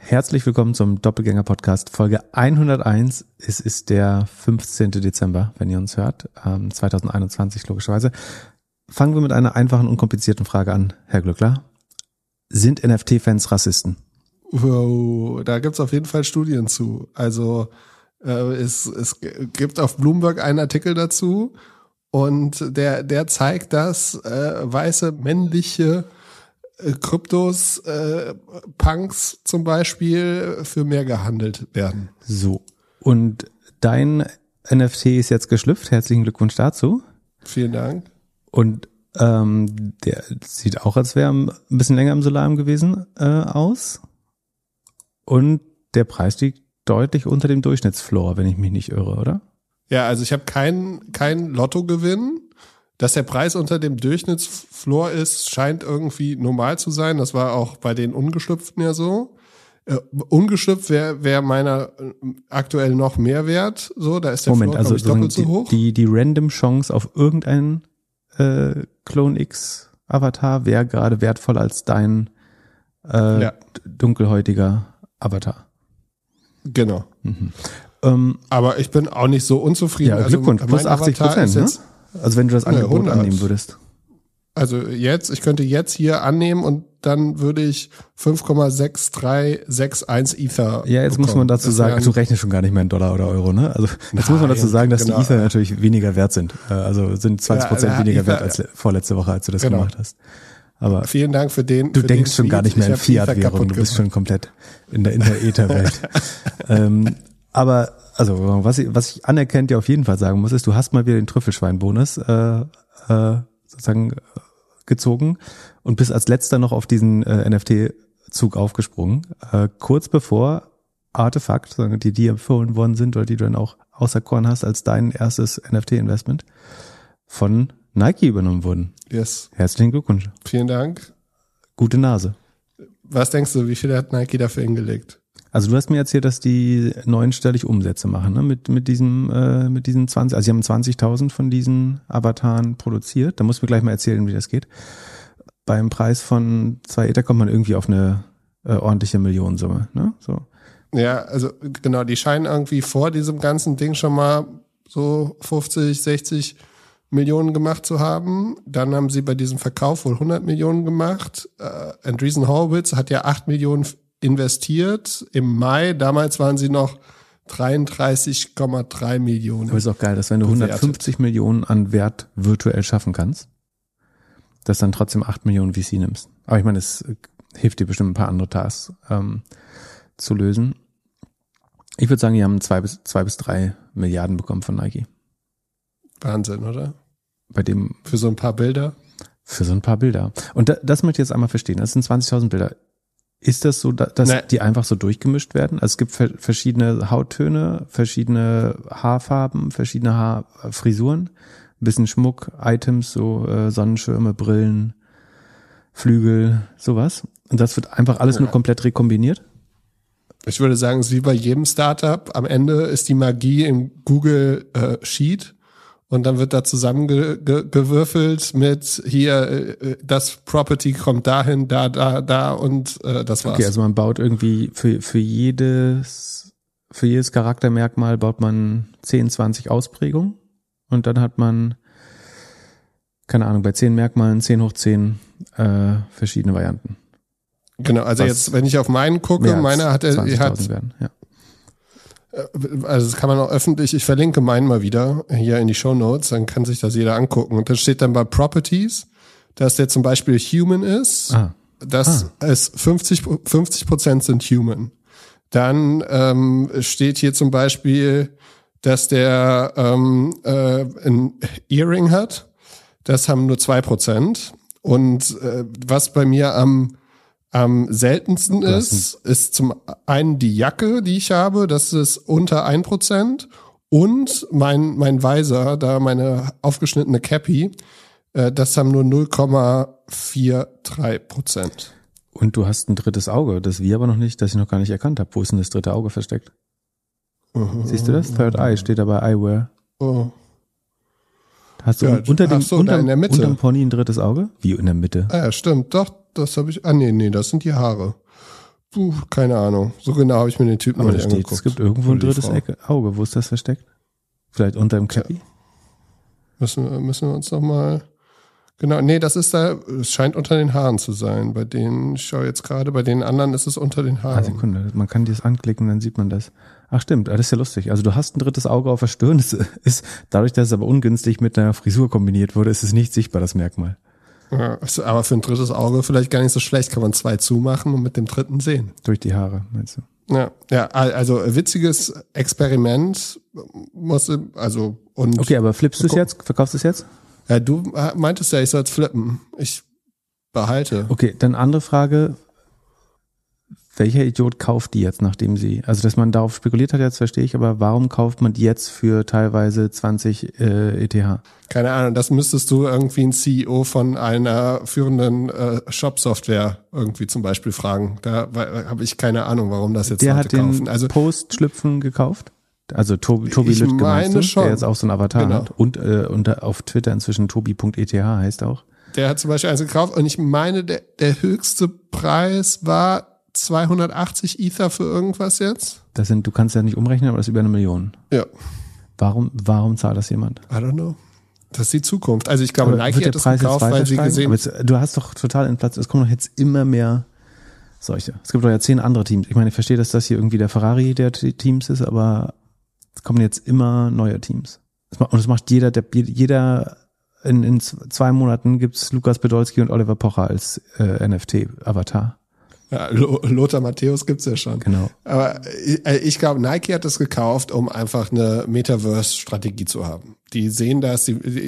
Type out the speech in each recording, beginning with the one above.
Herzlich willkommen zum Doppelgänger-Podcast, Folge 101. Es ist der 15. Dezember, wenn ihr uns hört, 2021 logischerweise. Fangen wir mit einer einfachen, unkomplizierten Frage an, Herr Glückler. Sind NFT-Fans Rassisten? Wow, da gibt's auf jeden Fall Studien zu. Also es gibt auf Bloomberg einen Artikel dazu und der zeigt, dass weiße männliche Kryptos, Punks zum Beispiel, für mehr gehandelt werden. So, und dein NFT ist jetzt geschlüpft. Herzlichen Glückwunsch dazu. Vielen Dank. Und der sieht auch, als wäre ein bisschen länger im Solarium gewesen aus. Und der Preis liegt deutlich unter dem Durchschnittsfloor, wenn ich mich nicht irre, oder? Ja, also ich habe kein Lottogewinn. Dass der Preis unter dem Durchschnittsfloor ist, scheint irgendwie normal zu sein. Das war auch bei den Ungeschlüpften ja so. Ungeschlüpft wäre meiner aktuell noch mehr wert. So, da ist der Floor, glaube ich, doppelt so hoch. Die random Chance auf irgendeinen Clone X Avatar wäre gerade wertvoller als dein dunkelhäutiger Avatar. Genau. Mhm. Aber ich bin auch nicht so unzufrieden. Ja, Glückwunsch, also plus 80%, ne? Also wenn du das Angebot annehmen würdest. Also ich könnte jetzt hier annehmen und dann würde ich 5,6361 Ether Ja, jetzt bekommen. Muss man dazu sagen, du rechnest schon gar nicht mehr in Dollar oder Euro, ne? Also jetzt muss man dazu sagen, dass die Ether natürlich weniger wert sind. Also sind 20% weniger wert als vorletzte Woche, als du das gemacht hast. Aber vielen Dank für den. Du denkst schon gar nicht mehr in Fiat-Währung, du bist schon komplett in der Ether-Welt. Aber also was ich anerkennt ja auf jeden Fall sagen muss, ist, du hast mal wieder den Trüffelschwein-Bonus sozusagen gezogen und bist als letzter noch auf diesen NFT-Zug aufgesprungen. Kurz bevor Artefakt, die dir empfohlen worden sind oder die du dann auch auserkoren hast als dein erstes NFT-Investment, von Nike übernommen wurden. Yes. Herzlichen Glückwunsch. Vielen Dank. Gute Nase. Was denkst du, wie viel hat Nike dafür hingelegt? Also du hast mir erzählt, dass die neunstellig Umsätze machen, ne? Mit diesen 20, also sie haben 20.000 von diesen Avataren produziert. Da musst du mir gleich mal erzählen, wie das geht. Beim Preis von 2 Ether kommt man irgendwie auf eine ordentliche Millionensumme, ne? So. Ja, also genau, die scheinen irgendwie vor diesem ganzen Ding schon mal so 50, 60 Millionen gemacht zu haben. Dann haben sie bei diesem Verkauf wohl 100 Millionen gemacht. Andreessen Horowitz hat ja 8 Millionen investiert im Mai. Damals waren sie noch 33,3 Millionen. Aber ist auch geil, dass wenn du 150 Millionen an Wert virtuell schaffen kannst, dass dann trotzdem 8 Millionen VC nimmst. Aber ich meine, es hilft dir bestimmt ein paar andere Tasks zu lösen. Ich würde sagen, die haben 2 bis 3 Milliarden bekommen von Nike. Wahnsinn, oder? Bei dem für so ein paar Bilder? Für so ein paar Bilder. Und das möchte ich jetzt einmal verstehen. Das sind 20.000 Bilder. Ist das so, dass die einfach so durchgemischt werden? Also es gibt verschiedene Hauttöne, verschiedene Haarfarben, verschiedene Haarfrisuren, ein bisschen Schmuck, Items, so Sonnenschirme, Brillen, Flügel, sowas. Und das wird einfach alles nur komplett rekombiniert? Ich würde sagen, es ist wie bei jedem Startup. Am Ende ist die Magie im Google Sheet. Und dann wird da zusammengewürfelt mit hier, das Property kommt dahin, da und das war's. Okay, also man baut irgendwie für jedes Charaktermerkmal baut man 10, 20 Ausprägungen und dann hat man, keine Ahnung, bei 10 Merkmalen 10 hoch 10 verschiedene Varianten. Genau, also jetzt, wenn ich auf meinen gucke, meiner hat werden, ja. Also das kann man auch öffentlich, ich verlinke meinen mal wieder hier in die Shownotes, dann kann sich das jeder angucken. Und dann steht dann bei Properties, dass der zum Beispiel Human ist, dass es 50% sind Human. Dann steht hier zum Beispiel, dass der ein Earring hat, das haben nur 2%. Und was bei mir am seltensten ist zum einen die Jacke, die ich habe, das ist unter 1%, und mein Visor, da meine aufgeschnittene Cappy, das haben nur 0,43%. Und du hast ein drittes Auge, das wir aber noch nicht, das ich noch gar nicht erkannt habe. Wo ist denn das dritte Auge versteckt? Siehst du das? Third Eye steht da bei Eyewear. Oh. Hast du unterm Pony ein drittes Auge? Wie in der Mitte? Ah ja, stimmt, doch, das habe ich. Ah, nee, das sind die Haare. Keine Ahnung. So genau habe ich mir den Typen noch nicht angeguckt. Es gibt irgendwo ein drittes Auge. Wo ist das versteckt? Vielleicht unter dem Cappy? Ja. Müssen wir uns noch mal... Genau, nee, das ist da, es scheint unter den Haaren zu sein. Bei denen, ich schaue jetzt gerade, bei den anderen ist es unter den Haaren. Sekunde, man kann das anklicken, dann sieht man das. Ach stimmt, das ist ja lustig. Also du hast ein drittes Auge auf der Stirn. Es ist, dadurch, dass es aber ungünstig mit einer Frisur kombiniert wurde, ist es nicht sichtbar, das Merkmal. Ja, aber für ein drittes Auge vielleicht gar nicht so schlecht. Kann man 2 zumachen und mit dem dritten sehen. Durch die Haare, meinst du? Ja, also witziges Experiment und. Okay, aber flippst du es jetzt? Verkaufst du es jetzt? Ja, du meintest ja, ich soll es flippen. Ich behalte. Okay, dann andere Frage. Welcher Idiot kauft die jetzt, nachdem sie, also dass man darauf spekuliert hat, jetzt verstehe ich, aber warum kauft man die jetzt für teilweise 20 ETH? Keine Ahnung, das müsstest du irgendwie einen CEO von einer führenden Shop-Software irgendwie zum Beispiel fragen. Da habe ich keine Ahnung, warum das jetzt der Leute kaufen. Also Post-Schlüpfen gekauft? Also Tobi Lüttke meinst du, schon. Der jetzt auch so ein Avatar hat und auf Twitter inzwischen tobi.eth heißt auch. Der hat zum Beispiel eins gekauft und ich meine, der höchste Preis war 280 Ether für irgendwas jetzt. Du kannst ja nicht umrechnen, aber das ist über 1 Million. Ja. Warum zahlt das jemand? I don't know. Das ist die Zukunft. Also ich glaube, aber Nike hat das gekauft, weil sie gesehen haben. Du hast doch total in Platz. Es kommen doch jetzt immer mehr solche. Es gibt doch ja 10 andere Teams. Ich meine, ich verstehe, dass das hier irgendwie der Ferrari der Teams ist, aber es kommen jetzt immer neue Teams. Und das macht jeder in 2 Monaten gibt's Lukas Podolski und Oliver Pocher als NFT-Avatar. Ja, Lothar Matthäus gibt's ja schon. Genau. Aber ich glaube, Nike hat das gekauft, um einfach eine Metaverse-Strategie zu haben. Die sehen das,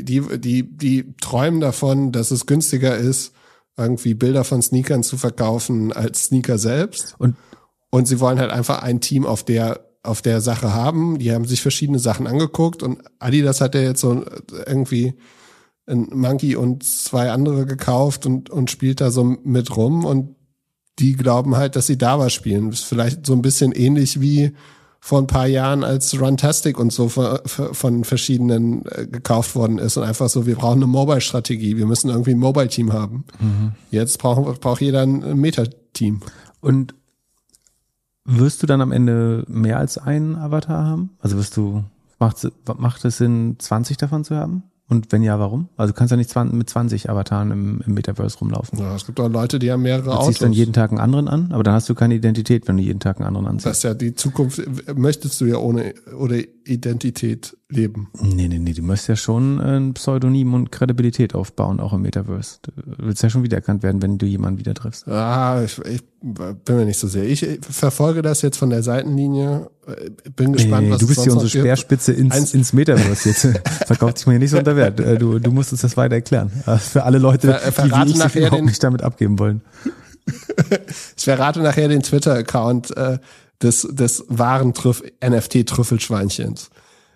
die träumen davon, dass es günstiger ist, irgendwie Bilder von Sneakern zu verkaufen als Sneaker selbst. Und sie wollen halt einfach ein Team auf der Sache haben. Die haben sich verschiedene Sachen angeguckt und Adidas hat ja jetzt so irgendwie ein Monkey und 2 andere gekauft und spielt da so mit rum und die glauben halt, dass sie da was spielen. Das ist vielleicht so ein bisschen ähnlich wie vor ein paar Jahren, als Runtastic und so von verschiedenen gekauft worden ist und einfach so, wir brauchen eine Mobile-Strategie, wir müssen irgendwie ein Mobile-Team haben. Mhm. Jetzt braucht jeder ein Meta-Team. Und wirst du dann am Ende mehr als einen Avatar haben? Also macht es Sinn, 20 davon zu haben? Und wenn ja, warum? Also du kannst ja nicht mit 20 Avataren im Metaverse rumlaufen. Ja, es gibt auch Leute, die haben mehrere Autos. Du ziehst dann jeden Tag einen anderen an, aber dann hast du keine Identität, wenn du jeden Tag einen anderen anziehst. Das ist ja die Zukunft. Möchtest du ja ohne Identität leben? Nee, du möchtest ja schon ein Pseudonym und Kredibilität aufbauen, auch im Metaverse. Du willst ja schon wiedererkannt werden, wenn du jemanden wieder triffst. Ich bin mir nicht so sehr. Ich verfolge das jetzt von der Seitenlinie. Bin gespannt, was du bist hier unsere Speerspitze ins Metaverse jetzt. Verkauft sich mir hier nicht so unter Wert. Du musst uns das weiter erklären. Für alle Leute, die sich überhaupt nicht damit abgeben wollen. Ich verrate nachher den Twitter-Account des wahren NFT-Trüffelschweinchens.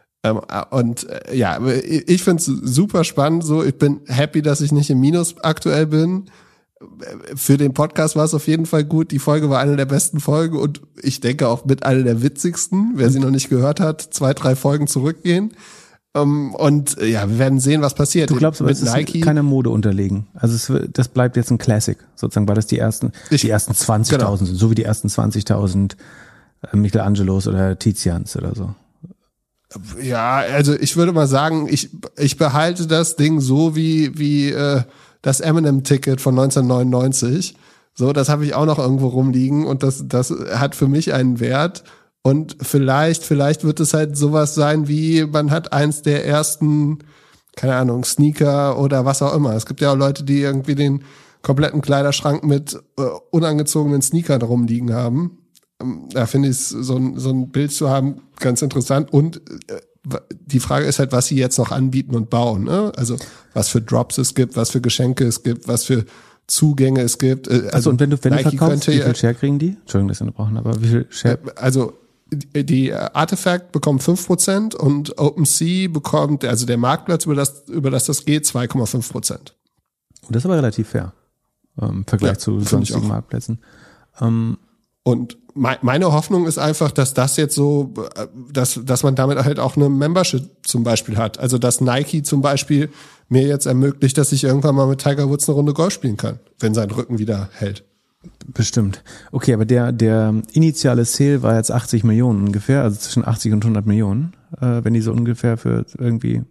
Ich finde es super spannend. So, ich bin happy, dass ich nicht im Minus aktuell bin. Für den Podcast war es auf jeden Fall gut. Die Folge war eine der besten Folgen und ich denke auch mit einer der witzigsten. Wer sie noch nicht gehört hat, 2, 3 Folgen zurückgehen. Wir werden sehen, was passiert. Du glaubst aber, es ist keine Mode unterlegen. Also das bleibt jetzt ein Classic, sozusagen, weil das die ersten 20.000 sind, so wie die ersten 20.000 Michelangelos oder Tizians oder so. Ja, also ich würde mal sagen, ich behalte das Ding so wie das Eminem-Ticket von 1999. So, das habe ich auch noch irgendwo rumliegen und das hat für mich einen Wert. Und vielleicht wird es halt sowas sein wie, man hat eins der ersten, keine Ahnung, Sneaker oder was auch immer. Es gibt ja auch Leute, die irgendwie den kompletten Kleiderschrank mit unangezogenen Sneakern rumliegen haben. Da finde ich so ein Bild zu haben ganz interessant. Und die Frage ist halt, was sie jetzt noch anbieten und bauen. Ne? Also was für Drops es gibt, was für Geschenke es gibt, was für Zugänge es gibt. Also und wenn du verkaufst, wie viel Share kriegen die? Entschuldigung, dass wir unterbrochen, aber wie viel Share? Also die Artifact bekommen 5% und OpenSea bekommt, also der Marktplatz, über das geht, 2,5%. Und das ist aber relativ fair im Vergleich zu sonstigen Marktplätzen. Und meine Hoffnung ist einfach, dass das jetzt so, dass man damit halt auch eine Membership zum Beispiel hat. Also dass Nike zum Beispiel mir jetzt ermöglicht, dass ich irgendwann mal mit Tiger Woods eine Runde Golf spielen kann, wenn sein Rücken wieder hält. Bestimmt. Okay, aber der initiale Sale war jetzt 80 Millionen ungefähr, also zwischen 80 und 100 Millionen, wenn die so ungefähr für irgendwie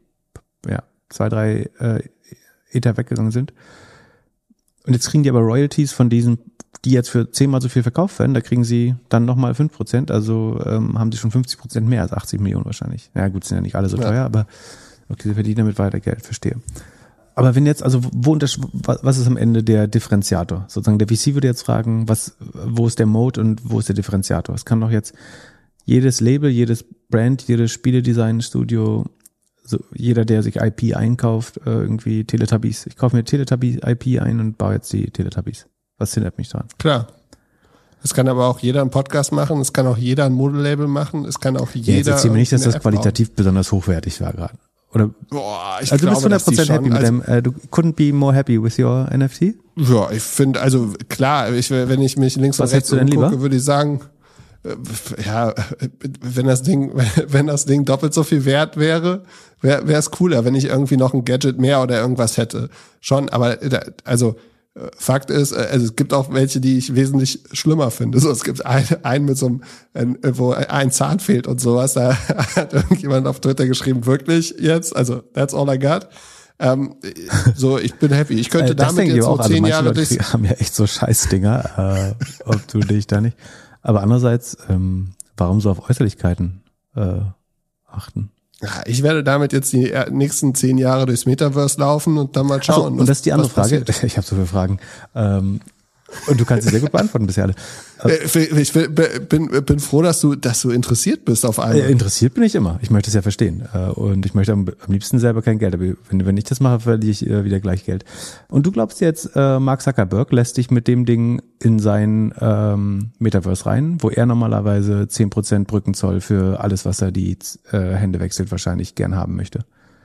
2-3 Ether weggegangen sind. Und jetzt kriegen die aber Royalties von diesen, die jetzt für 10-mal so viel verkauft werden, da kriegen sie dann nochmal 5%, also haben sie schon 50% mehr als 80 Millionen wahrscheinlich. Ja gut, sind ja nicht alle so teuer, aber okay, sie verdienen damit weiter Geld, verstehe. Aber wenn jetzt, also was ist am Ende der Differenziator? Sozusagen der VC würde jetzt fragen, wo ist der Mode und wo ist der Differenziator? Es kann doch jetzt jedes Label, jedes Brand, jedes Spieledesign-Studio, so jeder, der sich IP einkauft, irgendwie Teletubbies. Ich kaufe mir Teletubbies IP ein und baue jetzt die Teletubbies. Was hindert mich dran? Klar. Es kann aber auch jeder einen Podcast machen, es kann auch jeder ein Modelabel machen, es kann auch jeder. Jetzt erzähl mir nicht, dass das qualitativ besonders hochwertig war gerade. Oder? Boah, also du bist 100% happy mit dem, du couldn't be more happy with your NFT? Ja, ich finde, also klar, wenn ich mich links und rechts umgucke, würde ich sagen, ja, wenn das Ding doppelt so viel wert wäre es cooler, wenn ich irgendwie noch ein Gadget mehr oder irgendwas hätte. Schon, aber also Fakt ist, also es gibt auch welche, die ich wesentlich schlimmer finde. So, es gibt einen mit so einem, wo ein Zahn fehlt und sowas. Da hat irgendjemand auf Twitter geschrieben, wirklich jetzt, also that's all I got. So, ich bin happy. Ich könnte damit jetzt so 10 Jahre durch. Die haben ja echt so Scheißdinger, ob du dich da nicht. Aber andererseits, warum so auf Äußerlichkeiten achten? Ich werde damit jetzt die nächsten 10 Jahre durchs Metaverse laufen und dann mal schauen. Und das ist die andere Frage. Ich habe so viele Fragen. Und du kannst sie sehr gut beantworten bisher alle. Ich bin froh, dass du interessiert bist auf einmal. Interessiert bin ich immer. Ich möchte es ja verstehen. Und ich möchte am liebsten selber kein Geld. Aber wenn ich das mache, verliere ich wieder gleich Geld. Und du glaubst jetzt, Mark Zuckerberg lässt dich mit dem Ding in sein Metaverse rein, wo er normalerweise 10% Brückenzoll für alles, was er die Hände wechselt, wahrscheinlich gern haben möchte.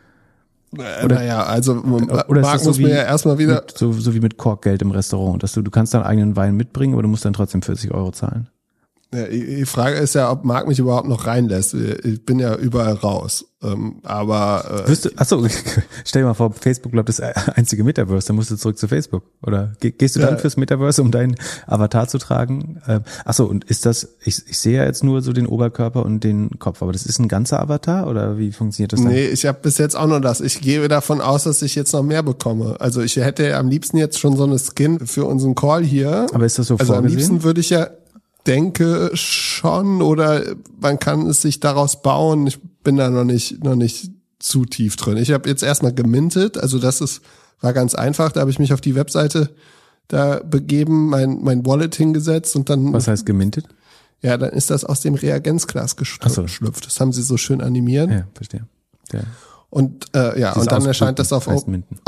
Naja, also oder Marc muss mir ja erstmal wieder... So wie mit Korkgeld im Restaurant, dass du kannst deinen eigenen Wein mitbringen, aber du musst dann trotzdem 40 € zahlen. Ja, die Frage ist ja, ob Marc mich überhaupt noch reinlässt. Ich bin ja überall raus. Aber stell dir mal vor, Facebook bleibt das einzige Metaverse, dann musst du zurück zu Facebook. Oder gehst du dann fürs Metaverse, um deinen Avatar zu tragen? Und ist das, ich sehe ja jetzt nur so den Oberkörper und den Kopf, aber das ist ein ganzer Avatar oder wie funktioniert das dann? Nee, ich habe bis jetzt auch nur das. Ich gehe davon aus, dass ich jetzt noch mehr bekomme. Also ich hätte am liebsten jetzt schon so eine Skin für unseren Call hier. Aber ist das so vorgesehen? Also am liebsten würde ich ja denke schon, oder man kann es sich daraus bauen. Ich bin da noch nicht zu tief drin. Ich habe jetzt erstmal gemintet, also war ganz einfach. Da habe ich mich auf die Webseite da begeben, mein Wallet hingesetzt und dann. Was heißt gemintet? Ja, dann ist das aus dem Reagenzglas geschlüpft. Das haben sie so schön animiert. Ja, verstehe. Ja. Und und dann erscheint das auf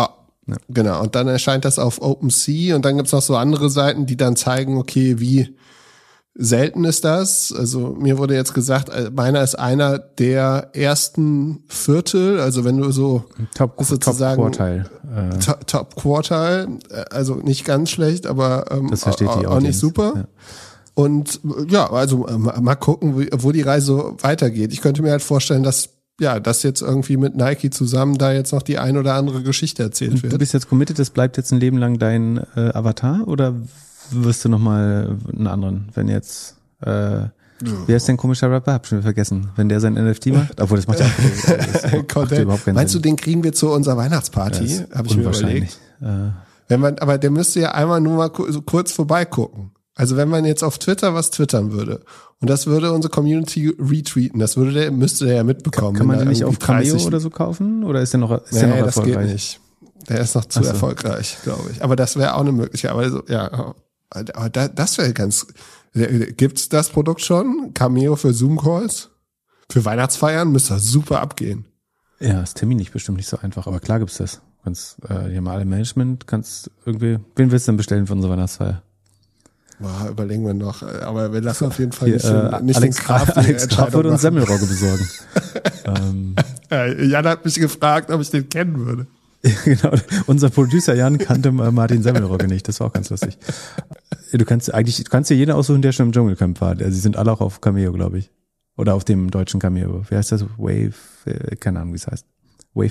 Genau, und dann erscheint das auf OpenSea und dann gibt's noch so andere Seiten, die dann zeigen, okay, wie selten ist das. Also mir wurde jetzt gesagt, meiner ist einer der ersten Viertel, also wenn du so Top Quartile. Top Quartile, also nicht ganz schlecht, aber das versteht die auch nicht super. Ja. Und ja, also mal gucken, wo die Reise weitergeht. Ich könnte mir halt vorstellen, dass jetzt irgendwie mit Nike zusammen da jetzt noch die ein oder andere Geschichte erzählt wird. Du bist jetzt committed, das bleibt jetzt ein Leben lang dein Avatar oder wirst du nochmal einen anderen, wenn jetzt, wer ist denn ein komischer Rapper? Hab schon wieder vergessen. Wenn der sein NFT macht, obwohl das macht ja überhaupt keinen Sinn. Meinst du, den kriegen wir zu unserer Weihnachtsparty? Habe ich mir überlegt. Aber der müsste ja einmal nur mal so kurz vorbeigucken. Also wenn man jetzt auf Twitter was twittern würde und das würde unsere Community retweeten, müsste der ja mitbekommen. Kann man den nicht auf Cameo oder so kaufen? Oder ist der noch erfolgreich? Das geht nicht. Der ist noch zu erfolgreich, glaube ich. Aber das wäre auch eine Möglichkeit. Aber das wäre ganz... Gibt's das Produkt schon? Cameo für Zoom-Calls? Für Weihnachtsfeiern müsste das super abgehen. Ja, das Termin nicht bestimmt nicht so einfach, aber klar gibt's das. Hier haben alle Management, wen willst du denn bestellen für unsere Weihnachtsfeier? Boah, überlegen wir noch. Aber wir lassen auf jeden Fall nicht Alex Graf würde uns Semmelrogge besorgen. Jan hat mich gefragt, ob ich den kennen würde. Genau, unser Producer Jan kannte Martin Semmelrogge nicht, das war auch ganz lustig. Du kannst dir jeden aussuchen, der schon im Dschungelcamp war. Sie sind alle auch auf Cameo, glaube ich. Oder auf dem deutschen Cameo. Wie heißt das? Wave, keine Ahnung, wie es heißt. Wave Me?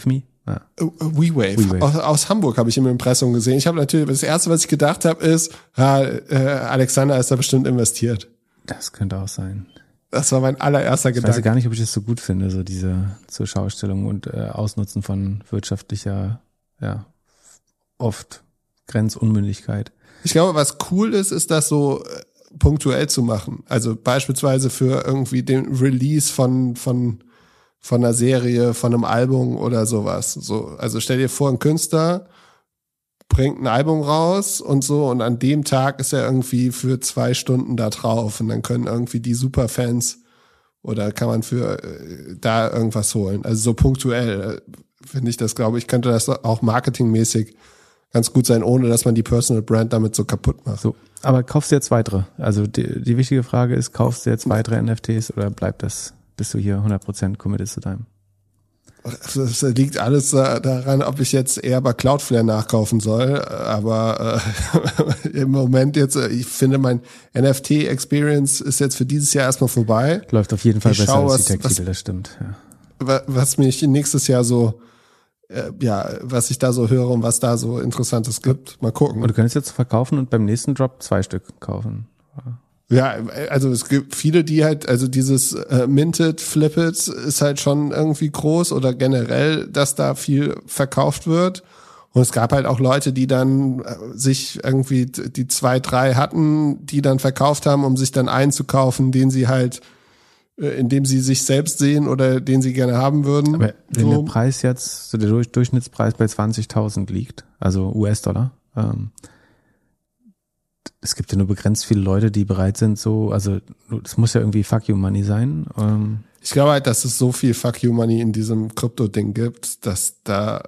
Ja. WeWave. Aus Hamburg habe ich im Impressum gesehen. Ich habe natürlich, das erste, was ich gedacht habe, ist, Alexander ist da bestimmt investiert. Das könnte auch sein. Das war mein allererster Gedanke. Ich weiß gar nicht, ob ich das so gut finde, so diese zur Schaustellung und Ausnutzen von wirtschaftlicher, oft Grenzunmündigkeit. Ich glaube, was cool ist das so punktuell zu machen. Also beispielsweise für irgendwie den Release von einer Serie, von einem Album oder sowas. So, also stell dir vor, ein Künstler bringt ein Album raus und so und an dem Tag ist er irgendwie für 2 Stunden da drauf und dann können irgendwie die Superfans oder kann man für da irgendwas holen. Also so punktuell finde ich das, glaube ich, könnte das auch marketingmäßig ganz gut sein, ohne dass man die Personal Brand damit so kaputt macht. So, aber kaufst du jetzt weitere? Also die wichtige Frage ist, kaufst du jetzt weitere NFTs oder bist du hier 100% committed zu deinem? Das liegt alles daran, ob ich jetzt eher bei Cloudflare nachkaufen soll, aber im Moment jetzt, ich finde, mein NFT-Experience ist jetzt für dieses Jahr erstmal vorbei. Läuft auf jeden Fall besser als die Tech-Titel, das stimmt. Ja. Was mich nächstes Jahr so was ich da so höre und was da so Interessantes gibt. Mal gucken. Und du könntest jetzt verkaufen und beim nächsten Drop 2 Stück kaufen. Ja, also es gibt viele, die halt, also dieses Minted, Flipped ist halt schon irgendwie groß oder generell, dass da viel verkauft wird. Und es gab halt auch Leute, die dann sich irgendwie die 2, 3 hatten, die dann verkauft haben, um sich dann einen zu kaufen, den sie halt in dem sie sich selbst sehen oder den sie gerne haben würden. Aber wenn der Preis jetzt, so der Durchschnittspreis bei 20.000 liegt, also US-Dollar, es gibt ja nur begrenzt viele Leute, die bereit sind, so, also es muss ja irgendwie Fuck You Money sein. Ich glaube halt, dass es so viel Fuck You Money in diesem Krypto-Ding gibt, dass da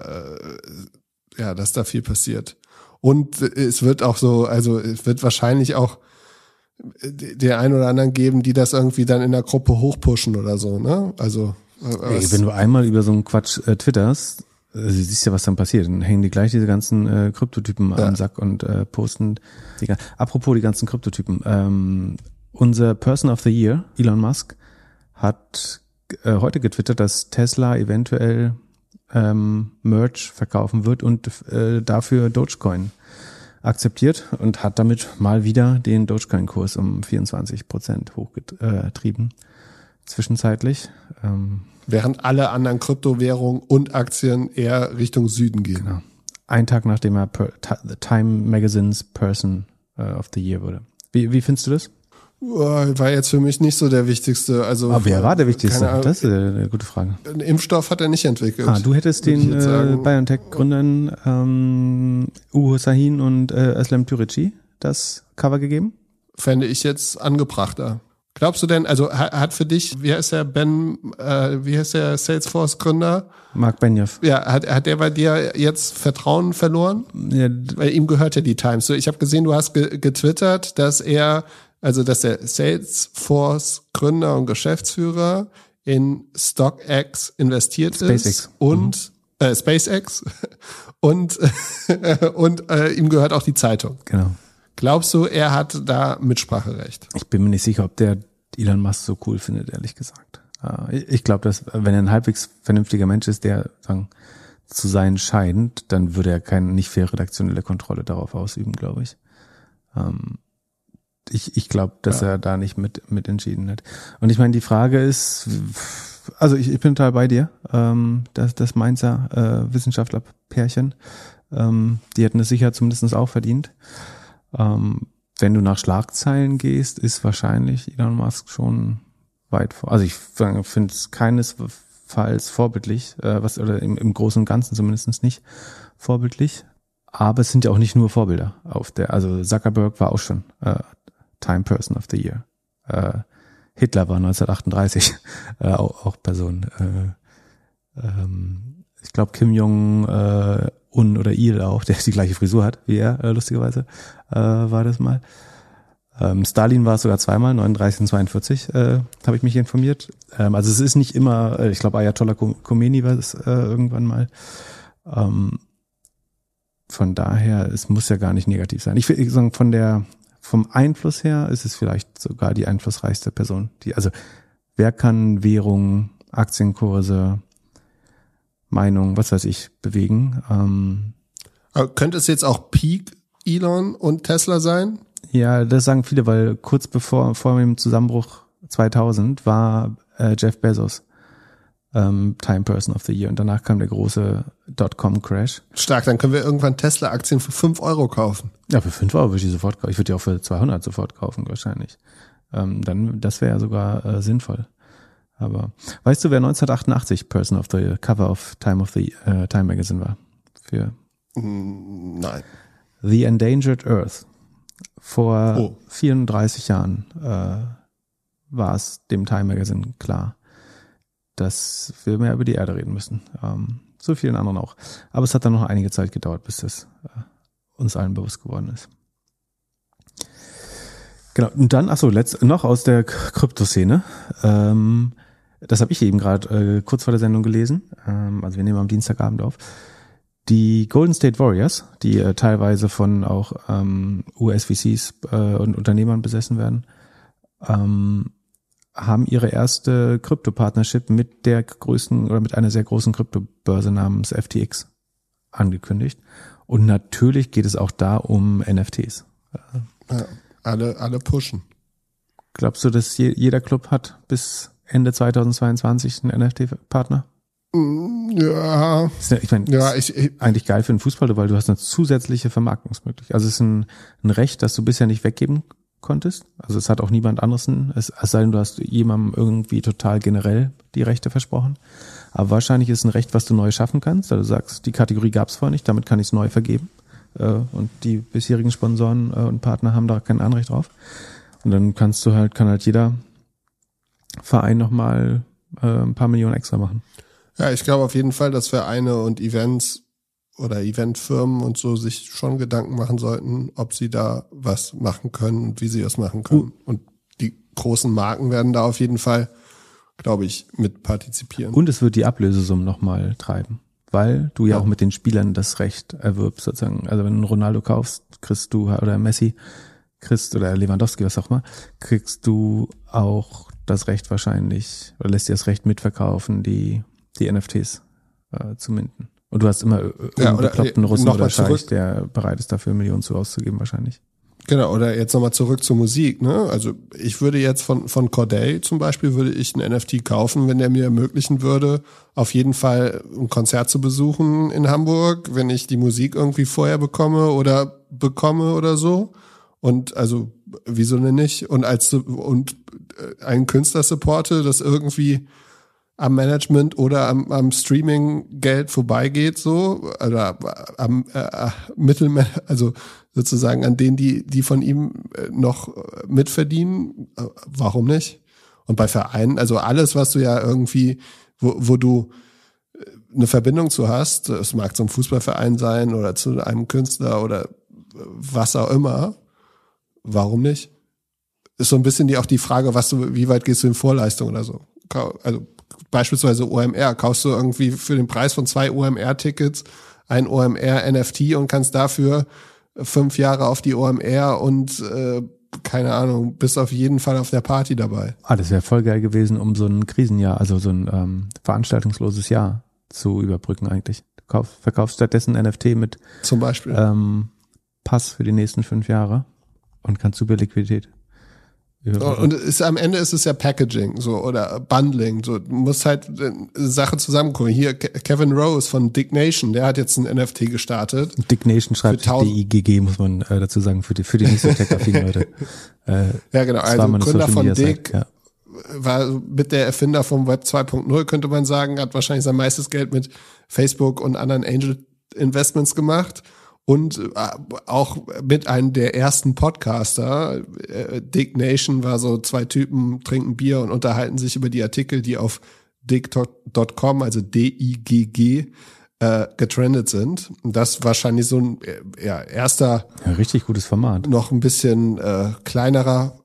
viel passiert. Und es wird auch so, also es wird wahrscheinlich auch der ein oder anderen geben, die das irgendwie dann in der Gruppe hochpushen oder so, ne? Also wenn du einmal über so einen Quatsch twitterst, du siehst ja, was dann passiert. Dann hängen die gleich diese ganzen Kryptotypen am Sack und posten. Apropos die ganzen Kryptotypen. Unser Person of the Year, Elon Musk, hat heute getwittert, dass Tesla eventuell Merch verkaufen wird und dafür Dogecoin akzeptiert und hat damit mal wieder den Dogecoin-Kurs um 24% hochgetrieben, zwischenzeitlich. Während alle anderen Kryptowährungen und Aktien eher Richtung Süden gehen. Genau. Ein Tag nachdem er Time Magazines Person of the Year wurde. Wie findest du das? War jetzt für mich nicht so der wichtigste. Also, aber wer war der wichtigste? Das ist eine gute Frage. Einen Impfstoff hat er nicht entwickelt. Du hättest den BioNTech-Gründern Uğur Şahin und Özlem Türeci das Cover gegeben? Fände ich jetzt angebrachter. Glaubst du denn, also hat für dich, wie heißt der Salesforce-Gründer? Mark Benioff. Ja, hat der bei dir jetzt Vertrauen verloren? Ja. Weil ihm gehört ja die Times. So, ich habe gesehen, du hast getwittert, dass der Salesforce-Gründer und Geschäftsführer in StockX investiert ist und SpaceX und ihm gehört auch die Zeitung. Genau. Glaubst du, er hat da Mitspracherecht? Ich bin mir nicht sicher, ob der Elon Musk so cool findet, ehrlich gesagt. Ich glaube, dass wenn er ein halbwegs vernünftiger Mensch ist, der zu sein scheint, dann würde er keine nicht fair redaktionelle Kontrolle darauf ausüben, glaube ich. Ich glaube, dass er da nicht mit entschieden hat. Und ich meine, die Frage ist, also ich bin total bei dir, das Mainzer Wissenschaftlerpärchen, die hätten es sicher zumindest auch verdient. Wenn du nach Schlagzeilen gehst, ist wahrscheinlich Elon Musk schon weit vor. Also ich finde es keinesfalls vorbildlich, oder im Großen und Ganzen zumindest nicht vorbildlich. Aber es sind ja auch nicht nur Vorbilder also Zuckerberg war auch schon Time Person of the Year. Hitler war 1938 auch Person. Ich glaube Kim Jong-un oder Il auch, der die gleiche Frisur hat wie er, lustigerweise, war das mal. Stalin war es sogar zweimal, 39 und 42, habe ich mich informiert. Also es ist nicht immer, ich glaube Ayatollah Khomeini war es irgendwann mal. Von daher, es muss ja gar nicht negativ sein. Ich will sagen, vom Einfluss her ist es vielleicht sogar die einflussreichste Person. Wer kann Währungen, Aktienkurse, Meinung, was weiß ich, bewegen. Aber könnte es jetzt auch Peak Elon und Tesla sein? Ja, das sagen viele, weil kurz vor dem Zusammenbruch 2000 war Jeff Bezos Time Person of the Year und danach kam der große Dotcom-Crash. Stark, dann können wir irgendwann Tesla-Aktien für 5 Euro kaufen. Ja, für 5 Euro würde ich die sofort kaufen. Ich würde die auch für 200 sofort kaufen wahrscheinlich. Dann, das wäre ja sogar sinnvoll. Aber weißt du, wer 1988 Person of the Cover of Time Magazine war? Nein. The Endangered Earth. Vor 34 Jahren war es dem Time Magazine klar, dass wir mehr über die Erde reden müssen. So vielen anderen auch. Aber es hat dann noch einige Zeit gedauert, bis das uns allen bewusst geworden ist. Genau. Und dann, noch aus der Kryptoszene. Das habe ich eben gerade kurz vor der Sendung gelesen. Also wir nehmen am Dienstagabend auf. Die Golden State Warriors, die teilweise von auch US-VCs und Unternehmern besessen werden, haben ihre erste Krypto-Partnership mit der größten oder mit einer sehr großen Kryptobörse namens FTX angekündigt. Und natürlich geht es auch da um NFTs. Ja, alle pushen. Glaubst du, dass jeder Club hat bis Ende 2022 einen NFT-Partner? Ja. Ich meine, ja, eigentlich geil für den Fußball, weil du hast eine zusätzliche Vermarktungsmöglichkeit. Also es ist ein Recht, das du bisher nicht weggeben konntest. Also es hat auch niemand anderes, es sei denn, du hast jemandem irgendwie total generell die Rechte versprochen. Aber wahrscheinlich ist es ein Recht, was du neu schaffen kannst. Also du sagst, die Kategorie gab es vorher nicht, damit kann ich es neu vergeben. Und die bisherigen Sponsoren und Partner haben da kein Anrecht drauf. Und dann kann halt jeder Verein nochmal ein paar Millionen extra machen. Ja, ich glaube auf jeden Fall, dass Vereine und Events oder Eventfirmen und so sich schon Gedanken machen sollten, ob sie da was machen können und wie sie das machen können. Und die großen Marken werden da auf jeden Fall, glaube ich, mit partizipieren. Und es wird die Ablösesummen nochmal treiben, weil du ja auch mit den Spielern das Recht erwirbst sozusagen. Also wenn du einen Ronaldo kaufst, kriegst du, oder Messi kriegst, oder Lewandowski, was auch immer, kriegst du auch das Recht wahrscheinlich, oder lässt dir das Recht mitverkaufen, die NFTs zu minden. Und du hast immer irgendeinen bekloppten Russen oder Scheich, der bereit ist, dafür Millionen auszugeben wahrscheinlich. Genau, oder jetzt nochmal zurück zur Musik. Ne? Also ich würde jetzt von Corday zum Beispiel, würde ich einen NFT kaufen, wenn der mir ermöglichen würde, auf jeden Fall ein Konzert zu besuchen in Hamburg, wenn ich die Musik irgendwie vorher bekomme oder so. Und also, wieso denn nicht? Und einen Künstler supporte, das irgendwie am Management oder am Streaming-Geld vorbeigeht, so, oder am also sozusagen an denen, die von ihm noch mitverdienen, warum nicht? Und bei Vereinen, also alles, was du ja irgendwie, wo du eine Verbindung zu hast, es mag zum Fußballverein sein oder zu einem Künstler oder was auch immer, warum nicht? Ist so ein bisschen auch die Frage, wie weit gehst du in Vorleistung oder so? Also beispielsweise OMR, kaufst du irgendwie für den Preis von 2 OMR-Tickets ein OMR-NFT und kannst dafür 5 Jahre auf die OMR und keine Ahnung, bist auf jeden Fall auf der Party dabei. Das wäre voll geil gewesen, um so ein Krisenjahr, also so ein veranstaltungsloses Jahr zu überbrücken eigentlich. Du verkaufst stattdessen NFT mit zum Beispiel Pass für die nächsten 5 Jahre und kannst super Liquidität. Und am Ende ist es ja Packaging, so, oder Bundling, so, du musst halt Sachen zusammenkommen. Hier, Kevin Rose von Dick Nation, der hat jetzt ein NFT gestartet. Dick Nation schreibt DIGG, muss man dazu sagen, für die nicht so tech-affinen Leute. Ja, genau, also Gründer von Dick, war mit der Erfinder vom Web 2.0, könnte man sagen, hat wahrscheinlich sein meistes Geld mit Facebook und anderen Angel Investments gemacht. Und auch mit einem der ersten Podcaster, Dick Nation, war so 2 Typen, trinken Bier und unterhalten sich über die Artikel, die auf dick.com, also DIGG, getrendet sind. Und das wahrscheinlich so ein erster, richtig gutes Format. Noch ein bisschen kleinerer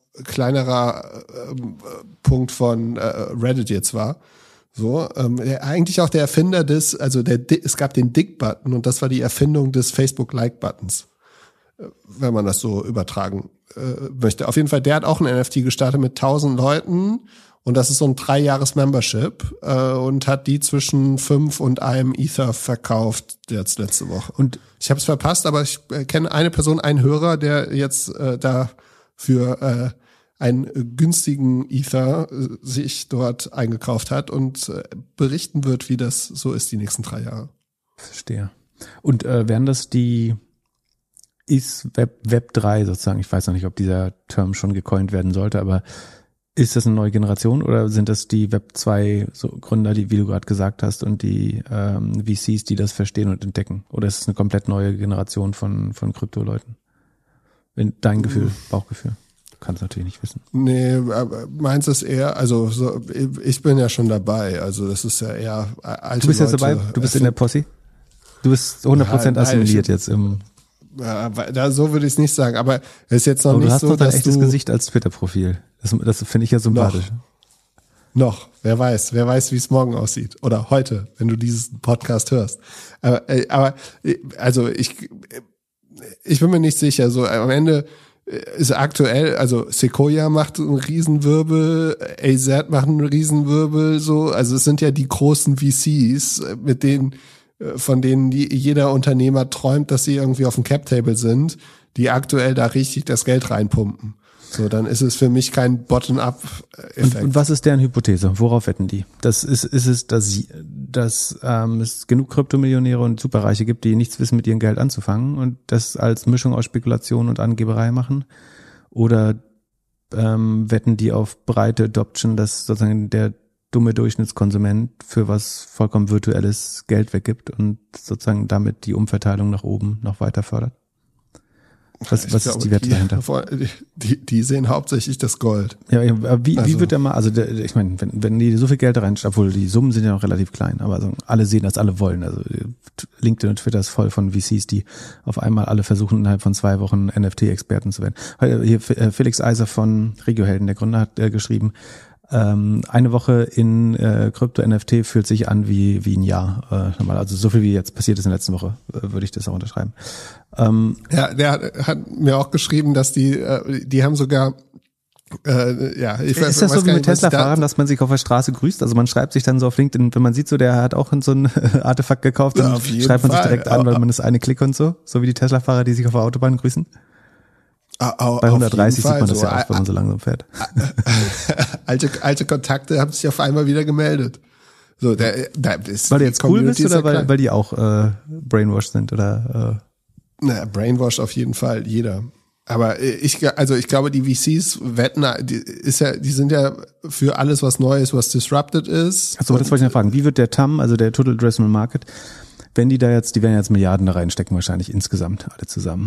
Punkt von Reddit jetzt war. So, eigentlich auch der Erfinder es gab den Dick-Button und das war die Erfindung des Facebook-Like-Buttons, wenn man das so übertragen möchte. Auf jeden Fall, der hat auch ein NFT gestartet mit 1000 Leuten Und das ist so ein 3-Jahres-Membership und hat die zwischen 5 und einem Ether verkauft jetzt letzte Woche. Und ich habe es verpasst, aber ich kenne eine Person, einen Hörer, der jetzt da für einen günstigen Ether sich dort eingekauft hat und berichten wird, wie das so ist die nächsten 3 Jahre. Verstehe. Und wären das die ist Web 3 sozusagen, ich weiß noch nicht, ob dieser Term schon gecoint werden sollte, aber ist das eine neue Generation oder sind das die Web 2 so Gründer, die, wie du gerade gesagt hast, und die VCs, die das verstehen und entdecken? Oder ist es eine komplett neue Generation von Krypto-Leuten? Dein Gefühl, Bauchgefühl? Du kannst natürlich nicht wissen. Nee, meins ist eher, also so, ich bin ja schon dabei, also das ist ja eher alte Du bist Leute, jetzt dabei? Du bist in der Posse? Du bist 100% assimiliert jetzt im... Ja, so würde ich es nicht sagen, aber es ist jetzt noch nicht so, dass du... Du hast doch dein echtes Gesicht als Twitter-Profil. Das finde ich ja sympathisch. Noch. Wer weiß, wie es morgen aussieht. Oder heute, wenn du diesen Podcast hörst. Aber also ich bin mir nicht sicher. So am Ende ist aktuell, also Sequoia macht einen Riesenwirbel, AZ macht einen Riesenwirbel, so. Also es sind ja die großen VCs, von denen jeder Unternehmer träumt, dass sie irgendwie auf dem Cap-Table sind, die aktuell da richtig das Geld reinpumpen. So, dann ist es für mich kein Bottom-up-Effekt. Und was ist deren Hypothese? Worauf wetten die? Ist es, dass es genug Kryptomillionäre und Superreiche gibt, die nichts wissen, mit ihrem Geld anzufangen und das als Mischung aus Spekulation und Angeberei machen? Oder wetten die auf breite Adoption, dass sozusagen der dumme Durchschnittskonsument für was vollkommen virtuelles Geld weggibt und sozusagen damit die Umverteilung nach oben noch weiter fördert? Was ist die Wette dahinter? Die sehen hauptsächlich das Gold. Ja, wie wird der mal, also ich meine, wenn die so viel Geld reinstecken, obwohl die Summen sind ja noch relativ klein, aber also alle sehen das, alle wollen. Also LinkedIn und Twitter ist voll von VCs, die auf einmal alle versuchen, innerhalb von 2 Wochen NFT-Experten zu werden. Hier Felix Eiser von Regiohelden, der Gründer, hat geschrieben, eine Woche in Krypto-NFT fühlt sich an wie ein Jahr. Also so viel wie jetzt passiert ist in der letzten Woche, würde ich das auch unterschreiben. Ja, der hat mir auch geschrieben, dass die haben sogar ist das so wie mit Tesla-Fahrern, dass man sich auf der Straße grüßt? Also man schreibt sich dann so auf LinkedIn, wenn man sieht, so der hat auch so ein Artefakt gekauft, dann schreibt man sich direkt an, weil man ist eine Klick und so wie die Tesla-Fahrer, die sich auf der Autobahn grüßen. Bei 130 sieht man das ja auch, wenn man so langsam fährt. Alte Kontakte haben sich auf einmal wieder gemeldet. So, da ist weil du jetzt cool bist oder weil die auch brainwashed sind oder? Brainwashed auf jeden Fall, jeder. Aber ich glaube, die VCs wetten, die sind ja für alles, was neu ist, was disrupted ist. Achso, das wollte ich noch fragen. Wie wird der TAM, also der Total Addressable Market, wenn die werden jetzt Milliarden da reinstecken, wahrscheinlich insgesamt, alle zusammen.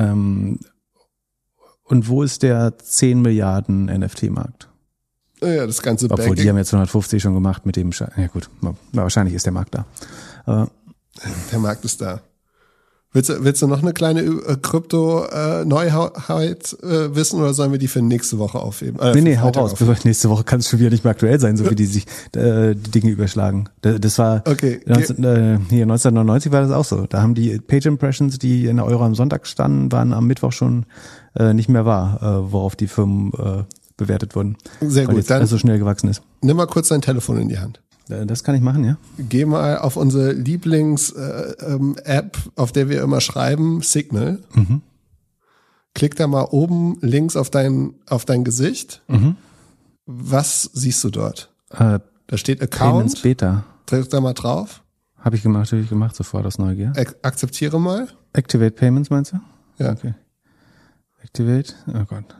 Und wo ist der 10 Milliarden NFT-Markt? Ja, das ganze Obwohl, die haben jetzt 150 schon gemacht mit dem ja gut, wahrscheinlich ist der Markt da. Der Markt ist da. Willst du noch eine kleine Krypto-Neuheit wissen oder sollen wir die für nächste Woche aufheben? Nee, hau raus. Nächste Woche kann es schon wieder nicht mehr aktuell sein, so wie die sich die Dinge überschlagen. Das war okay. 1999 war das auch so. Da haben die Page Impressions, die in der Euro am Sonntag standen, waren am Mittwoch schon nicht mehr wahr, worauf die Firmen bewertet wurden. Sehr gut. Weil jetzt so schnell gewachsen ist. Nimm mal kurz dein Telefon in die Hand. Das kann ich machen, ja. Geh mal auf unsere Lieblings-App, auf der wir immer schreiben, Signal. Mhm. Klick da mal oben links auf dein Gesicht. Mhm. Was siehst du dort? Da steht Account. Payments Beta. Drück da mal drauf. Habe ich gemacht, sofort aus Neugier. Akzeptiere mal. Activate Payments, meinst du? Ja. Okay. Activate, oh Gott.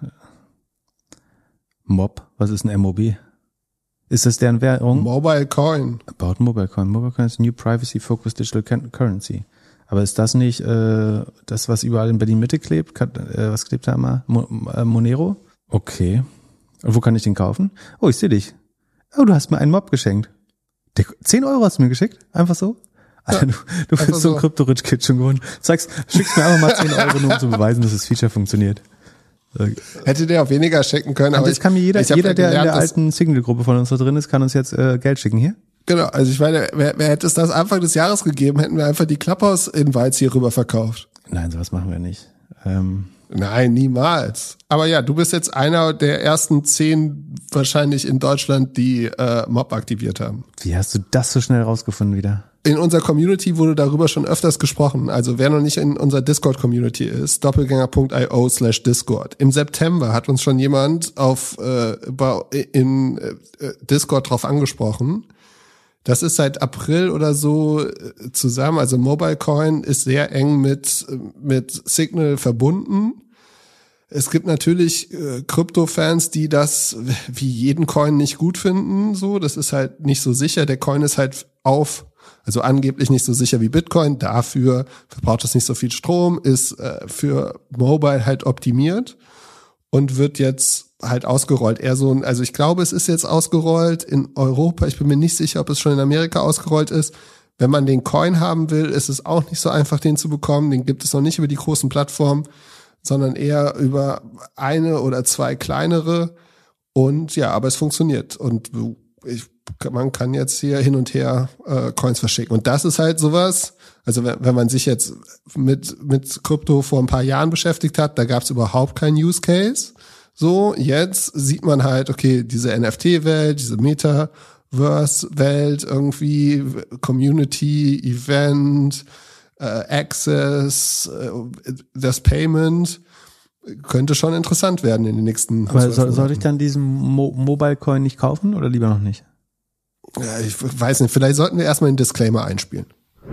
Mob, was ist ein MOB? Ist das deren Währung? Mobile Coin. About Mobile Coin. Mobile Coin ist New Privacy-Focused Digital Currency. Aber ist das nicht das, was überall in Berlin-Mitte klebt? Was klebt da immer? Monero? Okay. Und wo kann ich den kaufen? Oh, ich sehe dich. Oh, du hast mir einen Mob geschenkt. 10 Euro hast du mir geschickt? Einfach so? Alter, du bist so ein Crypto-Rich-Kid schon geworden. Schickst mir einfach mal 10 Euro, nur um zu beweisen, dass das Feature funktioniert. Hätte der auch weniger schicken können. Aber das kann mir jeder, der in der alten Signal-Gruppe von uns da drin ist, kann uns jetzt Geld schicken hier. Genau, also ich meine, wer hätte es das Anfang des Jahres gegeben, hätten wir einfach die Clubhouse-Invites hier rüber verkauft. Nein, sowas machen wir nicht. Nein, niemals. Aber ja, du bist jetzt einer der ersten 10 wahrscheinlich in Deutschland, die Mob aktiviert haben. Wie hast du das so schnell rausgefunden wieder? In unserer Community wurde darüber schon öfters gesprochen. Also wer noch nicht in unserer Discord-Community ist, doppelgänger.io/Discord. Im September hat uns schon jemand in Discord drauf angesprochen. Das ist seit April oder so zusammen. Also MobileCoin ist sehr eng mit Signal verbunden. Es gibt natürlich Krypto-Fans, die das wie jeden Coin nicht gut finden. So, das ist halt nicht so sicher. Der Coin ist halt also angeblich nicht so sicher wie Bitcoin. Dafür verbraucht es nicht so viel Strom, ist für Mobile halt optimiert und wird jetzt halt ausgerollt. Also ich glaube, es ist jetzt ausgerollt in Europa. Ich bin mir nicht sicher, ob es schon in Amerika ausgerollt ist. Wenn man den Coin haben will, ist es auch nicht so einfach, den zu bekommen. Den gibt es noch nicht über die großen Plattformen, sondern eher über eine oder 2 kleinere. Und ja, aber es funktioniert. Und man kann jetzt hier hin und her Coins verschicken. Und das ist halt sowas, also wenn man sich jetzt mit Krypto vor ein paar Jahren beschäftigt hat, da gab es überhaupt keinen Use Case. So, jetzt sieht man halt, okay, diese NFT-Welt, diese Metaverse-Welt irgendwie, Community, Event, Access, das Payment könnte schon interessant werden in den nächsten. Aber soll ich dann diesen Mobile Coin nicht kaufen oder lieber noch nicht? Ja, ich weiß nicht, vielleicht sollten wir erstmal einen Disclaimer einspielen.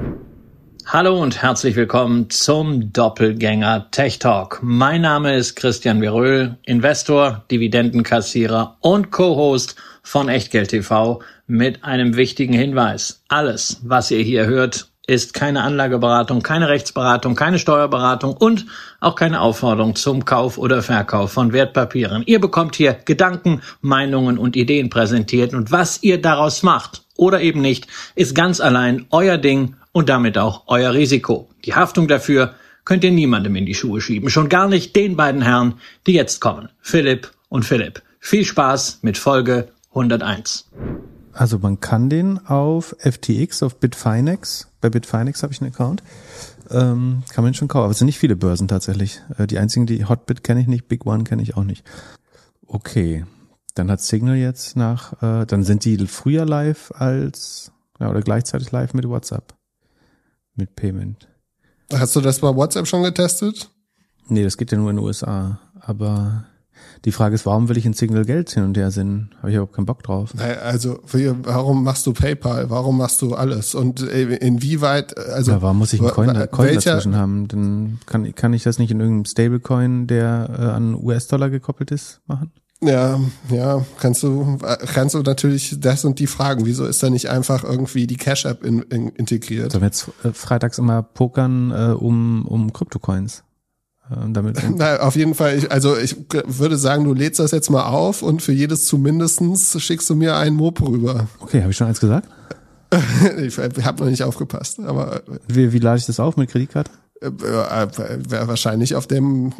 Hallo und herzlich willkommen zum Doppelgänger Tech Talk. Mein Name ist Christian Veröhl, Investor, Dividendenkassierer und Co-Host von Echtgeld TV mit einem wichtigen Hinweis. Alles, was ihr hier hört, ist keine Anlageberatung, keine Rechtsberatung, keine Steuerberatung und auch keine Aufforderung zum Kauf oder Verkauf von Wertpapieren. Ihr bekommt hier Gedanken, Meinungen und Ideen präsentiert und was ihr daraus macht oder eben nicht, ist ganz allein euer Ding und damit auch euer Risiko. Die Haftung dafür könnt ihr niemandem in die Schuhe schieben, schon gar nicht den beiden Herren, die jetzt kommen, Philipp und Philipp. Viel Spaß mit Folge 101. Also man kann den auf FTX, auf Bitfinex, bei Bitfinex habe ich einen Account, kann man schon kaufen, aber es sind nicht viele Börsen tatsächlich. Die einzigen, die Hotbit kenne ich nicht, Big One kenne ich auch nicht. Okay, dann hat Signal jetzt dann sind die früher live oder gleichzeitig live mit WhatsApp, mit Payment. Hast du das bei WhatsApp schon getestet? Nee, das geht ja nur in den USA, aber die Frage ist, warum will ich in Signal Geld hin und her senden? Habe ich überhaupt keinen Bock drauf. Also, warum machst du PayPal? Warum machst du alles? Und inwieweit, ja, warum muss ich einen Coin dazwischen haben? Dann kann ich das nicht in irgendeinem Stablecoin, der an US-Dollar gekoppelt ist, machen? Ja, kannst du natürlich das und die fragen. Wieso ist da nicht einfach irgendwie die Cash-App integriert? Sollen wir jetzt freitags immer pokern um Kryptocoins? Na, auf jeden Fall, ich würde sagen, du lädst das jetzt mal auf und für jedes zumindestens schickst du mir einen Mob rüber. Okay, habe ich schon eins gesagt? Ich habe noch nicht aufgepasst, aber wie lade ich das auf, mit Kreditkarte? Wahrscheinlich auf dem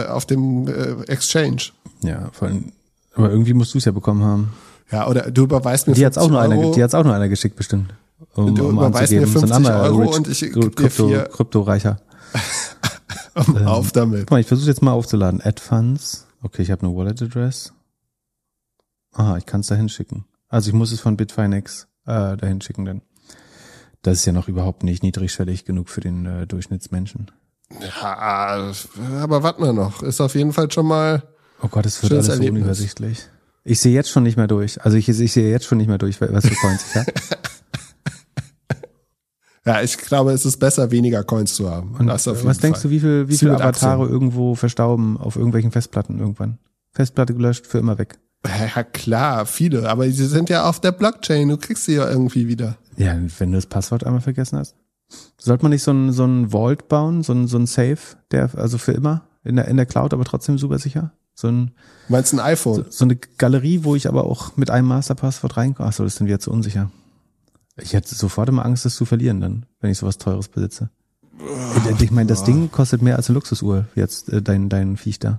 Exchange. Ja, aber irgendwie musst du es ja bekommen haben. Ja, oder du überweist mir 50 Die hat's auch nur einer geschickt bestimmt. Du überweist mir 50 Euro und ich gebe dir 4. Kryptoreicher. Auf damit. Guck mal, ich versuche jetzt mal aufzuladen. Add Funds. Okay, ich habe eine Wallet Address. Aha, ich kann es da hinschicken. Also ich muss es von Bitfinex dahin schicken, denn das ist ja noch überhaupt nicht niedrigschwellig genug für den Durchschnittsmenschen. Ja, aber warten wir noch. Ist auf jeden Fall schon mal. Oh Gott, es wird alles so unübersichtlich. Ich sehe jetzt schon nicht mehr durch. Also ich sehe jetzt schon nicht mehr durch, was für Coins ich habe. Ja, ich glaube, es ist besser, weniger Coins zu haben. Und was denkst du, wie viele Avatare irgendwo verstauben auf irgendwelchen Festplatten irgendwann? Festplatte gelöscht, für immer weg. Ja klar, viele, aber sie sind ja auf der Blockchain, du kriegst sie ja irgendwie wieder. Ja, wenn du das Passwort einmal vergessen hast. Sollte man nicht so ein Vault bauen, so ein Safe, der also für immer in der Cloud, aber trotzdem super sicher? Meinst du ein iPhone? So eine Galerie, wo ich aber auch mit einem Masterpasswort reinkomme. Achso, das ist dann wieder zu unsicher. Ich hätte sofort immer Angst, das zu verlieren dann, wenn ich sowas Teures besitze. Ich meine, das Ding kostet mehr als eine Luxusuhr, jetzt dein Viech da.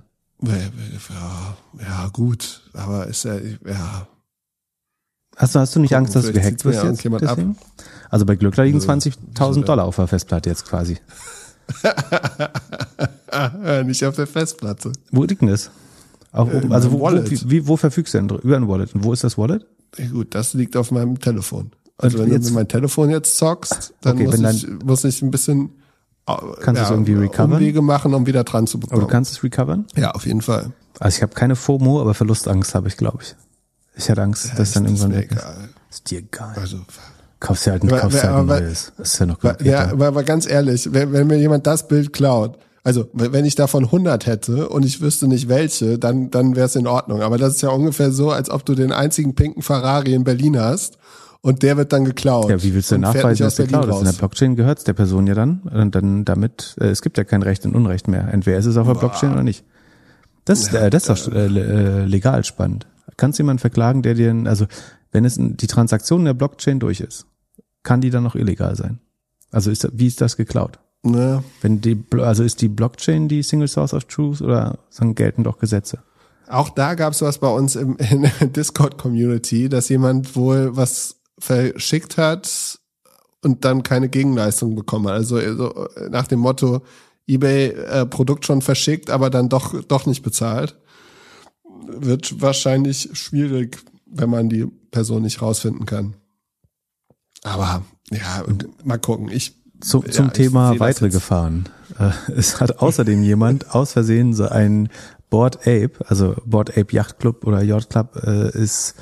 Ja, gut, aber ist ja. Hast du nicht Angst, dass du gehackt wirst jetzt? Also bei Glückler liegen $20.000 auf der Festplatte jetzt quasi. Nicht auf der Festplatte. Wo liegt denn das? Auch oben, also wo verfügst du denn über ein Wallet? Und wo ist das Wallet? Ja, gut, das liegt auf meinem Telefon. Also wenn du mit meinem Telefon jetzt zockst, dann muss ich ein bisschen kannst du es irgendwie recovern? Umwege machen, um wieder dran zu bekommen. Aber du kannst es recovern? Ja, auf jeden Fall. Also ich habe keine FOMO, aber Verlustangst habe ich, glaube ich. Ich hatte Angst, dass dann irgendwann weg ist. Ist dir egal. Also kaufst ja halt ein neues. Das ist ja noch gut. Ja, aber ganz ehrlich, wenn mir jemand das Bild klaut, also wenn ich davon 100 hätte und ich wüsste nicht welche, dann wäre es in Ordnung. Aber das ist ja ungefähr so, als ob du den einzigen pinken Ferrari in Berlin hast und der wird dann geklaut. Ja, wie willst du nachweisen, dass der geklaut ist? In der Blockchain gehört es der Person ja dann. Und dann damit, es gibt ja kein Recht und Unrecht mehr. Entweder ist es auf der Blockchain oder nicht. Das ist doch legal spannend. Kannst du jemanden verklagen, der dir, also wenn es die Transaktion in der Blockchain durch ist, kann die dann noch illegal sein? Also wie ist das geklaut? Ne. Also ist die Blockchain die Single Source of Truth oder gelten doch Gesetze? Auch da gab es was bei uns in der Discord-Community, dass jemand wohl was verschickt hat und dann keine Gegenleistung bekommen hat. Also nach dem Motto, eBay Produkt schon verschickt, aber dann doch nicht bezahlt. Wird wahrscheinlich schwierig, wenn man die Person nicht rausfinden kann. Aber ja, mal gucken. Zum Thema weitere Gefahren. Es hat außerdem jemand aus Versehen so ein Bored Ape, also Bored Ape Yacht Club oder Yacht Club ist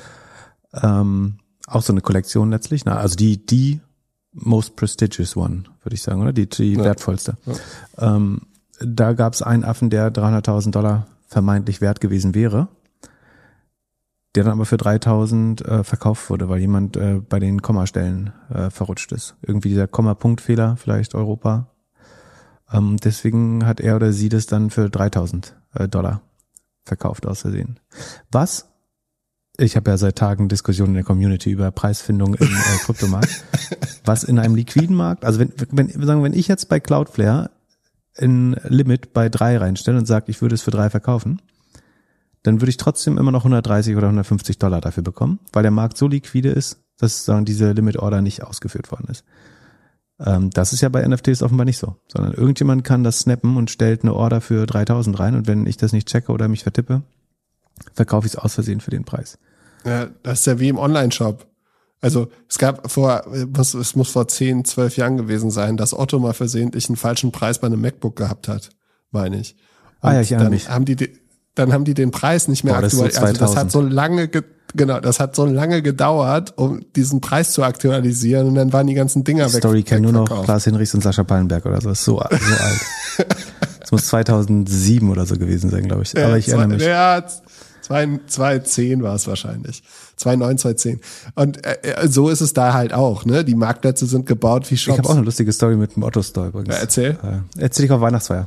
auch so eine Kollektion letztlich. Also die most prestigious one, würde ich sagen, oder? Die wertvollste. Ja. Da gab es einen Affen, der $300.000 vermeintlich wert gewesen wäre, der dann aber für 3.000 verkauft wurde, weil jemand bei den Kommastellen verrutscht ist. Irgendwie dieser Komma-Punkt-Fehler, vielleicht Europa. Deswegen hat er oder sie das dann für $3.000 verkauft aus Versehen. Ich habe ja seit Tagen Diskussionen in der Community über Preisfindung im Kryptomarkt. Was in einem liquiden Markt, also wenn ich jetzt bei Cloudflare ein Limit bei 3 reinstelle und sage, ich würde es für 3 verkaufen, dann würde ich trotzdem immer noch $130 oder $150 dafür bekommen, weil der Markt so liquide ist, dass diese Limit Order nicht ausgeführt worden ist. Das ist ja bei NFTs offenbar nicht so, sondern irgendjemand kann das snappen und stellt eine Order für 3.000 rein und wenn ich das nicht checke oder mich vertippe, verkaufe ich es aus Versehen für den Preis. Ja, das ist ja wie im Online-Shop. Also es muss vor 10, 12 Jahren gewesen sein, dass Otto mal versehentlich einen falschen Preis bei einem MacBook gehabt hat, meine ich. Und ich erinnere mich. Dann haben die den Preis nicht mehr aktualisiert. Also das hat so lange gedauert, um diesen Preis zu aktualisieren und dann waren die ganzen Dinger weg. Story kennt nur noch Klaas Hinrichs und Sascha Pallenberg oder so. Das ist so alt. Das muss 2007 oder so gewesen sein, glaube ich. Aber ich erinnere mich. Ja, 2010 war es wahrscheinlich. 2009, 2010. Und so ist es da halt auch, ne? Die Marktplätze sind gebaut wie Shops. Ich habe auch eine lustige Story mit dem Otto Store übrigens. Ja, erzähl. Erzähl ich auf Weihnachtsfeier.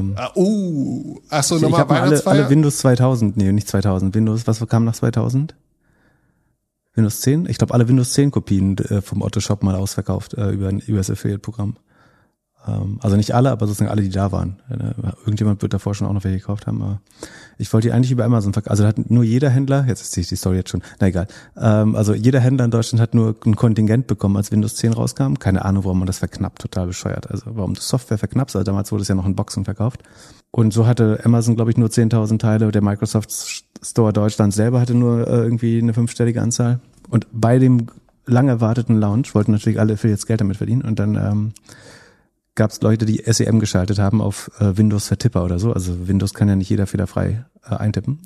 Achso, nochmal Ich habe alle Windows 2000, nee, nicht 2000, was kam nach 2000? Windows 10? Ich glaube, alle Windows 10 Kopien vom Otto Shop mal ausverkauft über das Affiliate-Programm. Also nicht alle, aber sozusagen alle, die da waren. Irgendjemand wird davor schon auch noch welche gekauft haben, aber ich wollte die eigentlich über Amazon verkaufen. Also da hat nur jeder Händler, jetzt erzähle ich die Story jetzt schon, na egal. Also jeder Händler in Deutschland hat nur ein Kontingent bekommen, als Windows 10 rauskam. Keine Ahnung, warum man das verknappt, total bescheuert. Also warum du Software verknappst, also damals wurde es ja noch in Boxen verkauft. Und so hatte Amazon, glaube ich, nur 10.000 Teile. Der Microsoft Store Deutschland selber hatte nur irgendwie eine 5-stellige Anzahl. Und bei dem lang erwarteten Launch wollten natürlich alle Affiliates Geld damit verdienen. Und dann gab es Leute, die SEM geschaltet haben auf Windows-Vertipper oder so. Also Windows kann ja nicht jeder fehlerfrei eintippen.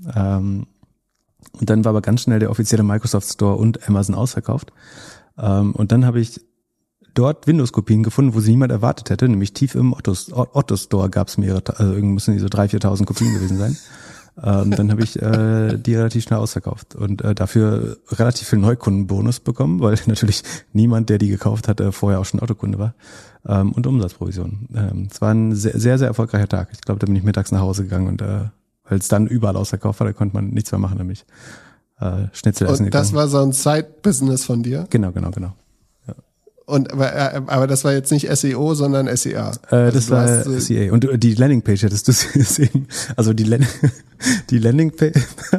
Und dann war aber ganz schnell der offizielle Microsoft Store und Amazon ausverkauft. Und dann habe ich dort Windows-Kopien gefunden, wo sie niemand erwartet hätte, nämlich tief im Otto Store gab es mehrere, also irgendwie müssen die so 3.000, 4.000 Kopien gewesen sein. Dann habe ich die relativ schnell ausverkauft und dafür relativ viel Neukundenbonus bekommen, weil natürlich niemand, der die gekauft hatte, vorher auch schon Otto-Kunde war, und Umsatzprovision. Es war ein sehr, sehr, sehr erfolgreicher Tag. Ich glaube, da bin ich mittags nach Hause gegangen und weil es dann überall ausverkauft war, da konnte man nichts mehr machen, nämlich Schnitzel essen. Und das war so ein Side-Business von dir? Genau. Ja. Und aber das war jetzt nicht SEO, sondern SEA. Das war SEA. Und die Landingpage hättest du gesehen. Also die Landingpage.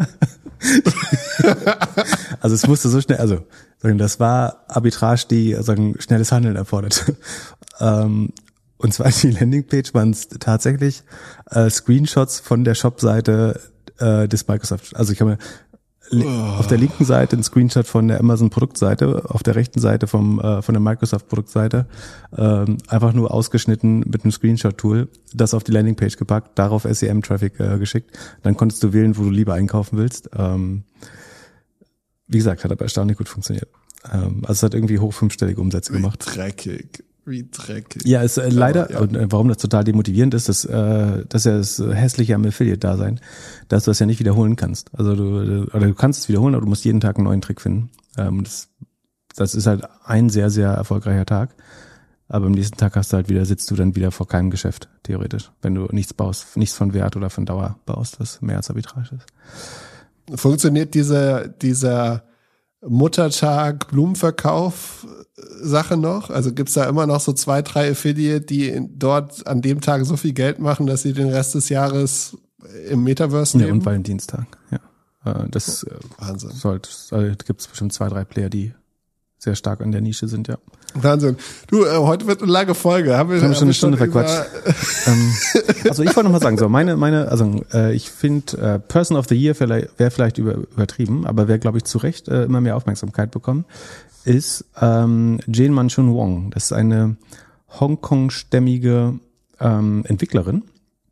Also es musste so schnell, also das war Arbitrage, die schnelles Handeln erfordert. Und zwar die Landingpage waren tatsächlich Screenshots von der Shop-Seite des Microsoft. Also ich habe auf der linken Seite einen Screenshot von der Amazon-Produktseite, auf der rechten Seite von der Microsoft-Produktseite, einfach nur ausgeschnitten mit einem Screenshot-Tool, das auf die Landingpage gepackt, darauf SEM-Traffic geschickt. Dann konntest du wählen, wo du lieber einkaufen willst. Wie gesagt, hat aber erstaunlich gut funktioniert. Also es hat irgendwie hoch 5-stellige Umsätze gemacht. Wie dreckig. Ja, ist leider, ja. Und warum das total demotivierend ist, das ist ja das Hässliche am Affiliate-Dasein, dass du das ja nicht wiederholen kannst. Also du kannst es wiederholen, aber du musst jeden Tag einen neuen Trick finden. Das ist halt ein sehr, sehr erfolgreicher Tag. Aber am nächsten Tag sitzt du dann wieder vor keinem Geschäft, theoretisch. Wenn du nichts baust, nichts von Wert oder von Dauer baust, was mehr als Arbitrage ist. Funktioniert dieser Muttertag Blumenverkauf Sache noch? Also gibt's da immer noch so 2, 3 Affiliate, die dort an dem Tag so viel Geld machen, dass sie den Rest des Jahres im Metaverse nehmen? Ja, und Valentinstag, ja. Wahnsinn. Gibt's bestimmt 2, 3 Player, die sehr stark in der Nische sind, ja. Wahnsinn. Du, heute wird eine lange Folge. Haben wir schon eine Stunde verquatscht. Also ich wollte noch mal sagen, ich finde, Person of the Year wäre vielleicht übertrieben, aber wer, glaube ich, zu Recht immer mehr Aufmerksamkeit bekommen, ist Jane Manchun Wong. Das ist eine Hongkong-stämmige Entwicklerin,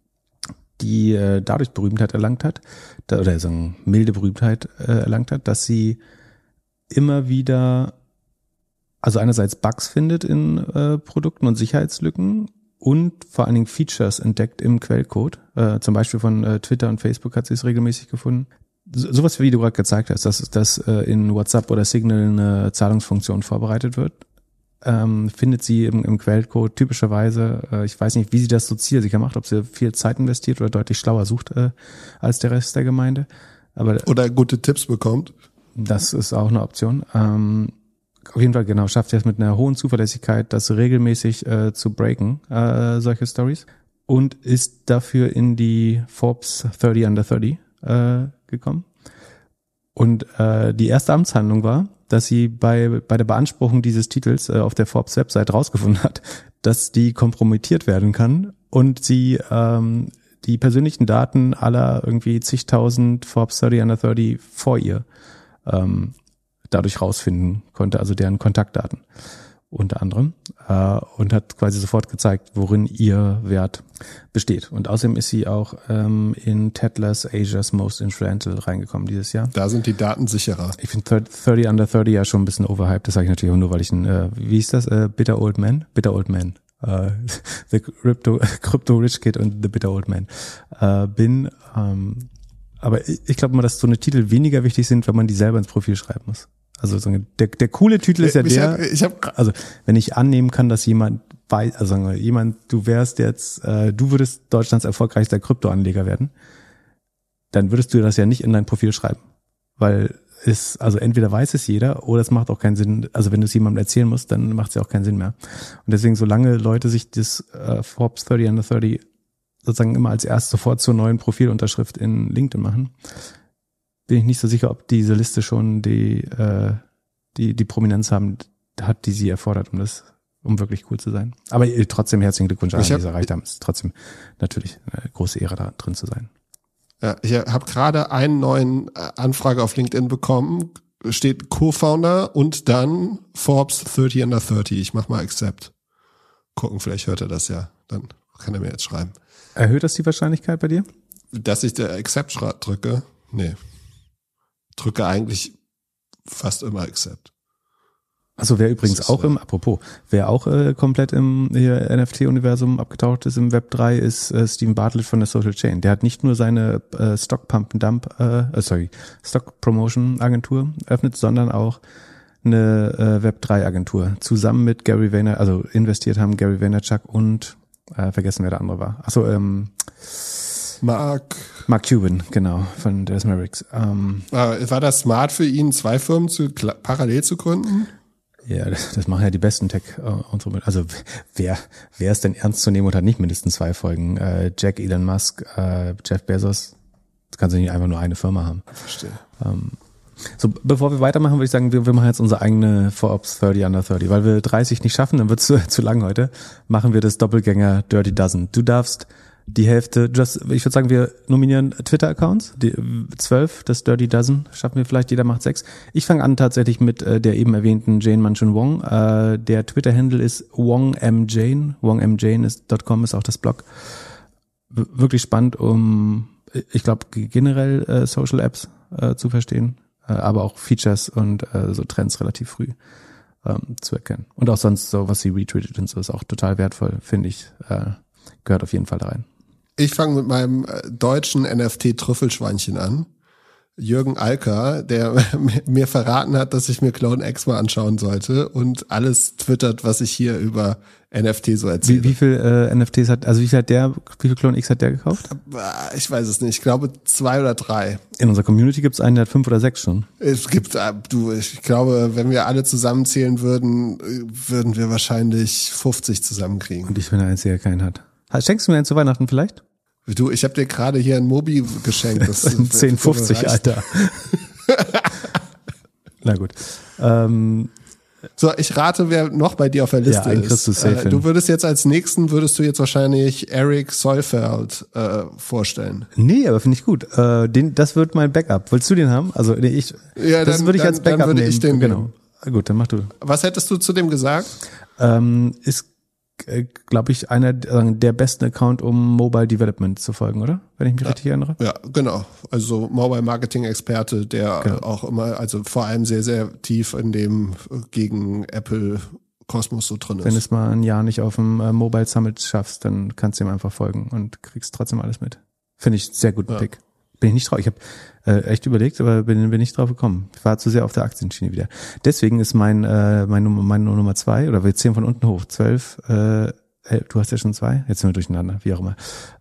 die dadurch Berühmtheit erlangt hat, oder so eine milde Berühmtheit erlangt hat, dass sie immer wieder, also einerseits Bugs findet in Produkten und Sicherheitslücken und vor allen Dingen Features entdeckt im Quellcode. Zum Beispiel von Twitter und Facebook hat sie es regelmäßig gefunden. Sowas, wie du gerade gezeigt hast, dass in WhatsApp oder Signal eine Zahlungsfunktion vorbereitet wird, findet sie im Quellcode typischerweise, ich weiß nicht, wie sie das so zielsicher macht, ob sie viel Zeit investiert oder deutlich schlauer sucht als der Rest der Gemeinde. Oder gute Tipps bekommt. Das ist auch eine Option. Auf jeden Fall, genau, schafft er es mit einer hohen Zuverlässigkeit, das regelmäßig zu breaken, solche Stories. Und ist dafür in die Forbes 30 Under 30 gekommen. Und die erste Amtshandlung war, dass sie bei der Beanspruchung dieses Titels auf der Forbes-Website rausgefunden hat, dass die kompromittiert werden kann und sie die persönlichen Daten aller irgendwie zigtausend Forbes 30 Under 30 vor ihr dadurch rausfinden konnte, also deren Kontaktdaten unter anderem, und hat quasi sofort gezeigt, worin ihr Wert besteht. Und außerdem ist sie auch in Tatler's Asia's Most Influential reingekommen dieses Jahr. Da sind die Daten sicherer. Ich finde 30 Under 30 ja schon ein bisschen overhyped, das sage ich natürlich auch nur, weil ich wie hieß das? Bitter Old Man? The Crypto Rich Kid und The Bitter Old Man bin. Aber ich glaube mal, dass so eine Titel weniger wichtig sind, wenn man die selber ins Profil schreiben muss. Also der coole Titel ist ja also wenn ich annehmen kann, dass jemand weiß, also du wärst jetzt, du würdest Deutschlands erfolgreichster Kryptoanleger werden, dann würdest du das ja nicht in dein Profil schreiben. Weil also entweder weiß es jeder oder es macht auch keinen Sinn, also wenn du es jemandem erzählen musst, dann macht es ja auch keinen Sinn mehr. Und deswegen, solange Leute sich das Forbes 30 Under 30 sozusagen immer als erst sofort zur neuen Profilunterschrift in LinkedIn machen, bin ich nicht so sicher, ob diese Liste schon die Prominenz hat, die sie erfordert, um wirklich cool zu sein. Aber trotzdem herzlichen Glückwunsch an, die es erreicht haben. Es ist trotzdem natürlich eine große Ehre, da drin zu sein. Ja, ich habe gerade einen neuen Anfrage auf LinkedIn bekommen. Steht Co-Founder und dann Forbes 30 Under 30. Ich mach mal Accept. Gucken, vielleicht hört er das ja. Dann kann er mir jetzt schreiben. Erhöht das die Wahrscheinlichkeit bei dir? Dass ich der Accept drücke? Nee. Drücke eigentlich fast immer Accept. Also wer übrigens auch wer auch komplett im NFT-Universum abgetaucht ist im Web 3, ist Steven Bartlett von der Social Chain. Der hat nicht nur seine Stock Promotion Agentur eröffnet, sondern auch eine Web 3 Agentur. Zusammen mit Gary Vaynerchuk, also investiert haben Gary Vaynerchuk und vergessen, wer der andere war. Achso, Mark Cuban, genau, von Dallas Mavericks. War das smart für ihn, 2 Firmen parallel zu gründen? Ja, das machen ja die besten Tech-Unternehmen. Also wer ist denn ernst zu nehmen und hat nicht mindestens 2 Folgen? Jack, Elon Musk, Jeff Bezos. Das kannst du nicht einfach nur eine Firma haben. Verstehe. So, bevor wir weitermachen, würde ich sagen, wir machen jetzt unsere eigene Forbes 30 Under 30, weil wir 30 nicht schaffen, dann wird es zu lang heute. Machen wir das Doppelgänger Dirty Dozen. Du darfst die Hälfte, ich würde sagen, wir nominieren Twitter-Accounts, die 12, das Dirty Dozen, schaffen wir vielleicht, jeder macht 6. Ich fange an tatsächlich mit der eben erwähnten Jane Manchun Wong. Der Twitter-Handle ist WongMJane, wongmjane.com ist auch das Blog. Wirklich spannend, um, ich glaube, generell Social Apps zu verstehen, aber auch Features und so Trends relativ früh zu erkennen. Und auch sonst so, was sie retweetet und so, ist auch total wertvoll, finde ich, gehört auf jeden Fall da rein. Ich fange mit meinem deutschen NFT-Trüffelschweinchen an. Jürgen Alker, der mir verraten hat, dass ich mir Clone X mal anschauen sollte und alles twittert, was ich hier über NFT so erzähle. Wie viel NFTs wie viel Clone X hat der gekauft? Ich weiß es nicht. Ich glaube 2 oder 3. In unserer Community gibt es einen, der hat 5 oder 6 schon. Es gibt, ich glaube, wenn wir alle zusammenzählen würden, würden wir wahrscheinlich 50 zusammenkriegen. Und ich bin der Einzige, der keinen hat. Schenkst du mir einen zu Weihnachten vielleicht? Du, ich habe dir gerade hier ein Mobi geschenkt. Das 10,50, Alter. Na gut. So, ich rate, wer noch bei dir auf der Liste ist. Du würdest jetzt als nächsten, wahrscheinlich Eric Seufeld vorstellen. Nee, aber finde ich gut. Das wird mein Backup. Willst du den haben? Also das würde ich als Backup nehmen. Ich den genau. Gut, dann mach du. Was hättest du zu dem gesagt? Ist glaube ich, einer der besten Account, um Mobile Development zu folgen, oder? Wenn ich mich richtig erinnere. Ja, genau. Also Mobile Marketing Experte, der auch immer, also vor allem sehr, sehr tief in dem gegen Apple Kosmos so drin ist. Wenn du es mal ein Jahr nicht auf dem Mobile Summit schaffst, dann kannst du ihm einfach folgen und kriegst trotzdem alles mit. Finde ich sehr guten Pick. Bin ich nicht drauf. Ich habe echt überlegt, aber bin nicht drauf gekommen. Ich war zu sehr auf der Aktienschiene wieder. Deswegen ist meine Nummer 2, oder wir zählen von unten hoch, 12, du hast ja schon 2, jetzt sind wir durcheinander, wie auch immer.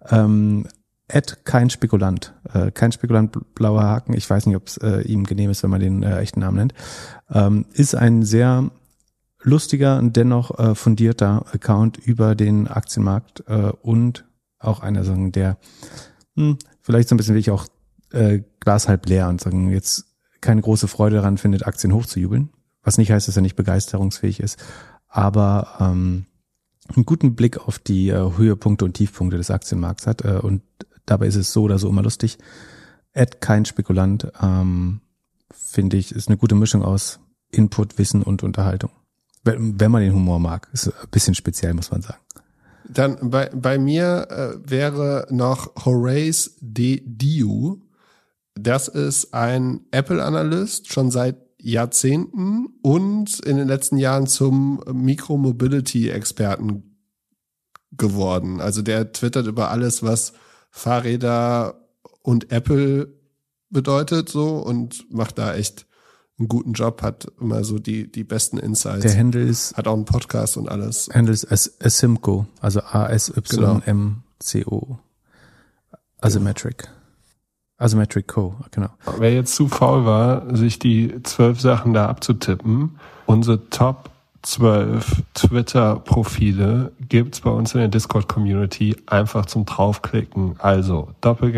Kein Spekulant. Kein Spekulant, blauer Haken, ich weiß nicht, ob es ihm genehm ist, wenn man den echten Namen nennt. Ist ein sehr lustiger und dennoch fundierter Account über den Aktienmarkt und auch einer, sagen, der vielleicht so ein bisschen wie ich auch Glas halb leer und sagen, jetzt keine große Freude daran findet, Aktien hochzujubeln. Was nicht heißt, dass er nicht begeisterungsfähig ist, aber einen guten Blick auf die Höhepunkte und Tiefpunkte des Aktienmarkts hat und dabei ist es so oder so immer lustig. Kein Spekulant, finde ich, ist eine gute Mischung aus Input, Wissen und Unterhaltung. Wenn man den Humor mag. Ist ein bisschen speziell, muss man sagen. Dann bei mir wäre noch Horace De Diu. Das ist ein Apple-Analyst, schon seit Jahrzehnten und in den letzten Jahren zum Micromobility-Experten geworden. Also der twittert über alles, was Fahrräder und Apple bedeutet so und macht da echt einen guten Job, hat immer so die besten Insights. Der Handle ist, hat auch einen Podcast und alles. Handle ist Asymco, also ASYMCO. Asymmetric. Asymmetric Co, genau. Wer jetzt zu faul war, sich die 12 Sachen da abzutippen, unsere Top 12 Twitter-Profile gibt's bei uns in der Discord-Community einfach zum draufklicken. Also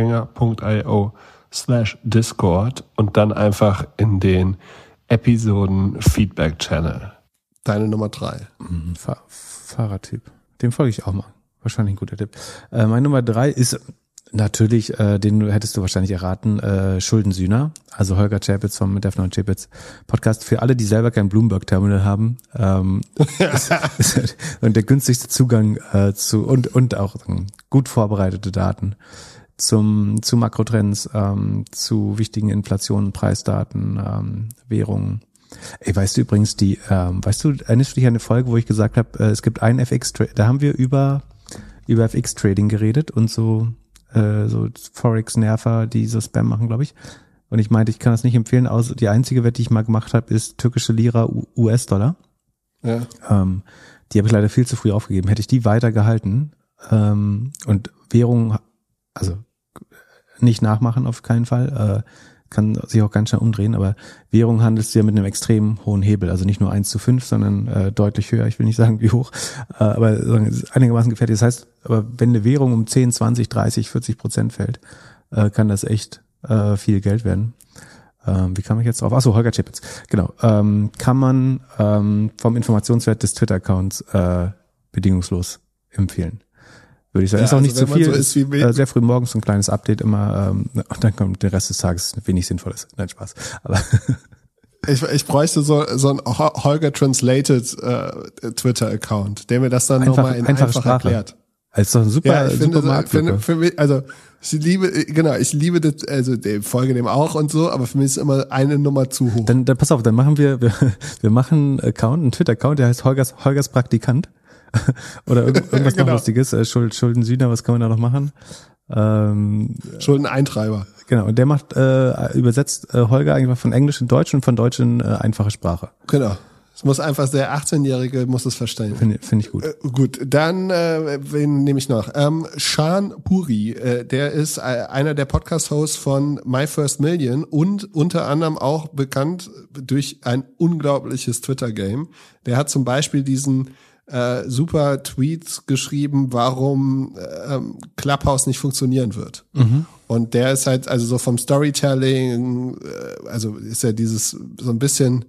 doppelgänger.io/Discord und dann einfach in den Episoden-Feedback-Channel. Deine Nummer 3. Fahrradtyp. Dem folge ich auch mal. Wahrscheinlich ein guter Tipp. Meine Nummer 3 ist natürlich, den hättest du wahrscheinlich erraten, Schuldensühner. Also Holger Chapitz vom Defner und Chapitz Podcast. Für alle, die selber kein Bloomberg-Terminal haben. Und der günstigste Zugang zu und auch gut vorbereitete Daten zu Makrotrends, zu wichtigen Inflationen, Preisdaten, Währungen. Ey, weißt du übrigens, erinnerst du dich an eine Folge, wo ich gesagt habe, es gibt einen FX-Trade, da haben wir über FX-Trading geredet und so Forex-Nerver, die so Spam machen, glaube ich. Und ich meinte, ich kann das nicht empfehlen, außer die einzige Wette, die ich mal gemacht habe, ist türkische Lira, US-Dollar. Ja. Die habe ich leider viel zu früh aufgegeben. Hätte ich die weiter gehalten und Währung, also nicht nachmachen auf keinen Fall, kann sich auch ganz schnell umdrehen, aber Währung handelst du ja mit einem extrem hohen Hebel, also nicht nur 1:5, sondern deutlich höher, ich will nicht sagen wie hoch, aber einigermaßen gefährlich. Das heißt, aber wenn eine Währung um 10, 20, 30, 40% fällt, kann das echt viel Geld werden. Wie kam ich jetzt drauf? Achso, Holger Czapitz. Genau. Kann man vom Informationswert des Twitter-Accounts bedingungslos empfehlen. Würde ich sagen. Ist auch nicht so viel. So ist sehr früh morgens so ein kleines Update immer und dann kommt der Rest des Tages wenig Sinnvolles. Nein, Spaß. Aber ich bräuchte so ein Holger Translated Twitter-Account, der mir das dann nochmal in einfach erklärt. Das ist doch ein super Marktlücke. Für mich, also ich liebe das, also ich folge dem auch und so, aber für mich ist immer eine Nummer zu hoch. Dann pass auf, dann machen wir machen einen Twitter-Account, der heißt Holgers Praktikant. Oder irgendwas noch Lustiges. Schuldensühner, was kann man da noch machen? Schuldeneintreiber. Genau, und der macht, übersetzt Holger eigentlich von Englisch in Deutsch und von Deutsch in einfache Sprache. Genau. Es muss einfach, der 18-Jährige muss es verstehen. Finde ich gut. Gut, dann, wen nehme ich noch? Shan Puri, der ist einer der Podcast-Hosts von My First Million und unter anderem auch bekannt durch ein unglaubliches Twitter-Game. Der hat zum Beispiel diesen super Tweets geschrieben, warum Clubhouse nicht funktionieren wird. Mhm. Und der ist halt, also so vom Storytelling, also ist ja dieses so ein bisschen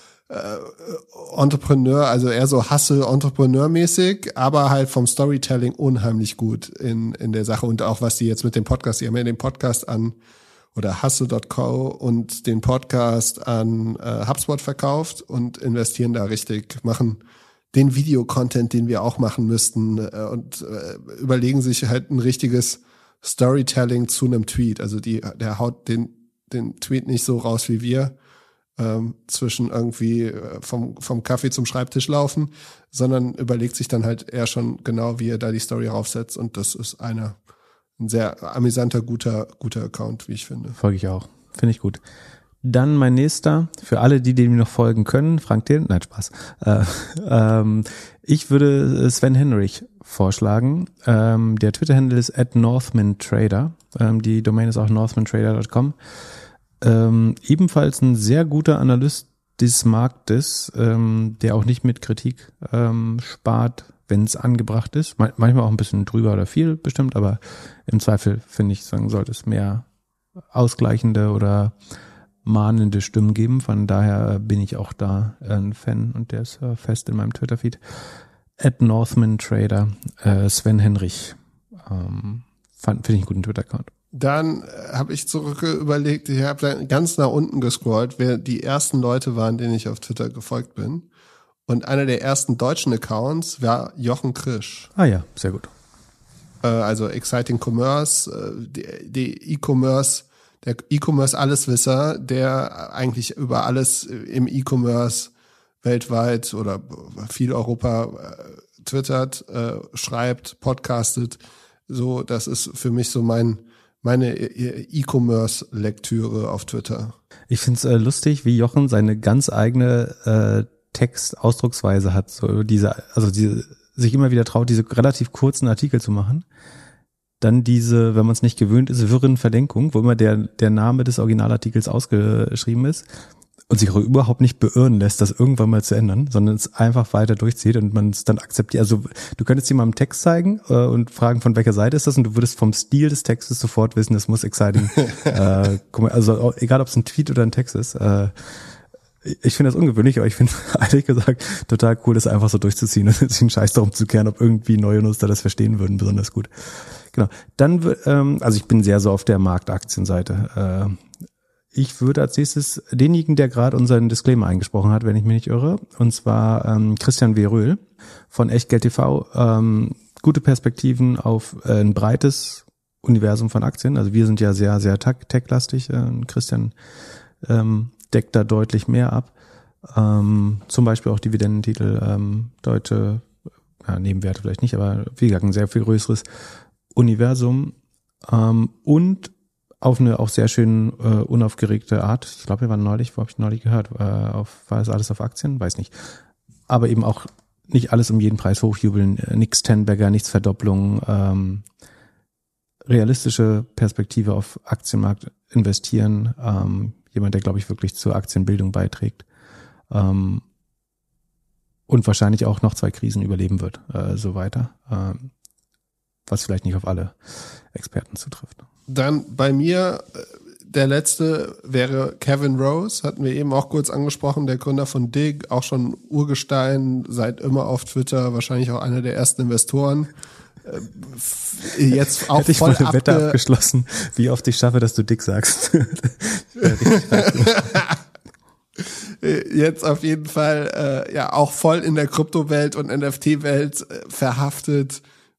Entrepreneur, also eher so Hustle-Entrepreneur-mäßig, aber halt vom Storytelling unheimlich gut in der Sache. Und auch was die jetzt mit dem Podcast, die haben ja den Podcast an oder Hustle.co und den Podcast an HubSpot verkauft und investieren da richtig, machen den Videocontent, den wir auch machen müssten und überlegen sich halt ein richtiges Storytelling zu einem Tweet. Also der haut den Tweet nicht so raus wie wir, zwischen irgendwie vom Kaffee zum Schreibtisch laufen, sondern überlegt sich dann halt eher schon genau, wie er da die Story raufsetzt, und das ist ein sehr amüsanter, guter Account, wie ich finde. Folge ich auch. Finde ich gut. Dann mein nächster, für alle, die dem noch folgen können, Frank Thelen, nein, Spaß. Ich würde Sven Henrich vorschlagen. Der Twitter-Handle ist @NorthmanTrader. Die Domain ist auch northmantrader.com. Ebenfalls ein sehr guter Analyst des Marktes, der auch nicht mit Kritik spart, wenn es angebracht ist. Manchmal auch ein bisschen drüber oder viel bestimmt, aber im Zweifel, finde ich, sollte es mehr ausgleichende oder mahnende Stimmen geben. Von daher bin ich auch da ein Fan und der ist fest in meinem Twitter-Feed. @NorthmanTrader, Sven Henrich. Finde ich einen guten Twitter-Account. Dann habe ich überlegt, ich habe da ganz nach unten gescrollt, wer die ersten Leute waren, denen ich auf Twitter gefolgt bin. Und einer der ersten deutschen Accounts war Jochen Krisch. Ah ja, sehr gut. Also Exciting Commerce, der E-Commerce Alleswisser, der eigentlich über alles im E-Commerce weltweit oder viel Europa twittert, schreibt, podcastet. So, das ist für mich so meine E-Commerce-Lektüre auf Twitter. Ich finde es lustig, wie Jochen seine ganz eigene Textausdrucksweise hat, so sich immer wieder traut, diese relativ kurzen Artikel zu machen. Dann diese, wenn man es nicht gewöhnt ist, wirren Verlinkung, wo immer der Name des Originalartikels ausgeschrieben ist und sich auch überhaupt nicht beirren lässt, das irgendwann mal zu ändern, sondern es einfach weiter durchzieht und man es dann akzeptiert. Also du könntest jemandem Text zeigen und fragen, von welcher Seite ist das, und du würdest vom Stil des Textes sofort wissen, das muss exciting. Also egal, ob es ein Tweet oder ein Text ist. Ich finde das ungewöhnlich, aber ich finde ehrlich gesagt total cool, das einfach so durchzuziehen und sich einen Scheiß darum zu kehren, ob irgendwie neue Nutzer das verstehen würden, besonders gut. Genau. Dann, also ich bin sehr so auf der Marktaktienseite. Ich würde als nächstes denjenigen, der gerade unseren Disclaimer eingesprochen hat, wenn ich mich nicht irre, und zwar Christian W. Röhl von Echtgeld TV. Gute Perspektiven auf ein breites Universum von Aktien. Also wir sind ja sehr, sehr tech-lastig. Christian deckt da deutlich mehr ab. Zum Beispiel auch Dividendentitel, deutsche Nebenwerte vielleicht nicht, aber wie gesagt, ein sehr viel größeres Universum und auf eine auch sehr schön unaufgeregte Art. Ich glaube, wir waren neulich, wo habe ich neulich gehört, war es alles auf Aktien? Weiß nicht. Aber eben auch nicht alles um jeden Preis hochjubeln, nix Ten-Bagger, nichts Verdopplung, realistische Perspektive auf Aktienmarkt investieren, jemand, der, glaube ich, wirklich zur Aktienbildung beiträgt und wahrscheinlich auch noch 2 Krisen überleben wird, so weiter. Was vielleicht nicht auf alle Experten zutrifft. Dann bei mir der letzte wäre Kevin Rose, hatten wir eben auch kurz angesprochen, der Gründer von Dig, auch schon Urgestein, seit immer auf Twitter, wahrscheinlich auch einer der ersten Investoren. Jetzt auch hätte ich voll eine Wette abgeschlossen, wie oft ich schaffe, dass du Dig sagst. Jetzt auf jeden Fall auch voll in der Kryptowelt und NFT-Welt verhaftet.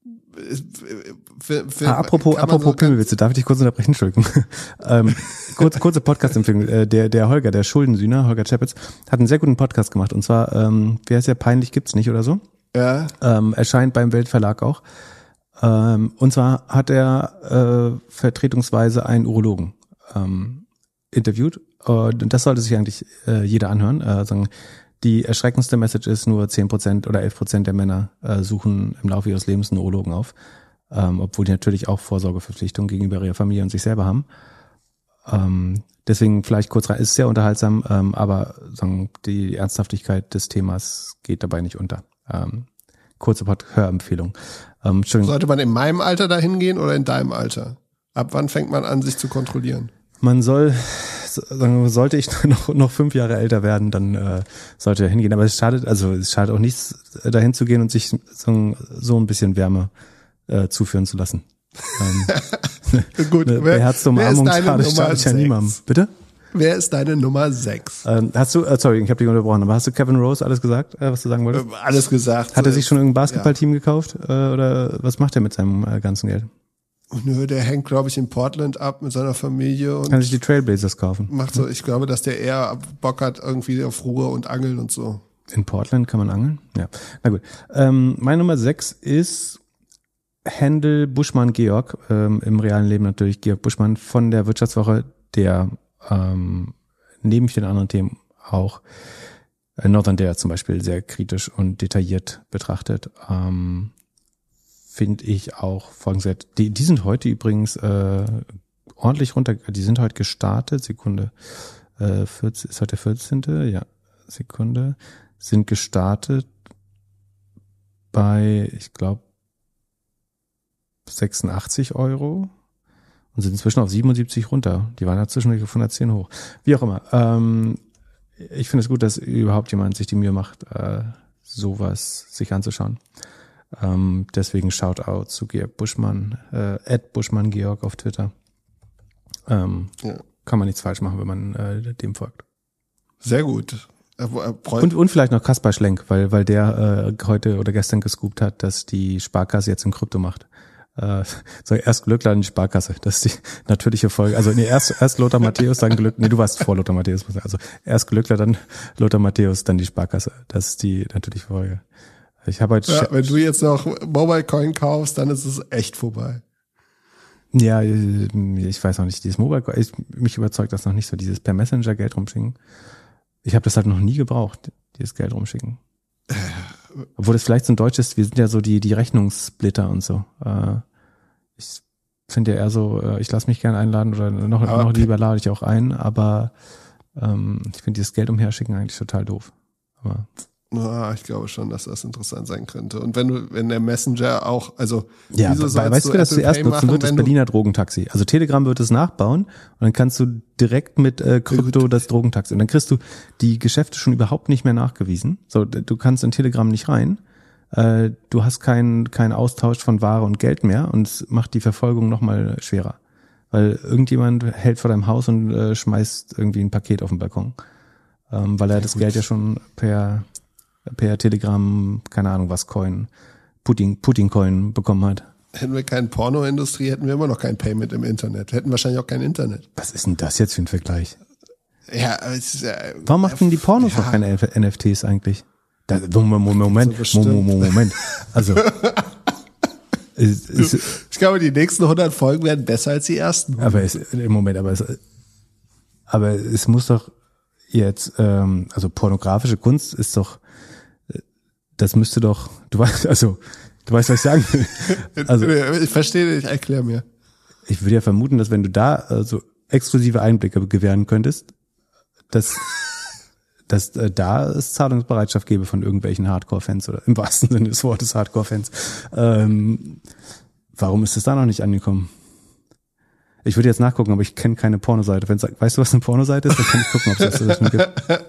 Apropos Pimmelwitze, darf ich dich kurz unterbrechen? Entschuldigung. Kurze Podcast-Empfehlung. Der Holger, der Schuldensühner, Holger Chapitz, hat einen sehr guten Podcast gemacht. Und zwar, wer ist ja peinlich, gibt's nicht oder so? Ja. Erscheint beim Weltverlag auch. Und zwar hat er vertretungsweise einen Urologen interviewt. Und das sollte sich eigentlich jeder anhören. Sagen, die erschreckendste Message ist, nur 10% oder 11% der Männer suchen im Laufe ihres Lebens einen Urologen auf. Obwohl die natürlich auch Vorsorgeverpflichtungen gegenüber ihrer Familie und sich selber haben. Deswegen vielleicht kurz rein, ist sehr unterhaltsam, aber sagen, die Ernsthaftigkeit des Themas geht dabei nicht unter. Kurze Hörempfehlung. Sollte man in meinem Alter dahin gehen oder in deinem Alter? Ab wann fängt man an, sich zu kontrollieren? Man sollte ich noch 5 Jahre älter werden, dann sollte er hingehen. Aber es schadet auch nichts, dahin zu gehen und sich so ein bisschen Wärme zuführen zu lassen. Gut, eine Herzumarmung schadet ja niemandem. Bitte? Wer ist deine Nummer 6? Hast du, sorry, ich habe dich unterbrochen, aber hast du Kevin Rose alles gesagt, was du sagen wolltest? Alles gesagt. Hat er sich schon irgendein Basketballteam gekauft? Oder was macht er mit seinem ganzen Geld? Nö, der hängt, glaube ich, in Portland ab mit seiner Familie. Und kann sich die Trailblazers kaufen. Macht so, ich glaube, dass der eher Bock hat irgendwie auf Ruhe und Angeln und so. In Portland kann man angeln? Ja. Na gut. Meine Nummer 6 ist Händel Buschmann Georg, im realen Leben natürlich Georg Buschmann von der Wirtschaftswoche, der neben vielen anderen Themen auch Northern Dare zum Beispiel sehr kritisch und detailliert betrachtet. Finde ich auch folgenswert. Die sind heute übrigens ordentlich runter, die sind heute gestartet, Sekunde, 14, ist heute der 14. Ja, Sekunde, sind gestartet bei, ich glaube, 86 Euro und sind inzwischen auf 77 runter. Die waren dazwischen auf 110 hoch. Wie auch immer. Ich finde es gut, dass überhaupt jemand sich die Mühe macht, sowas sich anzuschauen. Deswegen Shoutout zu Georg Buschmann, @BuschmannGeorg auf Twitter. Kann man nichts falsch machen, wenn man dem folgt. Sehr gut. Und vielleicht noch Kaspar Schlenk, weil der heute oder gestern gescoopt hat, dass die Sparkasse jetzt in Krypto macht. Erst Glück, dann die Sparkasse. Das ist die natürliche Folge. Also erst Lothar Matthäus, dann Glück. Nee, du warst vor Lothar Matthäus. Also erst Glückler, dann Lothar Matthäus, dann die Sparkasse. Das ist die natürliche Folge. Ich habe heute wenn du jetzt noch Mobile Coin kaufst, dann ist es echt vorbei. Ja, ich weiß noch nicht. Dieses Mobile Coin, mich überzeugt das noch nicht so. Dieses per Messenger Geld rumschicken. Ich habe das halt noch nie gebraucht, dieses Geld rumschicken. Obwohl das vielleicht so ein deutsches, wir sind ja so die Rechnungssplitter und so. Ich finde ja eher so, ich lasse mich gerne einladen oder noch lieber lade ich auch ein, aber ich finde dieses Geld umherschicken eigentlich total doof. Aber ich glaube schon, dass das interessant sein könnte. Und wenn der Messenger auch, also ja, weißt du, wer das zuerst nutzen wird? Das Berliner Drogentaxi. Also Telegram wird es nachbauen und dann kannst du direkt mit Krypto das Drogentaxi und dann kriegst du die Geschäfte schon überhaupt nicht mehr nachgewiesen. So, du kannst in Telegram nicht rein. Du hast keinen Austausch von Ware und Geld mehr und es macht die Verfolgung nochmal schwerer. Weil irgendjemand hält vor deinem Haus und schmeißt irgendwie ein Paket auf den Balkon. Weil er das Geld ja schon per Telegram, keine Ahnung was, Coin, Putin-Coin bekommen hat. Hätten wir keine Pornoindustrie, hätten wir immer noch kein Payment im Internet. Hätten wahrscheinlich auch kein Internet. Was ist denn das jetzt für ein Vergleich? Ja, warum machten die Pornos noch keine NFTs eigentlich? Moment. Also, ich glaube, die nächsten 100 Folgen werden besser als die ersten. Aber es muss doch jetzt, also pornografische Kunst ist doch, das müsste doch, du weißt, was ich sagen will. Also, ich verstehe dich, erklär mir. Ich würde ja vermuten, dass wenn du da so exklusive Einblicke gewähren könntest, dass da es Zahlungsbereitschaft gäbe von irgendwelchen Hardcore-Fans oder im wahrsten Sinne des Wortes Hardcore-Fans. Warum ist es da noch nicht angekommen? Ich würde jetzt nachgucken, aber ich kenne keine Pornoseite. Weißt du, was eine Pornoseite ist? Dann kann ich gucken, ob es das schon gibt.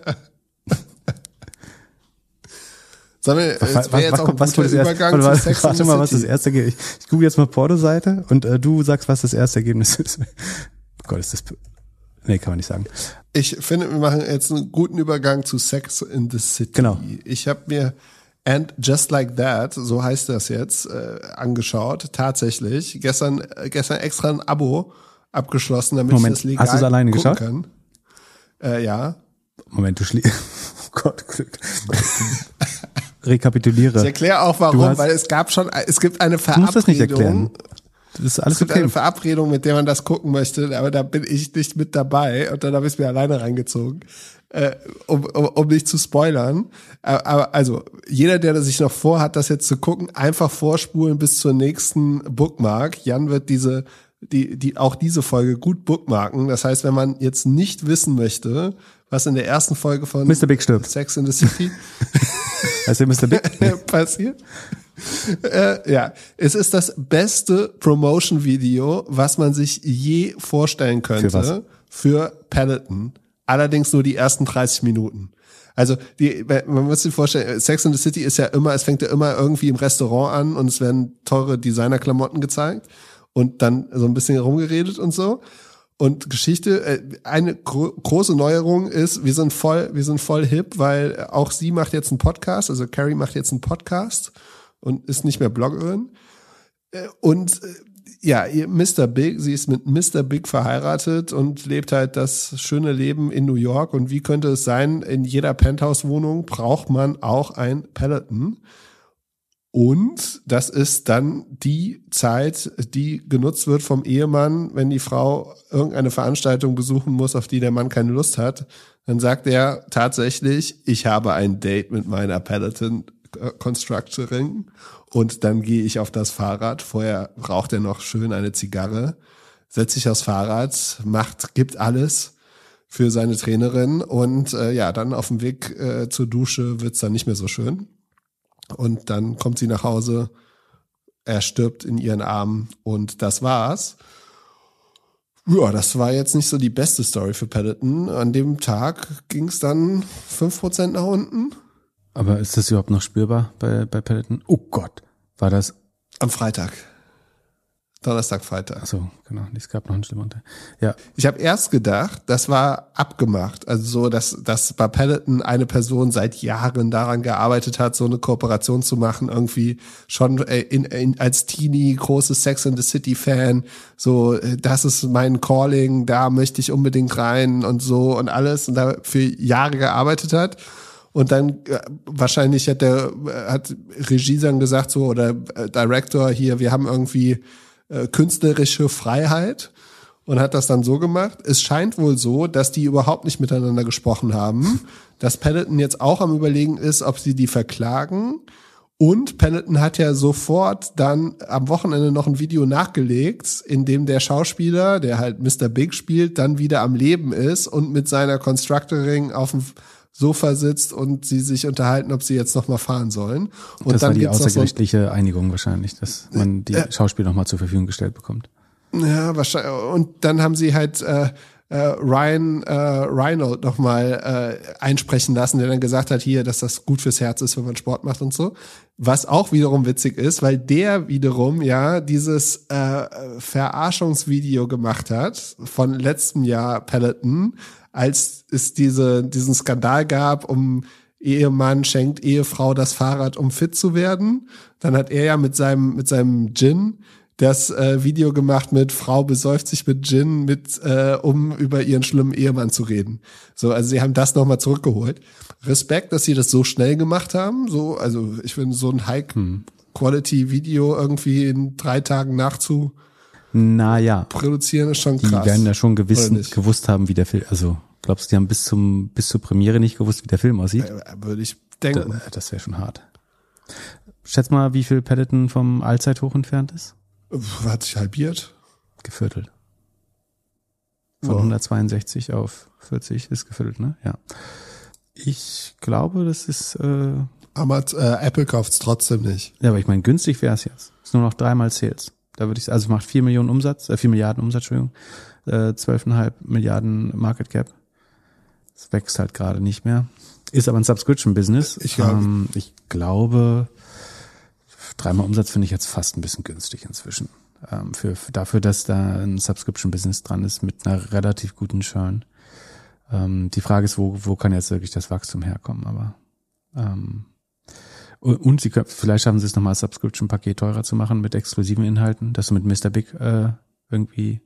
Was wurde das Übergang zu Sex Warte mal, was das erste Ergebnis ist. Ich google jetzt mal Pornoseite und du sagst, was das erste Ergebnis ist. Oh Gott, ist das... Nee, kann man nicht sagen. Ich finde, wir machen jetzt einen guten Übergang zu Sex in the City. Genau. Ich habe mir And Just Like That, so heißt das jetzt, angeschaut. Tatsächlich. Gestern extra ein Abo abgeschlossen, damit ich das legal hast du es alleine geschaut? Kann. Ja. Moment, oh Gott. Rekapituliere. Ich erkläre auch warum, weil es gibt eine Verabredung. Du musst das nicht erklären. Das ist alles es gibt eine Verabredung, mit der man das gucken möchte, aber da bin ich nicht mit dabei und dann habe ich es mir alleine reingezogen, um nicht zu spoilern. Aber also jeder, der sich noch vorhat, das jetzt zu gucken, einfach vorspulen bis zur nächsten Bookmark. Jan wird auch diese Folge gut bookmarken. Das heißt, wenn man jetzt nicht wissen möchte, was in der ersten Folge von Mr. Big stirbt. Sex in the City heißt der Mr. Big? passiert. Ja, es ist das beste Promotion-Video, was man sich je vorstellen könnte für Peloton. Allerdings nur die ersten 30 Minuten. Also man muss sich vorstellen, Sex in the City es fängt ja immer irgendwie im Restaurant an und es werden teure Designerklamotten gezeigt und dann so ein bisschen rumgeredet und so. Und Geschichte, eine große Neuerung ist, wir sind voll hip, weil auch sie macht jetzt einen Podcast, also Carrie macht jetzt einen Podcast und ist nicht mehr Bloggerin. Und ja, Mr. Big, sie ist mit Mr. Big verheiratet und lebt halt das schöne Leben in New York. Und wie könnte es sein, in jeder Penthouse-Wohnung braucht man auch ein Peloton. Und das ist dann die Zeit, die genutzt wird vom Ehemann, wenn die Frau irgendeine Veranstaltung besuchen muss, auf die der Mann keine Lust hat. Dann sagt er tatsächlich, ich habe ein Date mit meiner Peloton-Constructorin und dann gehe ich auf das Fahrrad. Vorher raucht er noch schön eine Zigarre, setzt sich aufs Fahrrad, gibt alles für seine Trainerin und dann auf dem Weg zur Dusche wird's dann nicht mehr so schön. Und dann kommt sie nach Hause, er stirbt in ihren Armen und das war's. Ja, das war jetzt nicht so die beste Story für Peloton. An dem Tag ging's dann 5% nach unten. Aber ist das überhaupt noch spürbar bei Peloton? Oh Gott, war das? Am Freitag. Donnerstag, Freitag. Ach so, genau. Es gab noch einen schlimmeren Teil. Ja. Ich habe erst gedacht, das war abgemacht. Also so, dass bei Peloton eine Person seit Jahren daran gearbeitet hat, so eine Kooperation zu machen, irgendwie schon als Teenie, großes Sex in the City Fan, so, das ist mein Calling, da möchte ich unbedingt rein und so und alles und da für Jahre gearbeitet hat. Und dann wahrscheinlich hat Regie dann gesagt so oder Director hier, wir haben irgendwie künstlerische Freiheit und hat das dann so gemacht. Es scheint wohl so, dass die überhaupt nicht miteinander gesprochen haben, dass Peloton jetzt auch am Überlegen ist, ob sie die verklagen. Und Peloton hat ja sofort dann am Wochenende noch ein Video nachgelegt, in dem der Schauspieler, der halt Mr. Big spielt, dann wieder am Leben ist und mit seiner Constructoring auf dem Sofa sitzt und sie sich unterhalten, ob sie jetzt noch mal fahren sollen. Und das dann war die außergerichtliche Einigung wahrscheinlich, dass man die Schauspieler noch mal zur Verfügung gestellt bekommt. Ja, wahrscheinlich. Und dann haben sie halt Ryan Reynolds noch mal einsprechen lassen, der dann gesagt hat, hier, dass das gut fürs Herz ist, wenn man Sport macht und so. Was auch wiederum witzig ist, weil der wiederum ja dieses Verarschungsvideo gemacht hat von letztem Jahr Peloton, als es diesen Skandal gab, Ehemann schenkt Ehefrau das Fahrrad, um fit zu werden. Dann hat er ja mit seinem Gin das Video gemacht mit Frau besäuft sich mit Gin, um über ihren schlimmen Ehemann zu reden. So, also sie haben das nochmal zurückgeholt. Respekt, dass sie das so schnell gemacht haben. So, also ich finde, so ein High-Quality-Video irgendwie in 3 Tagen produzieren ist schon krass. Die werden ja schon gewusst haben, wie der Film, also glaubst du, die haben bis zur Premiere nicht gewusst, wie der Film aussieht? Würde ich denken. Das wäre schon hart. Schätz mal, wie viel Peloton vom Allzeithoch entfernt ist? Hat sich halbiert? Geviertelt. Von 162 auf 40 ist geviertelt, ne? Ja. Ich glaube, das ist aber Apple kauft es trotzdem nicht. Ja, aber ich meine, günstig wäre es jetzt. Ist nur noch 3-mal Sales. Da würde ich, also macht 4 Milliarden Umsatz, Entschuldigung, 12,5 Milliarden Market Cap. Das wächst halt gerade nicht mehr. Ist aber ein Subscription-Business. Ich glaube, 3-mal Umsatz finde ich jetzt fast ein bisschen günstig inzwischen. Dafür, dass da ein Subscription-Business dran ist mit einer relativ guten Churn. Die Frage ist, wo kann jetzt wirklich das Wachstum herkommen, aber und vielleicht schaffen sie es nochmal, das Subscription-Paket teurer zu machen mit exklusiven Inhalten, dass du mit Mr. Big irgendwie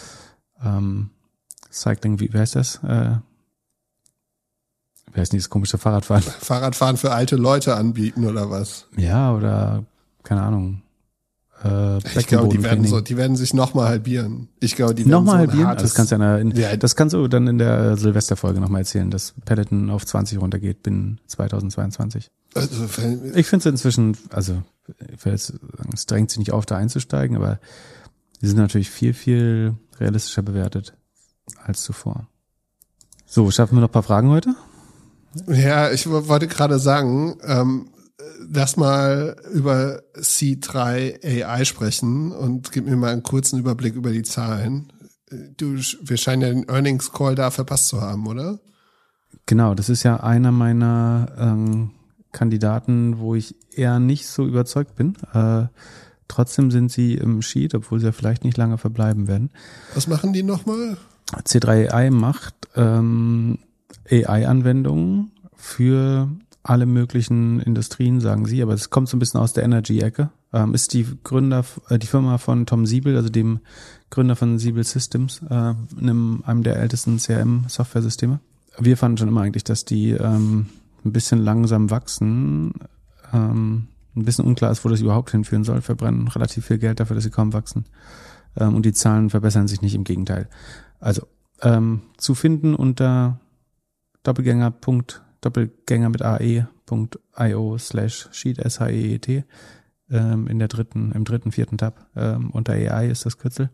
Cycling, wie heißt das? Wie heißt dieses komische Fahrradfahren? Fahrradfahren für alte Leute anbieten oder was? Ja, oder keine Ahnung. Ich glaube, die werden sich nochmal halbieren. Ich glaube, die werden nochmal so halbieren. Das kannst du dann in der Silvesterfolge nochmal erzählen, dass Peloton auf 20 runtergeht binnen 2022. Also, ich finde es inzwischen, also ich will jetzt sagen, es drängt sich nicht auf, da einzusteigen, aber die sind natürlich viel, viel realistischer bewertet als zuvor. So, schaffen wir noch ein paar Fragen heute? Ja, ich wollte gerade sagen, lass mal über C3 AI sprechen und gib mir mal einen kurzen Überblick über die Zahlen. Wir scheinen ja den Earnings Call da verpasst zu haben, oder? Genau, das ist ja einer meiner Kandidaten, wo ich eher nicht so überzeugt bin. Trotzdem sind sie im Sheet, obwohl sie ja vielleicht nicht lange verbleiben werden. Was machen die nochmal? C3 AI macht AI-Anwendungen für alle möglichen Industrien, sagen sie, aber es kommt so ein bisschen aus der Energy-Ecke. Ist die Firma von Tom Siebel, also dem Gründer von Siebel Systems, einem der ältesten CRM-Software-Systeme. Wir fanden schon immer eigentlich, dass die ein bisschen langsam wachsen, ein bisschen unklar ist, wo das überhaupt hinführen soll, verbrennen relativ viel Geld dafür, dass sie kaum wachsen. Und die Zahlen verbessern sich nicht, im Gegenteil. Also zu finden unter Doppelgänger mit ae.io/sheet SHEET im dritten, vierten Tab unter AI ist das Kürzel.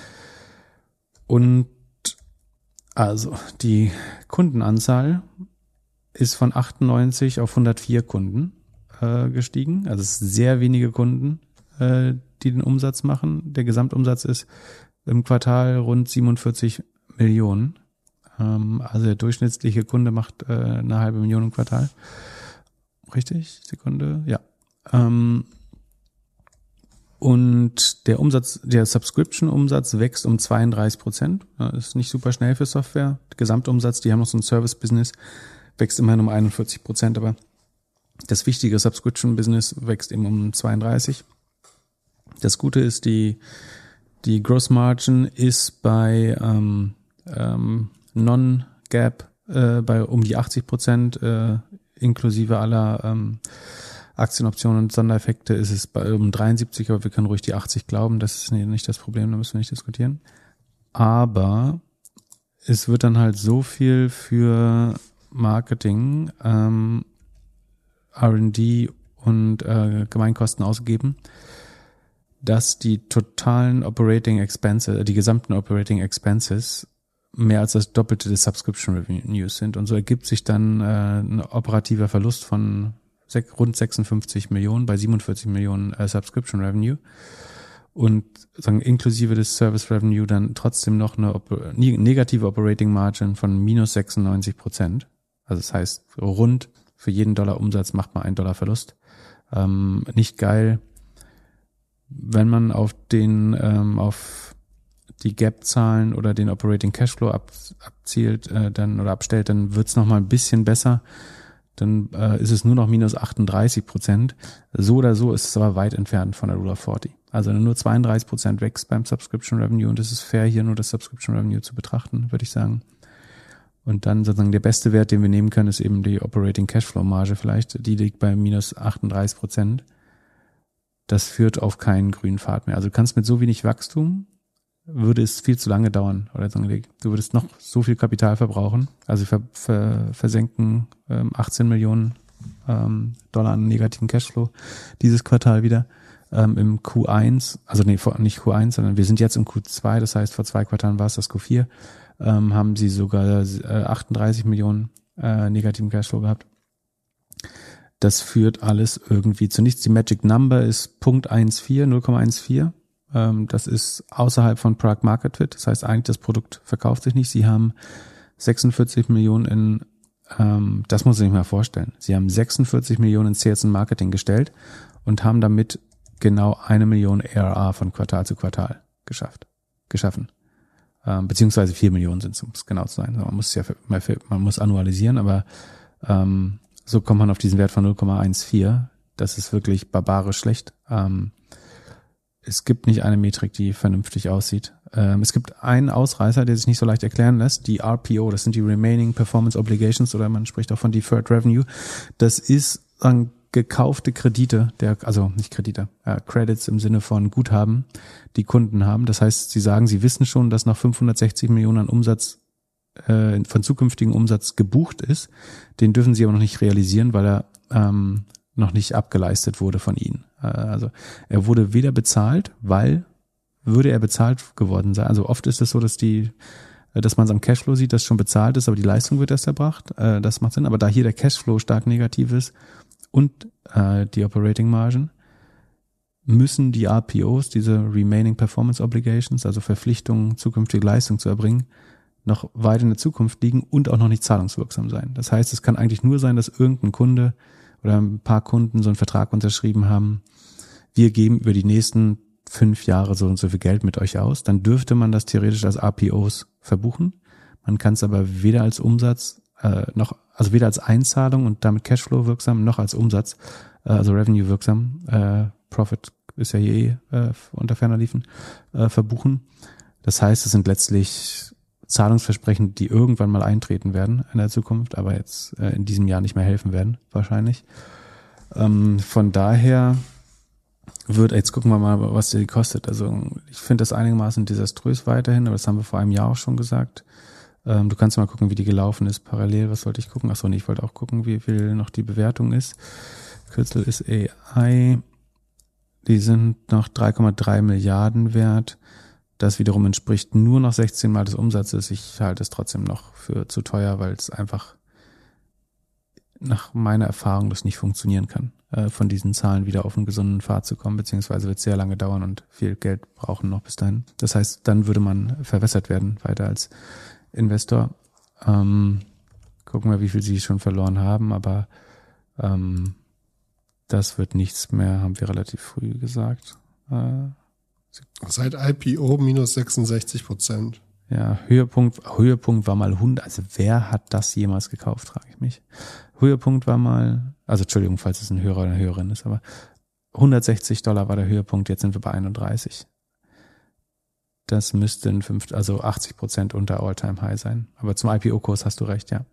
Und also die Kundenanzahl ist von 98 auf 104 Kunden gestiegen. Also es sind sehr wenige Kunden, die den Umsatz machen. Der Gesamtumsatz ist im Quartal rund 47 Millionen. Also der durchschnittliche Kunde macht 500.000 im Quartal. Richtig? Sekunde? Ja. Und der Subscription-Umsatz wächst um 32%. Das ist nicht super schnell für Software. Der Gesamtumsatz, die haben noch so ein Service-Business, wächst immerhin um 41%, aber das wichtige Subscription-Business wächst eben um 32%. Das Gute ist, die Gross Margin ist bei Non-Gap bei um die 80%, inklusive aller Aktienoptionen und Sondereffekte ist es bei um 73, aber wir können ruhig die 80 glauben, das ist nicht das Problem, da müssen wir nicht diskutieren. Aber es wird dann halt so viel für Marketing, R&D und Gemeinkosten ausgegeben, dass die totalen Operating Expenses, die gesamten Operating Expenses mehr als das Doppelte des Subscription Revenues sind. Und so ergibt sich dann ein operativer Verlust von rund 56 Millionen bei 47 Millionen Subscription Revenue. Und sagen inklusive des Service Revenue dann trotzdem noch eine negative Operating Margin von minus 96%. Also das heißt, rund für jeden $1 Umsatz macht man $1 Verlust. Nicht geil. Wenn man auf die Gap-Zahlen oder den Operating Cashflow abzielt oder abstellt, dann wird's noch mal ein bisschen besser. Dann ist es nur noch minus 38%. So oder so ist es aber weit entfernt von der Rule of 40. Also nur 32% wächst beim Subscription Revenue und es ist fair, hier nur das Subscription Revenue zu betrachten, würde ich sagen. Und dann sozusagen der beste Wert, den wir nehmen können, ist eben die Operating Cashflow Marge vielleicht. Die liegt bei minus 38%. Das führt auf keinen grünen Pfad mehr. Also du kannst mit so wenig Wachstum, würde es viel zu lange dauern. Oder du würdest noch so viel Kapital verbrauchen. Also versenken 18 Millionen Dollar an negativen Cashflow dieses Quartal wieder. Im Q1, also nicht Q1, sondern wir sind jetzt im Q2, das heißt vor 2 Quartalen war es das Q4, haben sie sogar 38 Millionen negativen Cashflow gehabt. Das führt alles irgendwie zu nichts. Die Magic Number ist 0,14. Das ist außerhalb von Product Market Fit. Das heißt eigentlich, das Produkt verkauft sich nicht. Sie haben 46 Millionen das muss ich mir mal vorstellen. Sie haben 46 Millionen in Sales und Marketing gestellt und haben damit genau 1 Million ARR von Quartal zu Quartal geschaffen. Beziehungsweise 4 Millionen sind es, um es genau zu sein. Man muss annualisieren, aber so kommt man auf diesen Wert von 0,14. Das ist wirklich barbarisch schlecht. Es gibt nicht eine Metrik, die vernünftig aussieht. Es gibt einen Ausreißer, der sich nicht so leicht erklären lässt, die RPO, das sind die Remaining Performance Obligations oder man spricht auch von Deferred Revenue. Das ist gekaufte Kredite, Credits im Sinne von Guthaben, die Kunden haben. Das heißt, sie sagen, sie wissen schon, dass noch 560 Millionen an Umsatz, von zukünftigen Umsatz gebucht ist. Den dürfen sie aber noch nicht realisieren, weil er noch nicht abgeleistet wurde von ihnen. Also er wurde weder bezahlt, weil würde er bezahlt geworden sein. Also oft ist es so, dass man es am Cashflow sieht, dass schon bezahlt ist, aber die Leistung wird erst erbracht. Das macht Sinn. Aber da hier der Cashflow stark negativ ist und die Operating Margin, müssen die RPOs, diese Remaining Performance Obligations, also Verpflichtungen, zukünftige Leistung zu erbringen, noch weit in der Zukunft liegen und auch noch nicht zahlungswirksam sein. Das heißt, es kann eigentlich nur sein, dass irgendein Kunde oder ein paar Kunden so einen Vertrag unterschrieben haben, wir geben über die nächsten 5 Jahre so und so viel Geld mit euch aus, dann dürfte man das theoretisch als RPOs verbuchen. Man kann es aber weder als Umsatz, weder als Einzahlung und damit Cashflow wirksam, noch als Umsatz, also Revenue wirksam, Profit ist ja hier unter ferner liefen, verbuchen. Das heißt, es sind letztlich Zahlungsversprechen, die irgendwann mal eintreten werden in der Zukunft, aber jetzt in diesem Jahr nicht mehr helfen werden, wahrscheinlich. Von daher jetzt gucken wir mal, was die kostet. Also ich finde das einigermaßen desaströs weiterhin, aber das haben wir vor einem Jahr auch schon gesagt. Du kannst mal gucken, wie die gelaufen ist. Parallel, was wollte ich gucken? Achso, nee, ich wollte auch gucken, wie viel noch die Bewertung ist. Kürzel ist AI. Die sind noch 3,3 Milliarden wert. Das wiederum entspricht nur noch 16 Mal des Umsatzes. Ich halte es trotzdem noch für zu teuer, weil es einfach nach meiner Erfahrung das nicht funktionieren kann, von diesen Zahlen wieder auf einen gesunden Pfad zu kommen, beziehungsweise wird es sehr lange dauern und viel Geld brauchen noch bis dahin. Das heißt, dann würde man verwässert werden, weiter als Investor. Gucken wir, wie viel sie schon verloren haben, aber das wird nichts mehr, haben wir relativ früh gesagt. Seit IPO minus 66%. Ja, Höhepunkt war mal 100, also wer hat das jemals gekauft, frage ich mich. Höhepunkt war mal, also Entschuldigung, falls es ein Hörer oder eine Hörerin ist, aber $160 war der Höhepunkt, jetzt sind wir bei 31. Das müsste 80% unter All-Time High sein. Aber zum IPO-Kurs hast du recht, ja.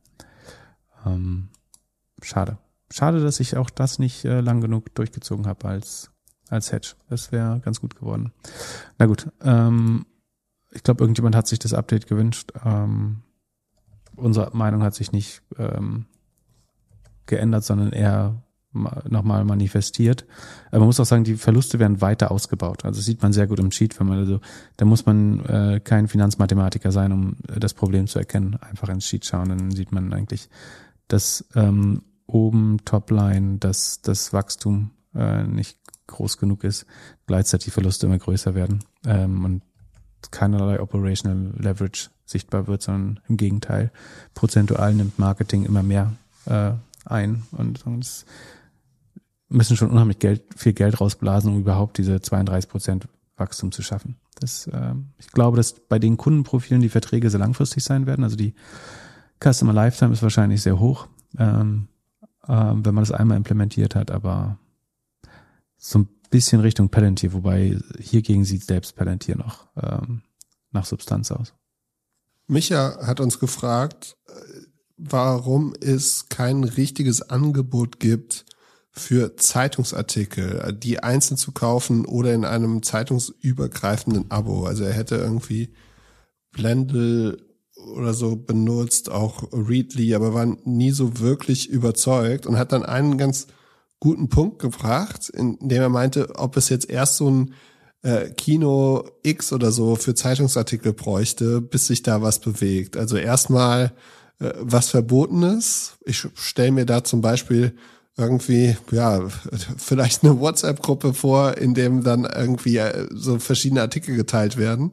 Schade. Schade, dass ich auch das nicht lang genug durchgezogen habe als Hedge. Das wäre ganz gut geworden. Na gut, ich glaube, irgendjemand hat sich das Update gewünscht. Unsere Meinung hat sich nicht geändert, sondern eher nochmal manifestiert. Aber man muss auch sagen, die Verluste werden weiter ausgebaut. Also das sieht man sehr gut im Sheet, da muss man kein Finanzmathematiker sein, um das Problem zu erkennen. Einfach ins Sheet schauen, dann sieht man eigentlich, dass oben Topline, dass das Wachstum nicht groß genug ist, gleichzeitig die Verluste immer größer werden und keinerlei Operational Leverage sichtbar wird, sondern im Gegenteil, prozentual nimmt Marketing immer mehr ein und es müssen schon unheimlich viel Geld rausblasen, um überhaupt diese 32% Wachstum zu schaffen. Ich glaube, dass bei den Kundenprofilen die Verträge sehr langfristig sein werden, also die Customer Lifetime ist wahrscheinlich sehr hoch, wenn man das einmal implementiert hat, aber so ein bisschen Richtung Palantir, wobei hiergegen sieht selbst Palantir noch nach Substanz aus. Micha hat uns gefragt, warum es kein richtiges Angebot gibt für Zeitungsartikel, die einzeln zu kaufen oder in einem zeitungsübergreifenden Abo. Also er hätte irgendwie Blendl oder so benutzt, auch Readly, aber war nie so wirklich überzeugt und hat dann einen ganz guten Punkt gebracht, in dem er meinte, ob es jetzt erst so ein Kino X oder so für Zeitungsartikel bräuchte, bis sich da was bewegt. Also erstmal was Verbotenes. Ich stelle mir da zum Beispiel irgendwie, ja, vielleicht eine WhatsApp-Gruppe vor, in dem dann irgendwie so verschiedene Artikel geteilt werden.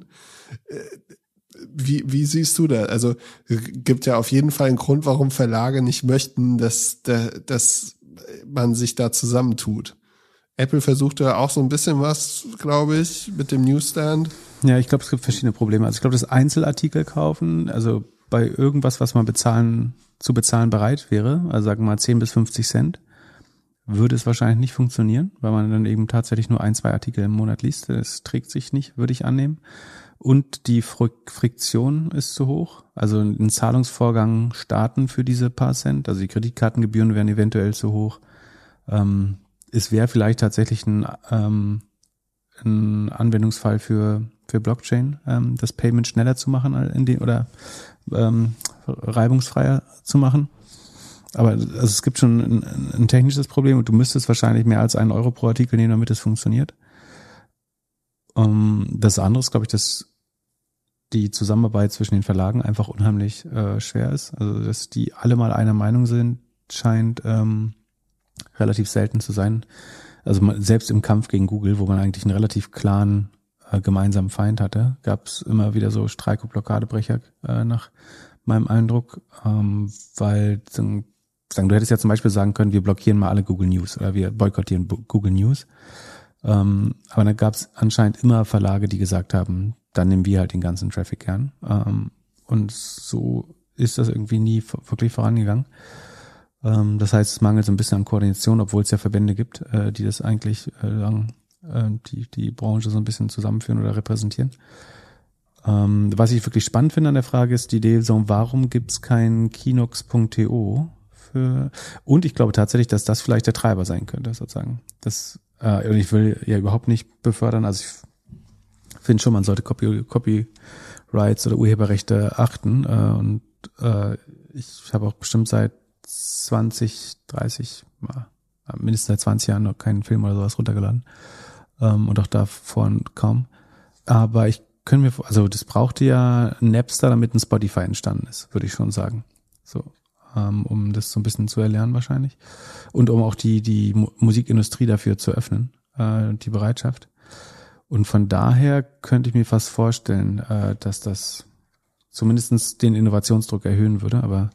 Wie siehst du das? Also gibt ja auf jeden Fall einen Grund, warum Verlage nicht möchten, dass man sich da zusammentut. Apple versucht ja auch so ein bisschen was, glaube ich, mit dem Newsstand. Ja, ich glaube, es gibt verschiedene Probleme. Also ich glaube, das Einzelartikel kaufen, also bei irgendwas, was man zu bezahlen bereit wäre, also sagen wir mal 10 bis 50 Cent, würde es wahrscheinlich nicht funktionieren, weil man dann eben tatsächlich nur 1, 2 Artikel im Monat liest. Das trägt sich nicht, würde ich annehmen. Und die Friktion ist zu hoch. Also einen Zahlungsvorgang starten für diese paar Cent. Also die Kreditkartengebühren wären eventuell zu hoch. Es wäre vielleicht tatsächlich ein Anwendungsfall für Blockchain, das Payment schneller zu machen oder reibungsfreier zu machen. Aber also es gibt schon ein technisches Problem und du müsstest wahrscheinlich mehr als 1 Euro pro Artikel nehmen, damit es funktioniert. Das andere ist, glaube ich, dass die Zusammenarbeit zwischen den Verlagen einfach unheimlich schwer ist. Also dass die alle mal einer Meinung sind, scheint relativ selten zu sein. Also selbst im Kampf gegen Google, wo man eigentlich einen relativ klaren gemeinsamen Feind hatte, gab es immer wieder so Streik- und Blockadebrecher nach meinem Eindruck, weil du hättest ja zum Beispiel sagen können, wir blockieren mal alle Google News oder wir boykottieren Google News. Aber dann gab es anscheinend immer Verlage, die gesagt haben, dann nehmen wir halt den ganzen Traffic gern. Und so ist das irgendwie nie wirklich vorangegangen. Das heißt, es mangelt so ein bisschen an Koordination, obwohl es ja Verbände gibt, die das eigentlich die Branche so ein bisschen zusammenführen oder repräsentieren. Was ich wirklich spannend finde an der Frage ist die Idee, so, warum gibt es kein Kinox.to und ich glaube tatsächlich, dass das vielleicht der Treiber sein könnte, sozusagen. Und ich will ja überhaupt nicht befördern, also ich finde schon, man sollte Copyrights oder Urheberrechte achten und ich habe auch bestimmt seit 20, 30, mindestens seit 20 Jahren noch keinen Film oder sowas runtergeladen und auch davor kaum. Aber also das brauchte ja Napster, damit ein Spotify entstanden ist, würde ich schon sagen. So, um das so ein bisschen zu erlernen wahrscheinlich. Und um auch die Musikindustrie dafür zu öffnen, die Bereitschaft. Und von daher könnte ich mir fast vorstellen, dass das zumindest den Innovationsdruck erhöhen würde, aber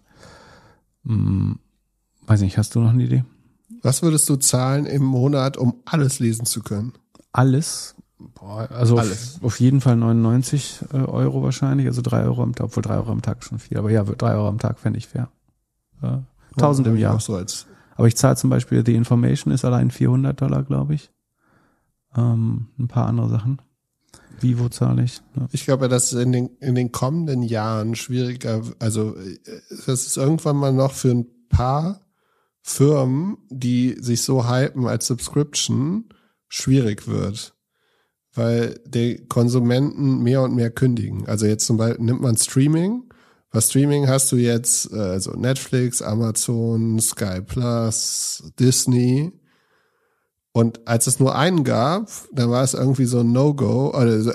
weiß nicht, hast du noch eine Idee? Was würdest du zahlen im Monat, um alles lesen zu können? Alles? Boah, also alles. Auf jeden Fall 99 Euro wahrscheinlich, also 3 Euro am Tag, obwohl 3 Euro am Tag schon viel, aber ja, 3 Euro am Tag fände ich fair. 1000 im Jahr. So aber ich zahle zum Beispiel, The Information ist allein $400, glaube ich. Ein paar andere Sachen. Vivo zahle ich. Ja. Ich glaube, dass es in den kommenden Jahren schwieriger, also das ist irgendwann mal noch für ein paar Firmen, die sich so hypen als Subscription, schwierig wird. Weil die Konsumenten mehr und mehr kündigen. Also jetzt zum Beispiel nimmt man Streaming. Bei Streaming hast du jetzt also Netflix, Amazon, Sky Plus, Disney. Und als es nur einen gab, dann war es irgendwie so ein No-Go, oder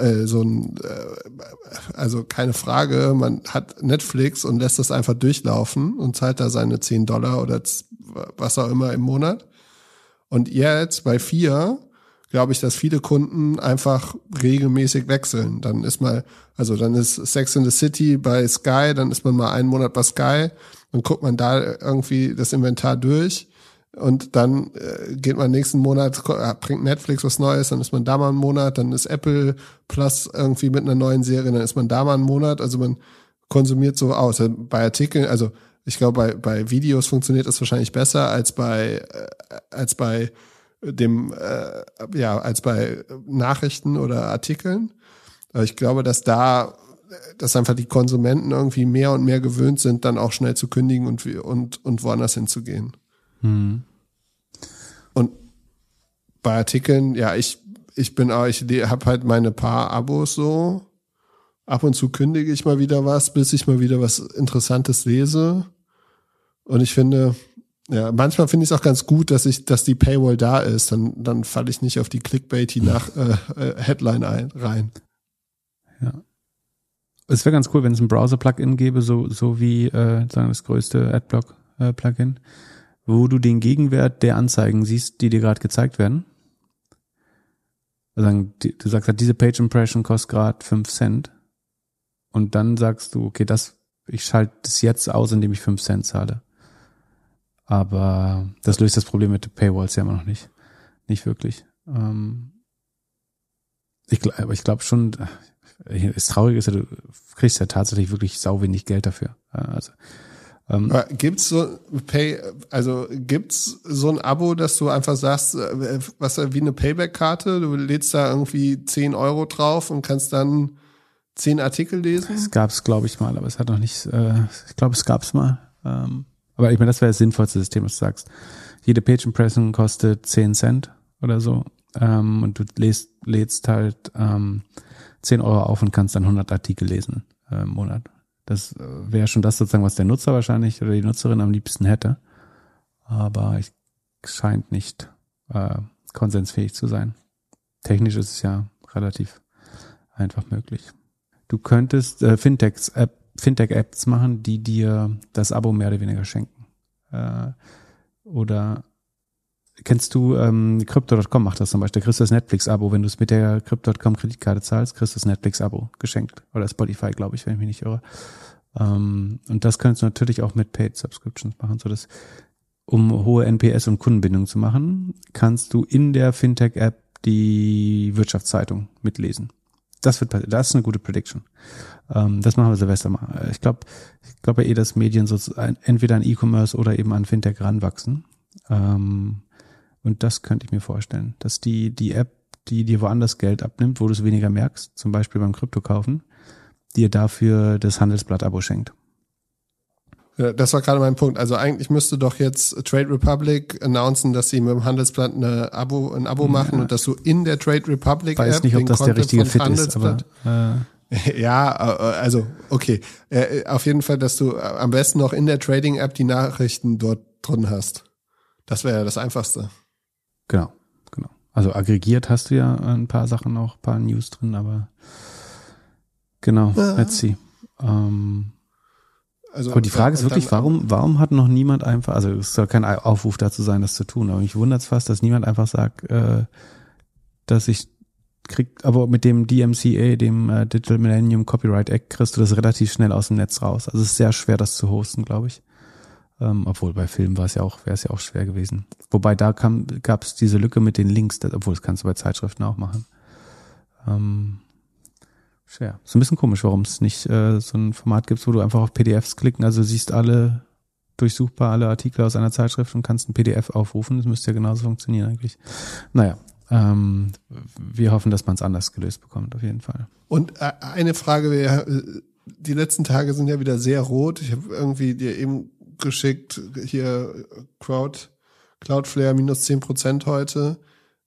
also keine Frage, man hat Netflix und lässt das einfach durchlaufen und zahlt da seine $10 oder was auch immer im Monat. Und jetzt bei 4 glaube ich, dass viele Kunden einfach regelmäßig wechseln. Dann ist Sex in the City bei Sky, dann ist man mal einen Monat bei Sky, dann guckt man da irgendwie das Inventar durch. Und dann geht man nächsten Monat, bringt Netflix was Neues, dann ist man da mal einen Monat, dann ist Apple Plus irgendwie mit einer neuen Serie, dann ist man da mal einen Monat. Also man konsumiert so aus. Bei Artikeln, also ich glaube, bei Videos funktioniert das wahrscheinlich besser als bei Nachrichten oder Artikeln. Aber ich glaube, dass einfach die Konsumenten irgendwie mehr und mehr gewöhnt sind, dann auch schnell zu kündigen und woanders hinzugehen. Und bei Artikeln, ja, ich habe halt meine paar Abos so. Ab und zu kündige ich mal wieder was, bis ich mal wieder was Interessantes lese. Und ich finde, ja, manchmal finde ich es auch ganz gut, dass die Paywall da ist. Dann falle ich nicht auf die Clickbaity Headline rein. Ja. Es wäre ganz cool, wenn es ein Browser-Plugin gäbe, so wie das größte Adblock-Plugin. wo du den Gegenwert der Anzeigen siehst, die dir gerade gezeigt werden. Also du sagst halt, diese Page Impression kostet gerade 5 Cent. Und dann sagst du, okay, ich schalte das jetzt aus, indem ich 5 Cent zahle. Aber das löst das Problem mit den Paywalls ja immer noch nicht. Nicht wirklich. Ich glaube schon, das Traurige ist ja, du kriegst ja tatsächlich wirklich sau wenig Geld dafür. Also, gibt's so ein Abo, dass du einfach sagst, wie eine Payback-Karte, du lädst da irgendwie 10 Euro drauf und kannst dann 10 Artikel lesen? Es gab's, glaube ich, mal, aber es hat noch nicht, ich glaube, es gab's mal. Aber ich meine, das wäre das sinnvollste System, was du sagst. Jede Page Impression kostet 10 Cent oder so. Und du lädst halt 10 Euro auf und kannst dann 100 Artikel lesen im Monat. Das wäre schon das sozusagen, was der Nutzer wahrscheinlich oder die Nutzerin am liebsten hätte. Aber es scheint nicht konsensfähig zu sein. Technisch ist es ja relativ einfach möglich. Du könntest Fintech-Apps machen, die dir das Abo mehr oder weniger schenken. Oder kennst du Crypto.com macht das zum Beispiel. Da kriegst du das Netflix-Abo. Wenn du es mit der Crypto.com Kreditkarte zahlst, kriegst du das Netflix-Abo geschenkt. Oder Spotify, glaube ich, wenn ich mich nicht irre. Und das kannst du natürlich auch mit Paid Subscriptions machen, so dass, um hohe NPS und Kundenbindung zu machen, kannst du in der Fintech-App die Wirtschaftszeitung mitlesen. Das ist eine gute Prediction. Das machen wir Silvester mal. Ich glaube ja dass Medien so entweder an E-Commerce oder eben an Fintech ranwachsen. Und das könnte ich mir vorstellen, dass die App, die dir woanders Geld abnimmt, wo du es weniger merkst, zum Beispiel beim Kryptokaufen, dir dafür das Handelsblatt-Abo schenkt. Ja, das war gerade mein Punkt. Also eigentlich müsste doch jetzt Trade Republic announcen, dass sie mit dem Handelsblatt ein Abo machen und dass du in der Trade Republic App weiß nicht, ob das der richtige Fit ist, aber ja, also okay. Auf jeden Fall, dass du am besten noch in der Trading-App die Nachrichten dort drin hast. Das wäre ja das Einfachste. Genau. Also aggregiert hast du ja ein paar Sachen noch, ein paar News drin, aber genau, let's see. Aber die Frage ist wirklich, warum hat noch niemand einfach, also es soll kein Aufruf dazu sein, das zu tun, aber mich wundert es fast, dass niemand einfach sagt, dass aber mit dem DMCA, dem Digital Millennium Copyright Act, kriegst du das relativ schnell aus dem Netz raus. Also es ist sehr schwer, das zu hosten, glaube ich. Obwohl bei Filmen wäre es ja auch schwer gewesen. Wobei da gab es diese Lücke mit den Links, obwohl das kannst du bei Zeitschriften auch machen. Schwer. Ist ein bisschen komisch, warum es nicht so ein Format gibt, wo du einfach auf PDFs klicken, also siehst durchsuchbar alle Artikel aus einer Zeitschrift und kannst ein PDF aufrufen. Das müsste ja genauso funktionieren eigentlich. Naja, wir hoffen, dass man es anders gelöst bekommt, auf jeden Fall. Und eine Frage wäre, die letzten Tage sind ja wieder sehr rot. Ich habe irgendwie dir eben geschickt, hier Cloudflare minus 10% heute.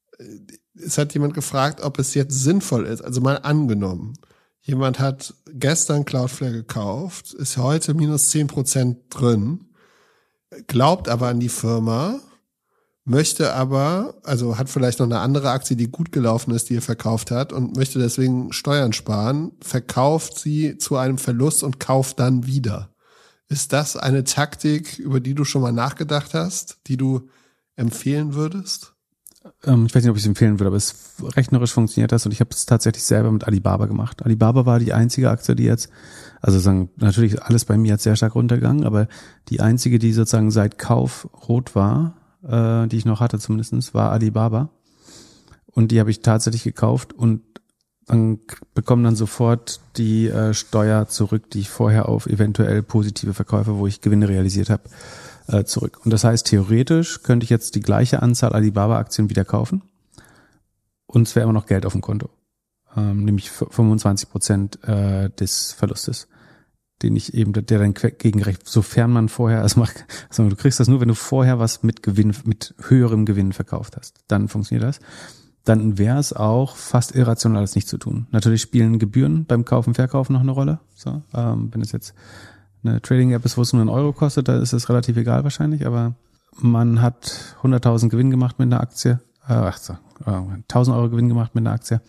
Es hat jemand gefragt, ob es jetzt sinnvoll ist. Also mal angenommen, jemand hat gestern Cloudflare gekauft, ist heute minus 10% drin, glaubt aber an die Firma, möchte aber, also hat vielleicht noch eine andere Aktie, die gut gelaufen ist, die er verkauft hat und möchte deswegen Steuern sparen, verkauft sie zu einem Verlust und kauft dann wieder. Ist das eine Taktik, über die du schon mal nachgedacht hast, die du empfehlen würdest? Ich weiß nicht, ob ich es empfehlen würde, aber rechnerisch funktioniert das und ich habe es tatsächlich selber mit Alibaba gemacht. Alibaba war die einzige Aktie, die jetzt, also sagen, natürlich alles bei mir jetzt sehr stark runtergegangen, aber die einzige, die sozusagen seit Kauf rot war, die ich noch hatte zumindest, war Alibaba. Und die habe ich tatsächlich gekauft und dann bekomme dann sofort die Steuer zurück, die ich vorher auf eventuell positive Verkäufe, wo ich Gewinne realisiert habe, zurück. Und das heißt, theoretisch könnte ich jetzt die gleiche Anzahl Alibaba-Aktien wieder kaufen und es wäre immer noch Geld auf dem Konto. Nämlich 25% des Verlustes, den ich eben, der dann gegenrecht, sofern man vorher, also du kriegst das nur, wenn du vorher was mit höherem Gewinn verkauft hast. Dann funktioniert das. Dann wäre es auch fast irrational, das nicht zu tun. Natürlich spielen Gebühren beim Kaufen, Verkaufen noch eine Rolle. So, wenn es jetzt eine Trading-App ist, wo es nur €1 kostet, da ist es relativ egal wahrscheinlich, aber man hat 100.000 Gewinn gemacht mit einer Aktie, 1.000 Euro Gewinn gemacht mit einer Aktie,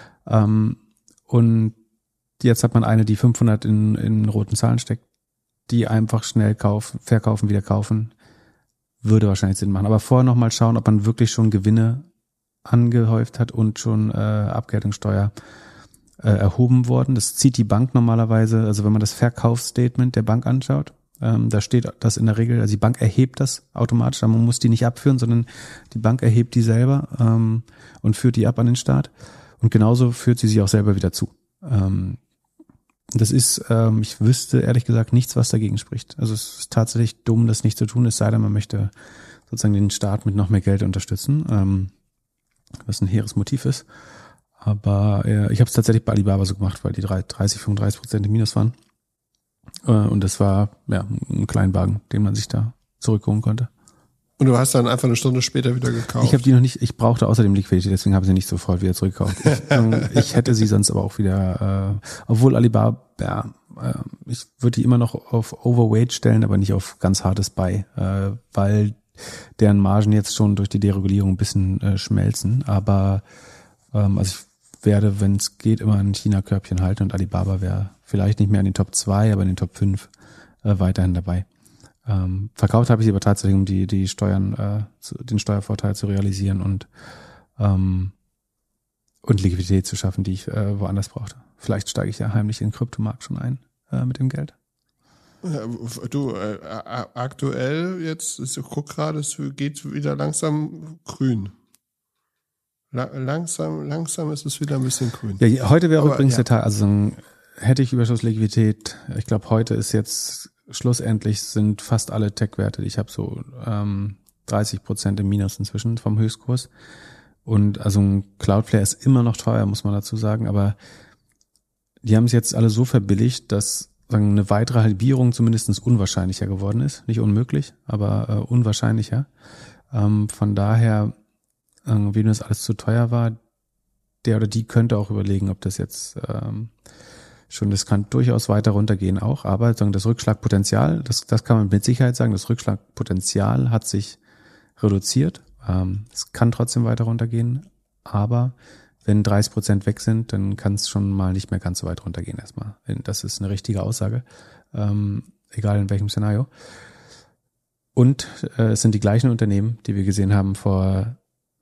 und jetzt hat man eine, die 500 in roten Zahlen steckt, die einfach schnell verkaufen, wieder kaufen, würde wahrscheinlich Sinn machen. Aber vorher nochmal schauen, ob man wirklich schon Gewinne angehäuft hat und schon Abgeltungssteuer erhoben worden. Das zieht die Bank normalerweise, also wenn man das Verkaufsstatement der Bank anschaut, da steht das in der Regel, also die Bank erhebt das automatisch, aber man muss die nicht abführen, sondern die Bank erhebt die selber und führt die ab an den Staat. Und genauso führt sie auch selber wieder zu. Das ist, ich wüsste ehrlich gesagt nichts, was dagegen spricht. Also es ist tatsächlich dumm, das nicht zu tun, es sei denn, man möchte sozusagen den Staat mit noch mehr Geld unterstützen, was ein hehres Motiv ist. Aber ich habe es tatsächlich bei Alibaba so gemacht, weil die 30-35% im Minus waren. Und das war ja ein Kleinwagen, den man sich da zurückholen konnte. Und du hast dann einfach eine Stunde später wieder gekauft? Ich habe die noch nicht, ich brauchte außerdem Liquidität, deswegen habe ich sie nicht sofort wieder zurückgekauft. Ich hätte sie sonst aber auch wieder, obwohl Alibaba, ich würde die immer noch auf Overweight stellen, aber nicht auf ganz hartes Buy, weil deren Margen jetzt schon durch die Deregulierung ein bisschen schmelzen. Aber also ich werde, wenn es geht, immer ein China-Körbchen halten und Alibaba wäre vielleicht nicht mehr in den Top 2, aber in den Top 5 weiterhin dabei. Verkauft habe ich sie aber tatsächlich, um die Steuern, den Steuervorteil zu realisieren und Liquidität zu schaffen, die ich woanders brauchte. Vielleicht steige ich ja heimlich in den Kryptomarkt schon ein mit dem Geld. Du, aktuell jetzt, ich guck gerade, es geht wieder langsam grün. Langsam ist es wieder ein bisschen grün. Ja, heute wäre übrigens der Tag, also hätte ich Überschussliquidität, ich glaube heute ist jetzt schlussendlich sind fast alle Tech-Werte, ich habe so 30% im Minus inzwischen vom Höchstkurs und also ein Cloudflare ist immer noch teuer, muss man dazu sagen, aber die haben es jetzt alle so verbilligt, dass eine weitere Halbierung zumindest unwahrscheinlicher geworden ist. Nicht unmöglich, aber unwahrscheinlicher. Von daher, wem das alles zu teuer war, der oder die könnte auch überlegen, ob das jetzt schon, das kann durchaus weiter runtergehen auch, aber das Rückschlagpotenzial, das kann man mit Sicherheit sagen, das Rückschlagpotenzial hat sich reduziert. Es kann trotzdem weiter runtergehen, aber wenn 30% weg sind, dann kann es schon mal nicht mehr ganz so weit runtergehen erstmal. Das ist eine richtige Aussage, egal in welchem Szenario. Und es sind die gleichen Unternehmen, die wir gesehen haben vor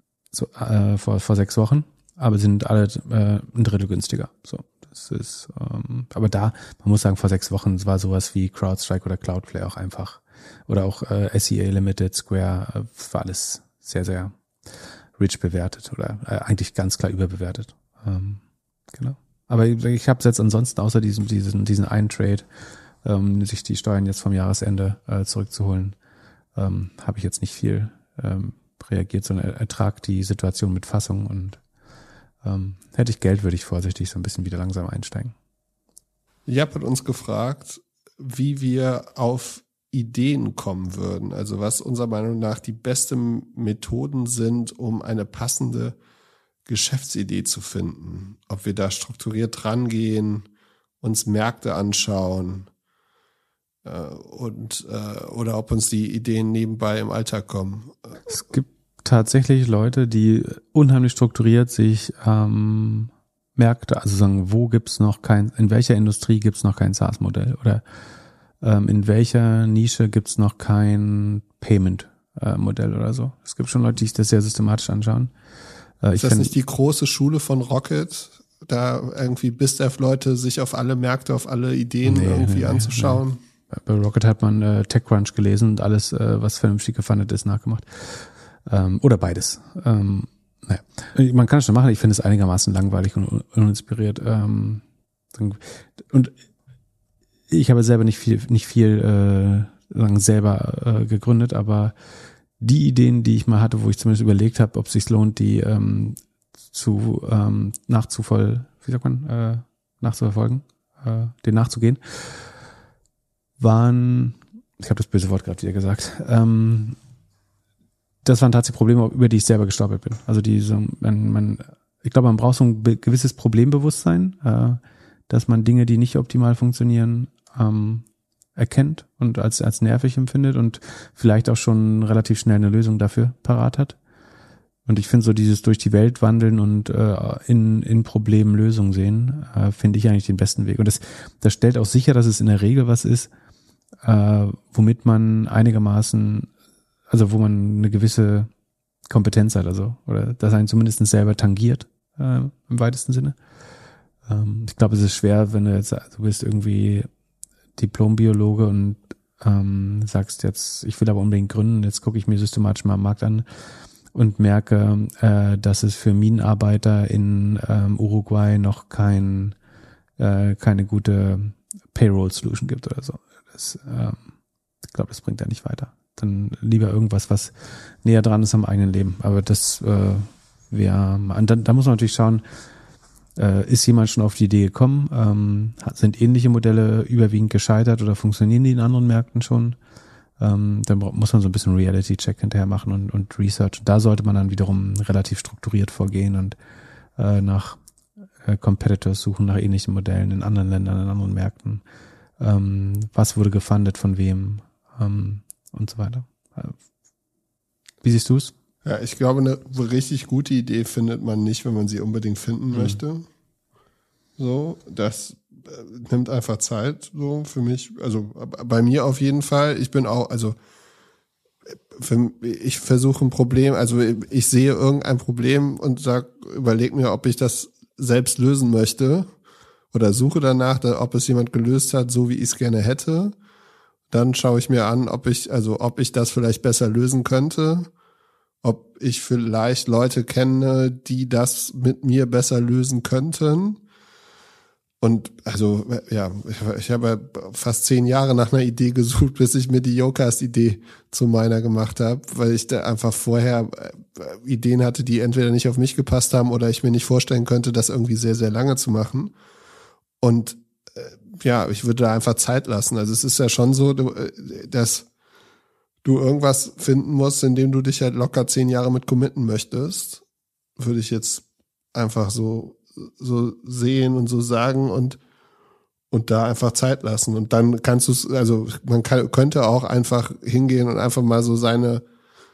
6 Wochen, aber sind alle ein Drittel günstiger. So, das ist, aber man muss sagen, vor 6 Wochen war sowas wie CrowdStrike oder Cloudflare auch einfach, oder auch SEA Limited, Square, war alles sehr, sehr rich bewertet oder eigentlich ganz klar überbewertet. Genau. Aber ich habe jetzt ansonsten außer diesen einen Trade, sich die Steuern jetzt vom Jahresende zurückzuholen, habe ich jetzt nicht viel reagiert, sondern ertrag die Situation mit Fassung und hätte ich Geld, würde ich vorsichtig so ein bisschen wieder langsam einsteigen. Jap hat uns gefragt, wie wir auf Ideen kommen würden. Also was unserer Meinung nach die besten Methoden sind, um eine passende Geschäftsidee zu finden. Ob wir da strukturiert rangehen, uns Märkte anschauen oder ob uns die Ideen nebenbei im Alltag kommen. Es gibt tatsächlich Leute, die unheimlich strukturiert sich Märkte, also sagen, in welcher Industrie gibt's noch kein SaaS-Modell oder in welcher Nische gibt's noch kein Payment-Modell oder so. Es gibt schon Leute, die sich das sehr systematisch anschauen. Ist das nicht die große Schule von Rocket, da irgendwie BizDev-Leute sich auf alle Märkte, auf alle Ideen anzuschauen? Nee. Bei Rocket hat man TechCrunch gelesen und alles, was vernünftig gefundet ist, nachgemacht. Oder beides. Naja. Man kann es schon machen, ich finde es einigermaßen langweilig und uninspiriert. Und ich habe selber nicht viel selber gegründet, aber die Ideen, die ich mal hatte, wo ich zumindest überlegt habe, ob es sich lohnt, die nachzuverfolgen, denen nachzugehen, waren, ich habe das böse Wort gerade wieder gesagt, das waren tatsächlich Probleme, über die ich selber gestolpert bin. Also ich glaube, man braucht so ein gewisses Problembewusstsein, dass man Dinge, die nicht optimal funktionieren, erkennt und als nervig empfindet und vielleicht auch schon relativ schnell eine Lösung dafür parat hat. Und ich finde so dieses durch die Welt wandeln und in Problemen Lösungen sehen, finde ich eigentlich den besten Weg. Und das stellt auch sicher, dass es in der Regel was ist, womit man einigermaßen also wo man eine gewisse Kompetenz hat, also, oder das einen zumindest selber tangiert, im weitesten Sinne. Ich glaube, es ist schwer, wenn du bist irgendwie Diplombiologe und sagst jetzt, ich will aber unbedingt gründen, jetzt gucke ich mir systematisch mal am Markt an und merke, dass es für Minenarbeiter in Uruguay noch keine gute Payroll-Solution gibt oder so. Ich glaube, das bringt ja nicht weiter. Dann lieber irgendwas, was näher dran ist am eigenen Leben. Aber das wäre, da muss man natürlich schauen, ist jemand schon auf die Idee gekommen? Sind ähnliche Modelle überwiegend gescheitert oder funktionieren die in anderen Märkten schon? Dann muss man so ein bisschen Reality-Check hinterher machen und Research. Da sollte man dann wiederum relativ strukturiert vorgehen und nach Competitors suchen, nach ähnlichen Modellen in anderen Ländern, in anderen Märkten. Was wurde gefundet, von wem und so weiter. Wie siehst du es? Ja, ich glaube, eine richtig gute Idee findet man nicht, wenn man sie unbedingt finden möchte. So, das nimmt einfach Zeit, so für mich, also bei mir auf jeden Fall. Ich bin auch, also ich versuche ein Problem, also ich sehe irgendein Problem und überlege mir, ob ich das selbst lösen möchte oder suche danach, ob es jemand gelöst hat, so wie ich es gerne hätte. Dann schaue ich mir an, ob ich das vielleicht besser lösen könnte, ob ich vielleicht Leute kenne, die das mit mir besser lösen könnten. Und also, ja, ich habe fast 10 Jahre nach einer Idee gesucht, bis ich mir die Yocast-Idee zu meiner gemacht habe, weil ich da einfach vorher Ideen hatte, die entweder nicht auf mich gepasst haben oder ich mir nicht vorstellen könnte, das irgendwie sehr, sehr lange zu machen. Und ja, ich würde da einfach Zeit lassen. Also es ist ja schon so, dass du irgendwas finden musst, in dem du dich halt locker 10 Jahre mit committen möchtest, würde ich jetzt einfach so sehen und so sagen und da einfach Zeit lassen. Und dann kannst du es, also könnte auch einfach hingehen und einfach mal so seinen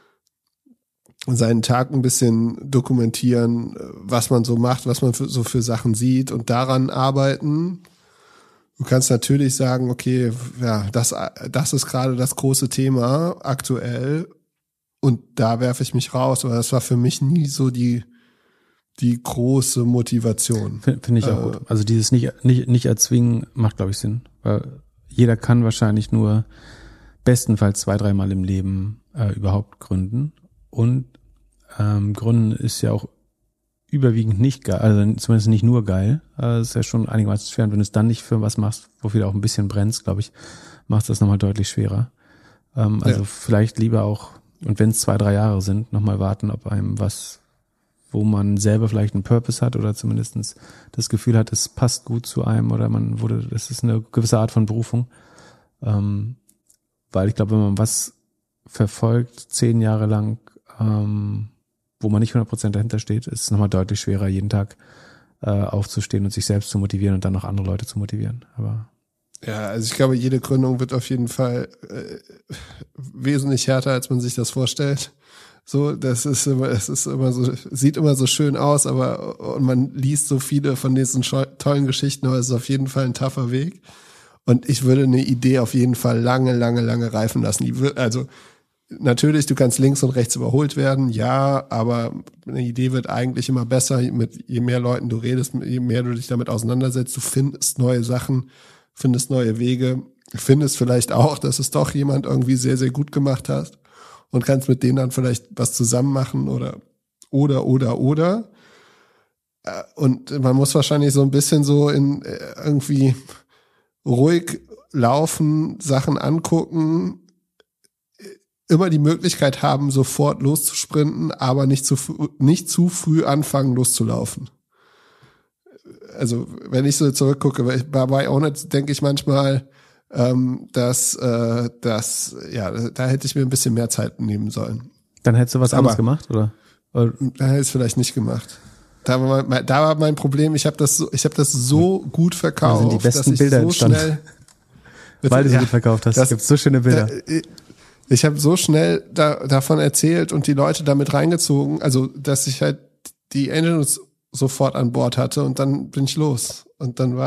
Tag ein bisschen dokumentieren, was man so macht, was man für Sachen sieht und daran arbeiten. Du kannst natürlich sagen, okay, ja, das ist gerade das große Thema aktuell und da werfe ich mich raus, aber das war für mich nie so die große Motivation. Finde ich auch gut. Also dieses nicht erzwingen macht, glaube ich, Sinn. Weil jeder kann wahrscheinlich nur bestenfalls 2-3 Mal im Leben überhaupt gründen. Und Gründen ist ja auch überwiegend nicht geil, also zumindest nicht nur geil. Ist ja schon einigermaßen schwer. Und wenn du es dann nicht für was machst, wofür du auch ein bisschen brennst, glaube ich, macht es das nochmal deutlich schwerer. Also vielleicht lieber auch, und wenn es 2-3 Jahre sind, nochmal warten, ob einem wo man selber vielleicht einen Purpose hat oder zumindest das Gefühl hat, es passt gut zu einem oder das ist eine gewisse Art von Berufung. Weil ich glaube, wenn man was verfolgt, 10 Jahre lang, wo man nicht 100% dahinter steht, ist es nochmal deutlich schwerer, jeden Tag aufzustehen und sich selbst zu motivieren und dann noch andere Leute zu motivieren. Aber ja, also ich glaube, jede Gründung wird auf jeden Fall wesentlich härter, als man sich das vorstellt. So, es ist immer so, sieht immer so schön aus, und man liest so viele von diesen tollen Geschichten, aber es ist auf jeden Fall ein tougher Weg. Und ich würde eine Idee auf jeden Fall lange, lange, lange reifen lassen. Also natürlich, du kannst links und rechts überholt werden, ja, aber eine Idee wird eigentlich immer besser, je mehr Leuten du redest, je mehr du dich damit auseinandersetzt, du findest neue Sachen, findest neue Wege, findest vielleicht auch, dass es doch jemand irgendwie sehr, sehr gut gemacht hat und kannst mit denen dann vielleicht was zusammen machen oder. Und man muss wahrscheinlich so ein bisschen so in irgendwie ruhig laufen, Sachen angucken, immer die Möglichkeit haben, sofort loszusprinten, aber nicht zu früh anfangen, loszulaufen. Also, wenn ich so zurückgucke, bei Ownit denke ich manchmal, dass da hätte ich mir ein bisschen mehr Zeit nehmen sollen. Dann hättest du was anderes gemacht, oder? Dann hätte ich es vielleicht nicht gemacht. Da war mein Problem, ich habe das so gut verkauft, da sind die besten Bilder so schnell, weil du so gut verkauft hast. Es gibt so schöne Bilder. Ich habe so schnell davon erzählt und die Leute damit reingezogen, also dass ich halt die Angels sofort an Bord hatte und dann bin ich los. Und dann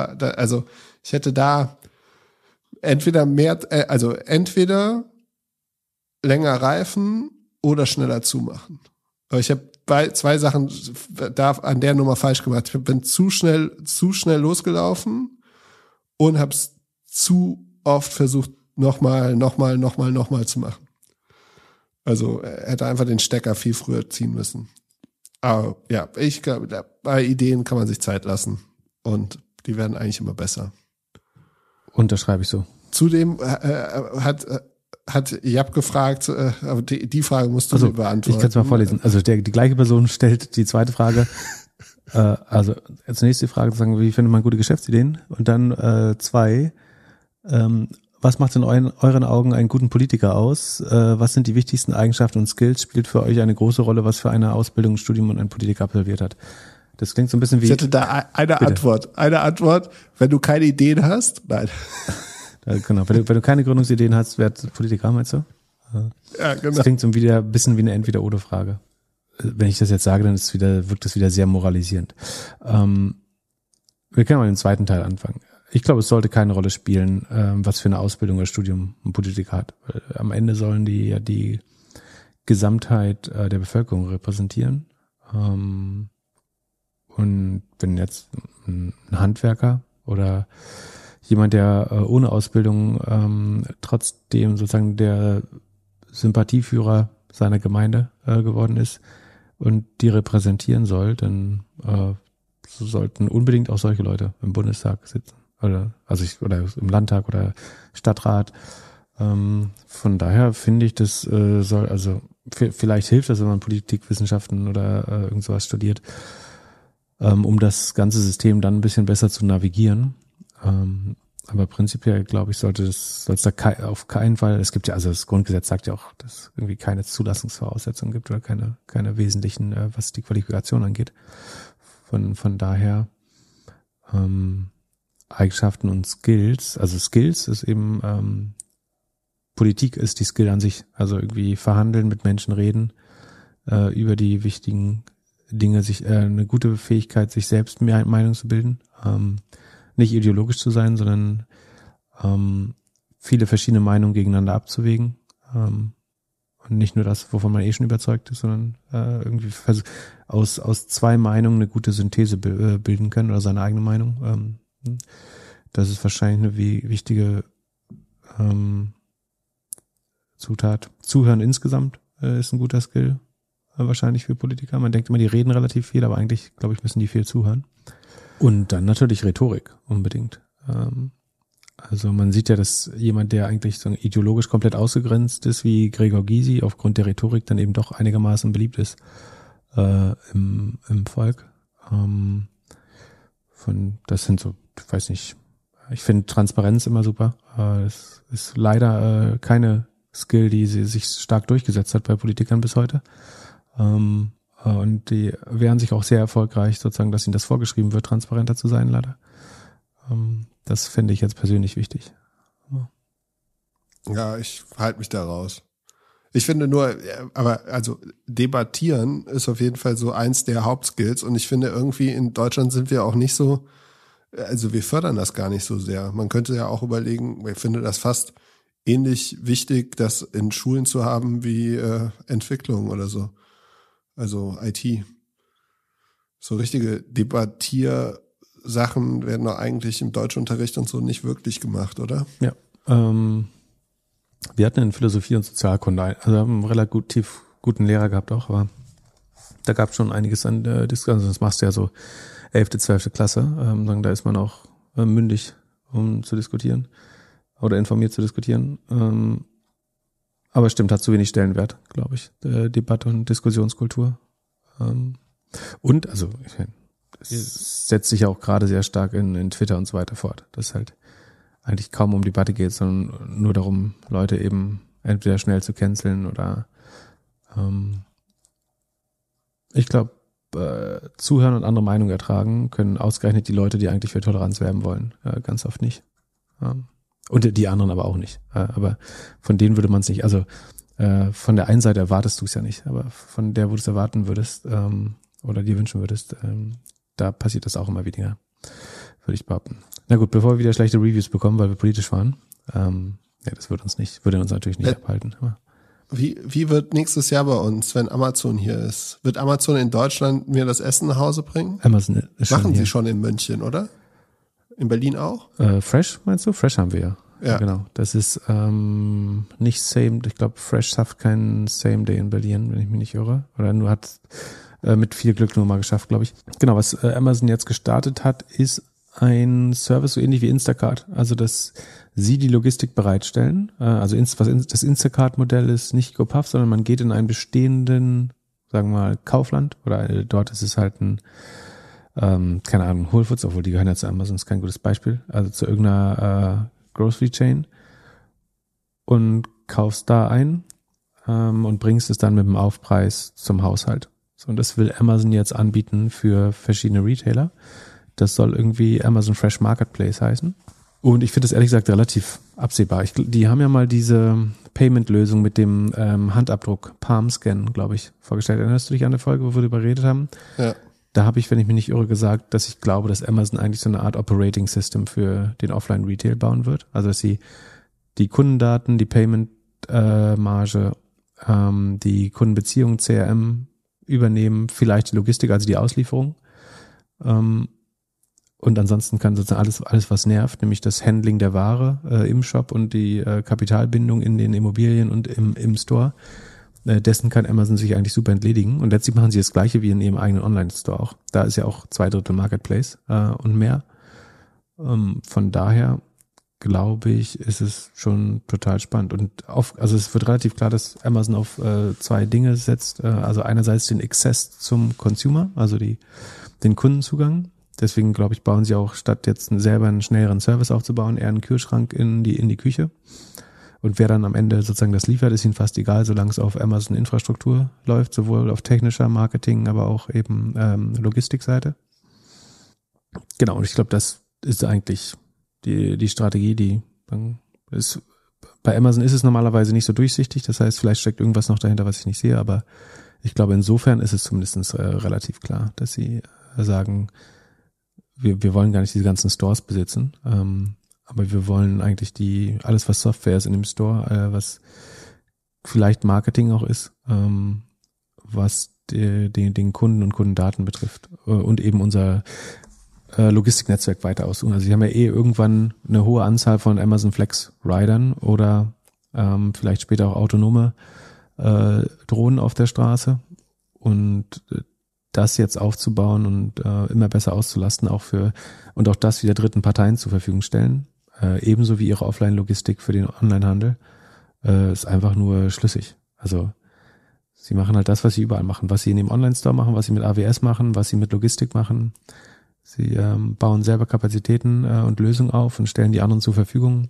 ich hätte da entweder länger reifen oder schneller zumachen. Aber ich habe zwei Sachen an der Nummer falsch gemacht. Ich bin zu schnell losgelaufen und habe es zu oft versucht, nochmal zu machen. Also er hätte einfach den Stecker viel früher ziehen müssen. Aber ja, ich glaube, bei Ideen kann man sich Zeit lassen und die werden eigentlich immer besser. Unterschreibe ich so. Zudem hat Jap gefragt, aber die Frage musst du mir beantworten. Ich kann es mal vorlesen. Also die gleiche Person stellt die zweite Frage. Also zunächst die Frage zu sagen, wie findet man gute Geschäftsideen? Und dann 2, was macht in euren Augen einen guten Politiker aus? Was sind die wichtigsten Eigenschaften und Skills? Spielt für euch eine große Rolle, was für eine Ausbildung, Studium und ein Politiker absolviert hat? Das klingt so ein bisschen wie... Ich hätte da eine Antwort. Wenn du keine Ideen hast, nein. Genau, wenn du keine Gründungsideen hast, wer Politiker, meinst du? Ja, genau. Das klingt so ein bisschen wie eine Entweder-oder-Frage. Wenn ich das jetzt sage, dann wirkt das wieder sehr moralisierend. Wir können mal den zweiten Teil anfangen. Ich glaube, es sollte keine Rolle spielen, was für eine Ausbildung oder Studium ein Politiker hat. Weil am Ende sollen die ja die Gesamtheit der Bevölkerung repräsentieren. Und wenn jetzt ein Handwerker oder jemand, der ohne Ausbildung trotzdem sozusagen der Sympathieführer seiner Gemeinde geworden ist und die repräsentieren soll, dann sollten unbedingt auch solche Leute im Bundestag sitzen oder im Landtag oder Stadtrat. Von daher finde ich, das vielleicht hilft das, wenn man Politikwissenschaften oder irgend sowas studiert, um das ganze System dann ein bisschen besser zu navigieren. Aber prinzipiell, glaube ich, sollte es da auf keinen Fall, es gibt ja, also das Grundgesetz sagt ja auch, dass es irgendwie keine Zulassungsvoraussetzungen gibt oder keine wesentlichen, was die Qualifikation angeht. Von daher Eigenschaften und Skills, also Skills ist eben, Politik ist die Skill an sich, also irgendwie verhandeln, mit Menschen reden, über die wichtigen Dinge, eine gute Fähigkeit, sich selbst mehr Meinung zu bilden, nicht ideologisch zu sein, sondern viele verschiedene Meinungen gegeneinander abzuwägen und nicht nur das, wovon man schon überzeugt ist, sondern irgendwie aus 2 Meinungen eine gute Synthese bilden können oder seine eigene Meinung. Das ist wahrscheinlich eine wichtige Zutat. Zuhören insgesamt ist ein guter Skill wahrscheinlich für Politiker. Man denkt immer, die reden relativ viel, aber eigentlich, glaube ich, müssen die viel zuhören. Und dann natürlich Rhetorik unbedingt. Also man sieht ja, dass jemand, der eigentlich so ideologisch komplett ausgegrenzt ist, wie Gregor Gysi, aufgrund der Rhetorik dann eben doch einigermaßen beliebt ist im Volk. Das sind so, ich weiß nicht, ich finde Transparenz immer super. Es ist leider keine Skill, die sich stark durchgesetzt hat bei Politikern bis heute. Und die wehren sich auch sehr erfolgreich, sozusagen, dass ihnen das vorgeschrieben wird, transparenter zu sein, leider. Das fände ich jetzt persönlich wichtig. Ja, ich halte mich da raus. Ich finde nur, aber also debattieren ist auf jeden Fall so eins der Hauptskills und ich finde irgendwie in Deutschland sind wir auch nicht so, also wir fördern das gar nicht so sehr. Man könnte ja auch überlegen, ich finde das fast ähnlich wichtig, das in Schulen zu haben wie Entwicklung oder so. Also IT. So richtige Debattiersachen werden doch eigentlich im Deutschunterricht und so nicht wirklich gemacht, oder? Ja. Wir hatten in Philosophie und Sozialkunde, also haben einen relativ guten Lehrer gehabt auch, aber da gab es schon einiges an Diskussionen. Also das machst du ja so 11., 12. Klasse. Da ist man auch mündig, um zu diskutieren oder informiert zu diskutieren. Aber stimmt, hat zu wenig Stellenwert, glaube ich, Debatte und Diskussionskultur. Und, also, es setzt sich ja auch gerade sehr stark in Twitter und so weiter fort, dass es halt eigentlich kaum um Debatte geht, sondern nur darum, Leute eben entweder schnell zu canceln oder ich glaube, zuhören und andere Meinungen ertragen können ausgerechnet die Leute, die eigentlich für Toleranz werben wollen, ganz oft nicht. Und die anderen aber auch nicht. Aber von denen würde man es nicht, also von der einen Seite erwartest du es ja nicht, aber von der, wo du es erwarten würdest oder dir wünschen würdest, da passiert das auch immer weniger, würde ich behaupten. Na gut, bevor wir wieder schlechte Reviews bekommen, weil wir politisch waren, das würde uns natürlich nicht abhalten. Aber wie wird nächstes Jahr bei uns, wenn Amazon hier ist? Wird Amazon in Deutschland mir das Essen nach Hause bringen? Amazon ist schon Machen hier. Sie schon in München, oder? In Berlin auch? Fresh, meinst du? Fresh haben wir ja. Ja. Genau. Das ist nicht Same, ich glaube, Fresh schafft keinen Same Day in Berlin, wenn ich mich nicht irre. Oder nur hat mit viel Glück nur mal geschafft, glaube ich. Genau, was Amazon jetzt gestartet hat, ist ein Service so ähnlich wie Instacart. Also, dass sie die Logistik bereitstellen. Also das Instacart-Modell ist nicht GoPuff, sondern man geht in einen bestehenden, sagen wir mal, Kaufland oder dort ist es halt ein keine Ahnung, Whole Foods, obwohl die gehören ja zu Amazon, ist kein gutes Beispiel, also zu irgendeiner Grocery Chain und kaufst da ein und bringst es dann mit dem Aufpreis zum Haushalt. So, und das will Amazon jetzt anbieten für verschiedene Retailer. Das soll irgendwie Amazon Fresh Marketplace heißen. Und ich finde das ehrlich gesagt relativ absehbar. Die haben ja mal diese Payment-Lösung mit dem Handabdruck, Palm-Scan, glaube ich, vorgestellt. Erinnerst du dich an der Folge, wo wir darüber geredet haben? Ja. Da habe ich, wenn ich mich nicht irre, gesagt, dass ich glaube, dass Amazon eigentlich so eine Art Operating System für den Offline-Retail bauen wird. Also dass sie die Kundendaten, die Payment-Marge, die Kundenbeziehung, CRM übernehmen, vielleicht die Logistik, also die Auslieferung. Und ansonsten kann sozusagen alles was nervt, nämlich das Handling der Ware im Shop und die Kapitalbindung in den Immobilien und im Store. Dessen kann Amazon sich eigentlich super entledigen. Und letztlich machen sie das Gleiche wie in ihrem eigenen Online-Store auch. Da ist ja auch 2/3 Marketplace und mehr. Von daher glaube ich, ist es schon total spannend. Und also es wird relativ klar, dass Amazon auf 2 Dinge setzt. Also einerseits den Access zum Consumer, also den Kundenzugang. Deswegen glaube ich, bauen sie auch statt jetzt selber einen schnelleren Service aufzubauen, eher einen Kühlschrank in die Küche. Und wer dann am Ende sozusagen das liefert, ist ihnen fast egal, solange es auf Amazon Infrastruktur läuft, sowohl auf technischer Marketing, aber auch eben Logistikseite. Genau, und ich glaube, das ist eigentlich die Strategie, die ist. Bei Amazon ist es normalerweise nicht so durchsichtig, das heißt, vielleicht steckt irgendwas noch dahinter, was ich nicht sehe, aber ich glaube, insofern ist es zumindest relativ klar, dass sie sagen, wir wollen gar nicht diese ganzen Stores besitzen, aber wir wollen eigentlich alles was Software ist in dem Store, was vielleicht Marketing auch ist, was den Kunden und Kundendaten betrifft und eben unser Logistiknetzwerk weiter aussuchen. Also sie haben ja irgendwann eine hohe Anzahl von Amazon Flex Ridern oder vielleicht später auch autonome Drohnen auf der Straße und das jetzt aufzubauen und immer besser auszulasten und auch das wieder dritten Parteien zur Verfügung stellen. Ebenso wie ihre Offline-Logistik für den Onlinehandel, ist einfach nur schlüssig. Also sie machen halt das, was sie überall machen, was sie in dem Online-Store machen, was sie mit AWS machen, was sie mit Logistik machen. Sie bauen selber Kapazitäten und Lösungen auf und stellen die anderen zur Verfügung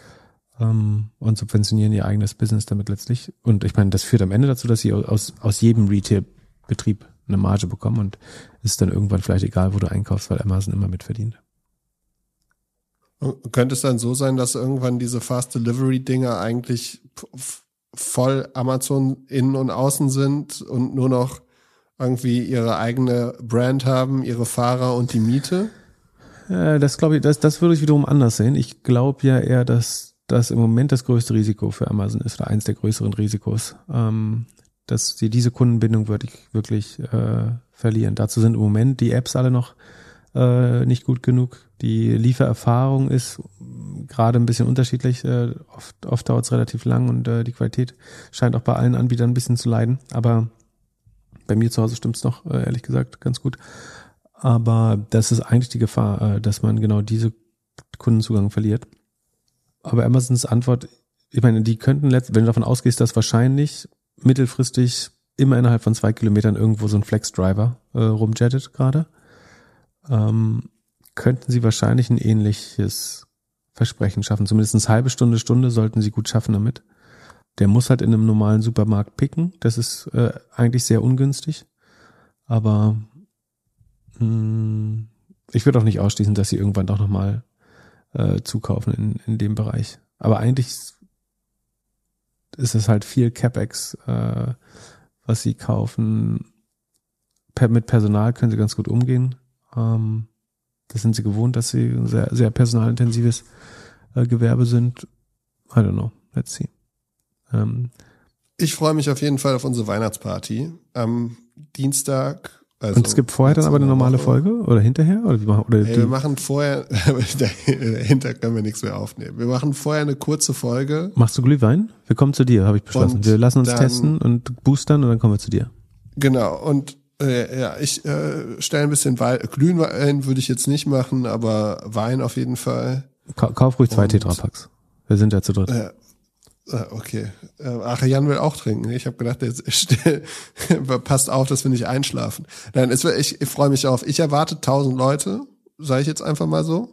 und subventionieren ihr eigenes Business damit letztlich. Und ich meine, das führt am Ende dazu, dass sie aus jedem Retail-Betrieb eine Marge bekommen und es ist dann irgendwann vielleicht egal, wo du einkaufst, weil Amazon immer mitverdient. Könnte es dann so sein, dass irgendwann diese Fast-Delivery-Dinger eigentlich voll Amazon innen und außen sind und nur noch irgendwie ihre eigene Brand haben, ihre Fahrer und die Miete? Das glaube ich, das würde ich wiederum anders sehen. Ich glaube ja eher, dass das im Moment das größte Risiko für Amazon ist oder eins der größeren Risikos, dass sie diese Kundenbindung wirklich verlieren. Dazu sind im Moment die Apps alle noch nicht gut genug. Die Liefererfahrung ist gerade ein bisschen unterschiedlich. Oft dauert es relativ lang und die Qualität scheint auch bei allen Anbietern ein bisschen zu leiden. Aber bei mir zu Hause stimmt's noch, ehrlich gesagt, ganz gut. Aber das ist eigentlich die Gefahr, dass man genau diese Kundenzugang verliert. Aber Amazons Antwort, ich meine, die könnten wenn du davon ausgehst, dass wahrscheinlich mittelfristig immer innerhalb von 2 Kilometern irgendwo so ein Flex-Driver rumjettet gerade, könnten sie wahrscheinlich ein ähnliches Versprechen schaffen. Zumindest halbe Stunde sollten sie gut schaffen damit. Der muss halt in einem normalen Supermarkt picken. Das ist eigentlich sehr ungünstig. Aber ich würde auch nicht ausschließen, dass sie irgendwann doch nochmal zukaufen in dem Bereich. Aber eigentlich ist es halt viel CapEx, was sie kaufen. Mit Personal können sie ganz gut umgehen. Das sind sie gewohnt, dass sie ein sehr, sehr personalintensives Gewerbe sind. I don't know. Let's see. Ich freue mich auf jeden Fall auf unsere Weihnachtsparty am Dienstag. Also und es gibt vorher dann aber eine normale Folge oder hinterher? Oder wie machen, oder wir machen vorher, dahinter können wir nichts mehr aufnehmen. Wir machen vorher eine kurze Folge. Machst du Glühwein? Wir kommen zu dir, habe ich beschlossen. Und wir lassen uns testen und boostern und dann kommen wir zu dir. Genau, und ich stelle ein bisschen Glühwein würde ich jetzt nicht machen, aber Wein auf jeden Fall. Kauf ruhig 2 Tetrapacks. Wir sind ja zu dritt. Okay. Ach, Jan will auch trinken. Ich habe gedacht, jetzt passt auf, dass wir nicht einschlafen. Nein, ich freue mich auf. Ich erwarte 1000 Leute, sage ich jetzt einfach mal so.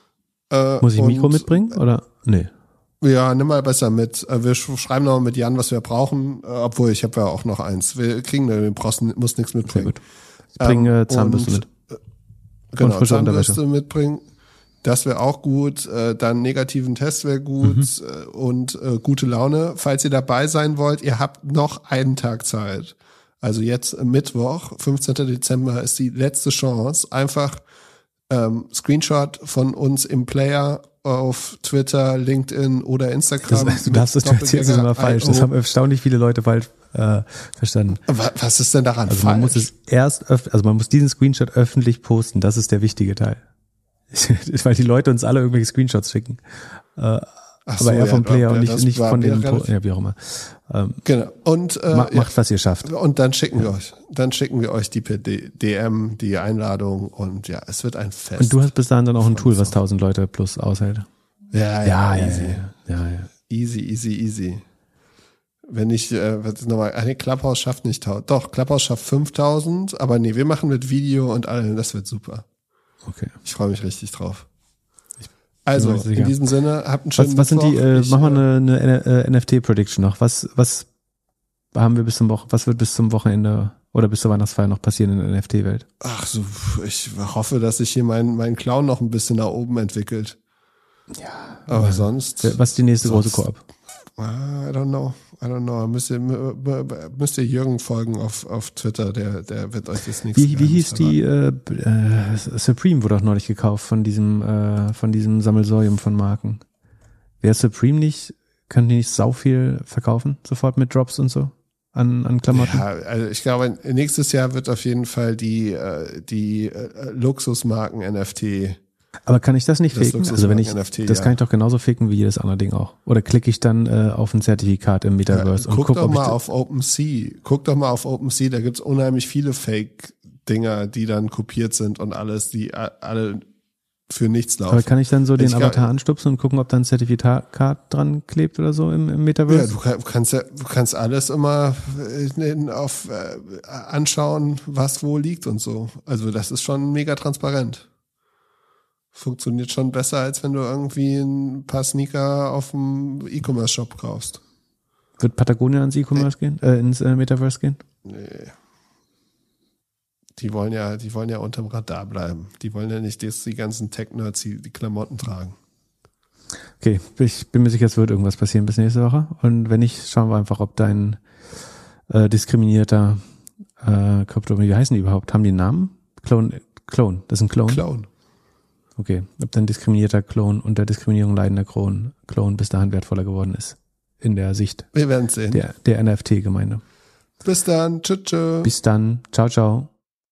Muss ich ein Mikro mitbringen oder? Nee. Ja, nimm mal besser mit. Wir schreiben noch mal mit Jan, was wir brauchen. Obwohl, ich habe ja auch noch eins. Wir kriegen, muss nichts mitbringen. Okay, gut. Ich bringe Zahnbürste mit. Genau, Zahnbürste mitbringen. Das wäre auch gut. Dann negativen Test wäre gut und gute Laune. Falls ihr dabei sein wollt, ihr habt noch einen Tag Zeit. Also jetzt Mittwoch, 15. Dezember ist die letzte Chance. Einfach Screenshot von uns im Player auf Twitter, LinkedIn oder Instagram. Du darfst das jetzt immer falsch. Das haben erstaunlich viele Leute falsch verstanden. Was ist denn daran falsch? Man muss es man muss diesen Screenshot öffentlich posten. Das ist der wichtige Teil. Weil die Leute uns alle irgendwelche Screenshots schicken. Aber eher vom Player und nicht von den, wie auch immer. Genau. Und macht, was ihr schafft. Und dann schicken wir euch die per DM, die Einladung und ja, es wird ein Fest. Und du hast bis dahin dann auch ein Tool, was 1000 Leute plus aushält. Ja, easy. Ja. Easy. Wenn ich, Clubhouse schafft nicht 1000. Doch, Clubhouse schafft 5000, aber nee, wir machen mit Video und allem, das wird super. Okay. Ich freue mich richtig drauf. Also, in diesem Sinne, habt einen schönen Was sind die, machen wir eine NFT-Prediction noch. Was haben wir was wird bis zum Wochenende oder bis zur Weihnachtsfeier noch passieren in der NFT-Welt? Ach so, ich hoffe, dass sich hier mein Clown noch ein bisschen nach oben entwickelt. Ja. Aber sonst. Was ist die nächste große Koop? I don't know. Müsst ihr Jürgen folgen auf Twitter, der wird euch das nächste. Wie hieß die Supreme wurde auch neulich gekauft von diesem Sammelsurium von Marken. Wer Supreme nicht, können die nicht sau viel verkaufen, sofort mit Drops und so an Klamotten? Ja, also ich glaube, nächstes Jahr wird auf jeden Fall die Luxusmarken NFT. Aber kann ich das nicht faken? Also wenn ich, NFT, das kann ich doch genauso faken wie jedes andere Ding auch. Oder klicke ich dann auf ein Zertifikat im Metaverse und guck doch mal auf OpenSea. Da gibt's unheimlich viele Fake-Dinger, die dann kopiert sind und alles, die alle für nichts laufen. Aber kann ich dann so den Avatar anstupsen und gucken, ob da ein Zertifikat dran klebt oder so im Metaverse? Ja, du kannst alles immer anschauen, was wo liegt und so. Also das ist schon mega transparent. Funktioniert schon besser, als wenn du irgendwie ein paar Sneaker auf dem E-Commerce-Shop kaufst. Wird Patagonia ins E-Commerce gehen? Ins Metaverse gehen? Nee. Die wollen ja unterm Radar bleiben. Die wollen ja nicht, dass die ganzen Tech-Nerds die Klamotten tragen. Okay, ich bin mir sicher, es wird irgendwas passieren bis nächste Woche. Und wenn nicht, schauen wir einfach, ob dein diskriminierter Krypto, wie heißen die überhaupt? Haben die einen Namen? Clone, das ist ein Clone? Clone. Okay, ob dein diskriminierter Klon und der Diskriminierung leidender Klon bis dahin wertvoller geworden ist. In der Sicht. Wir werden sehen. Der NFT-Gemeinde. Bis dann. Tschüss. Bis dann. Ciao, ciao.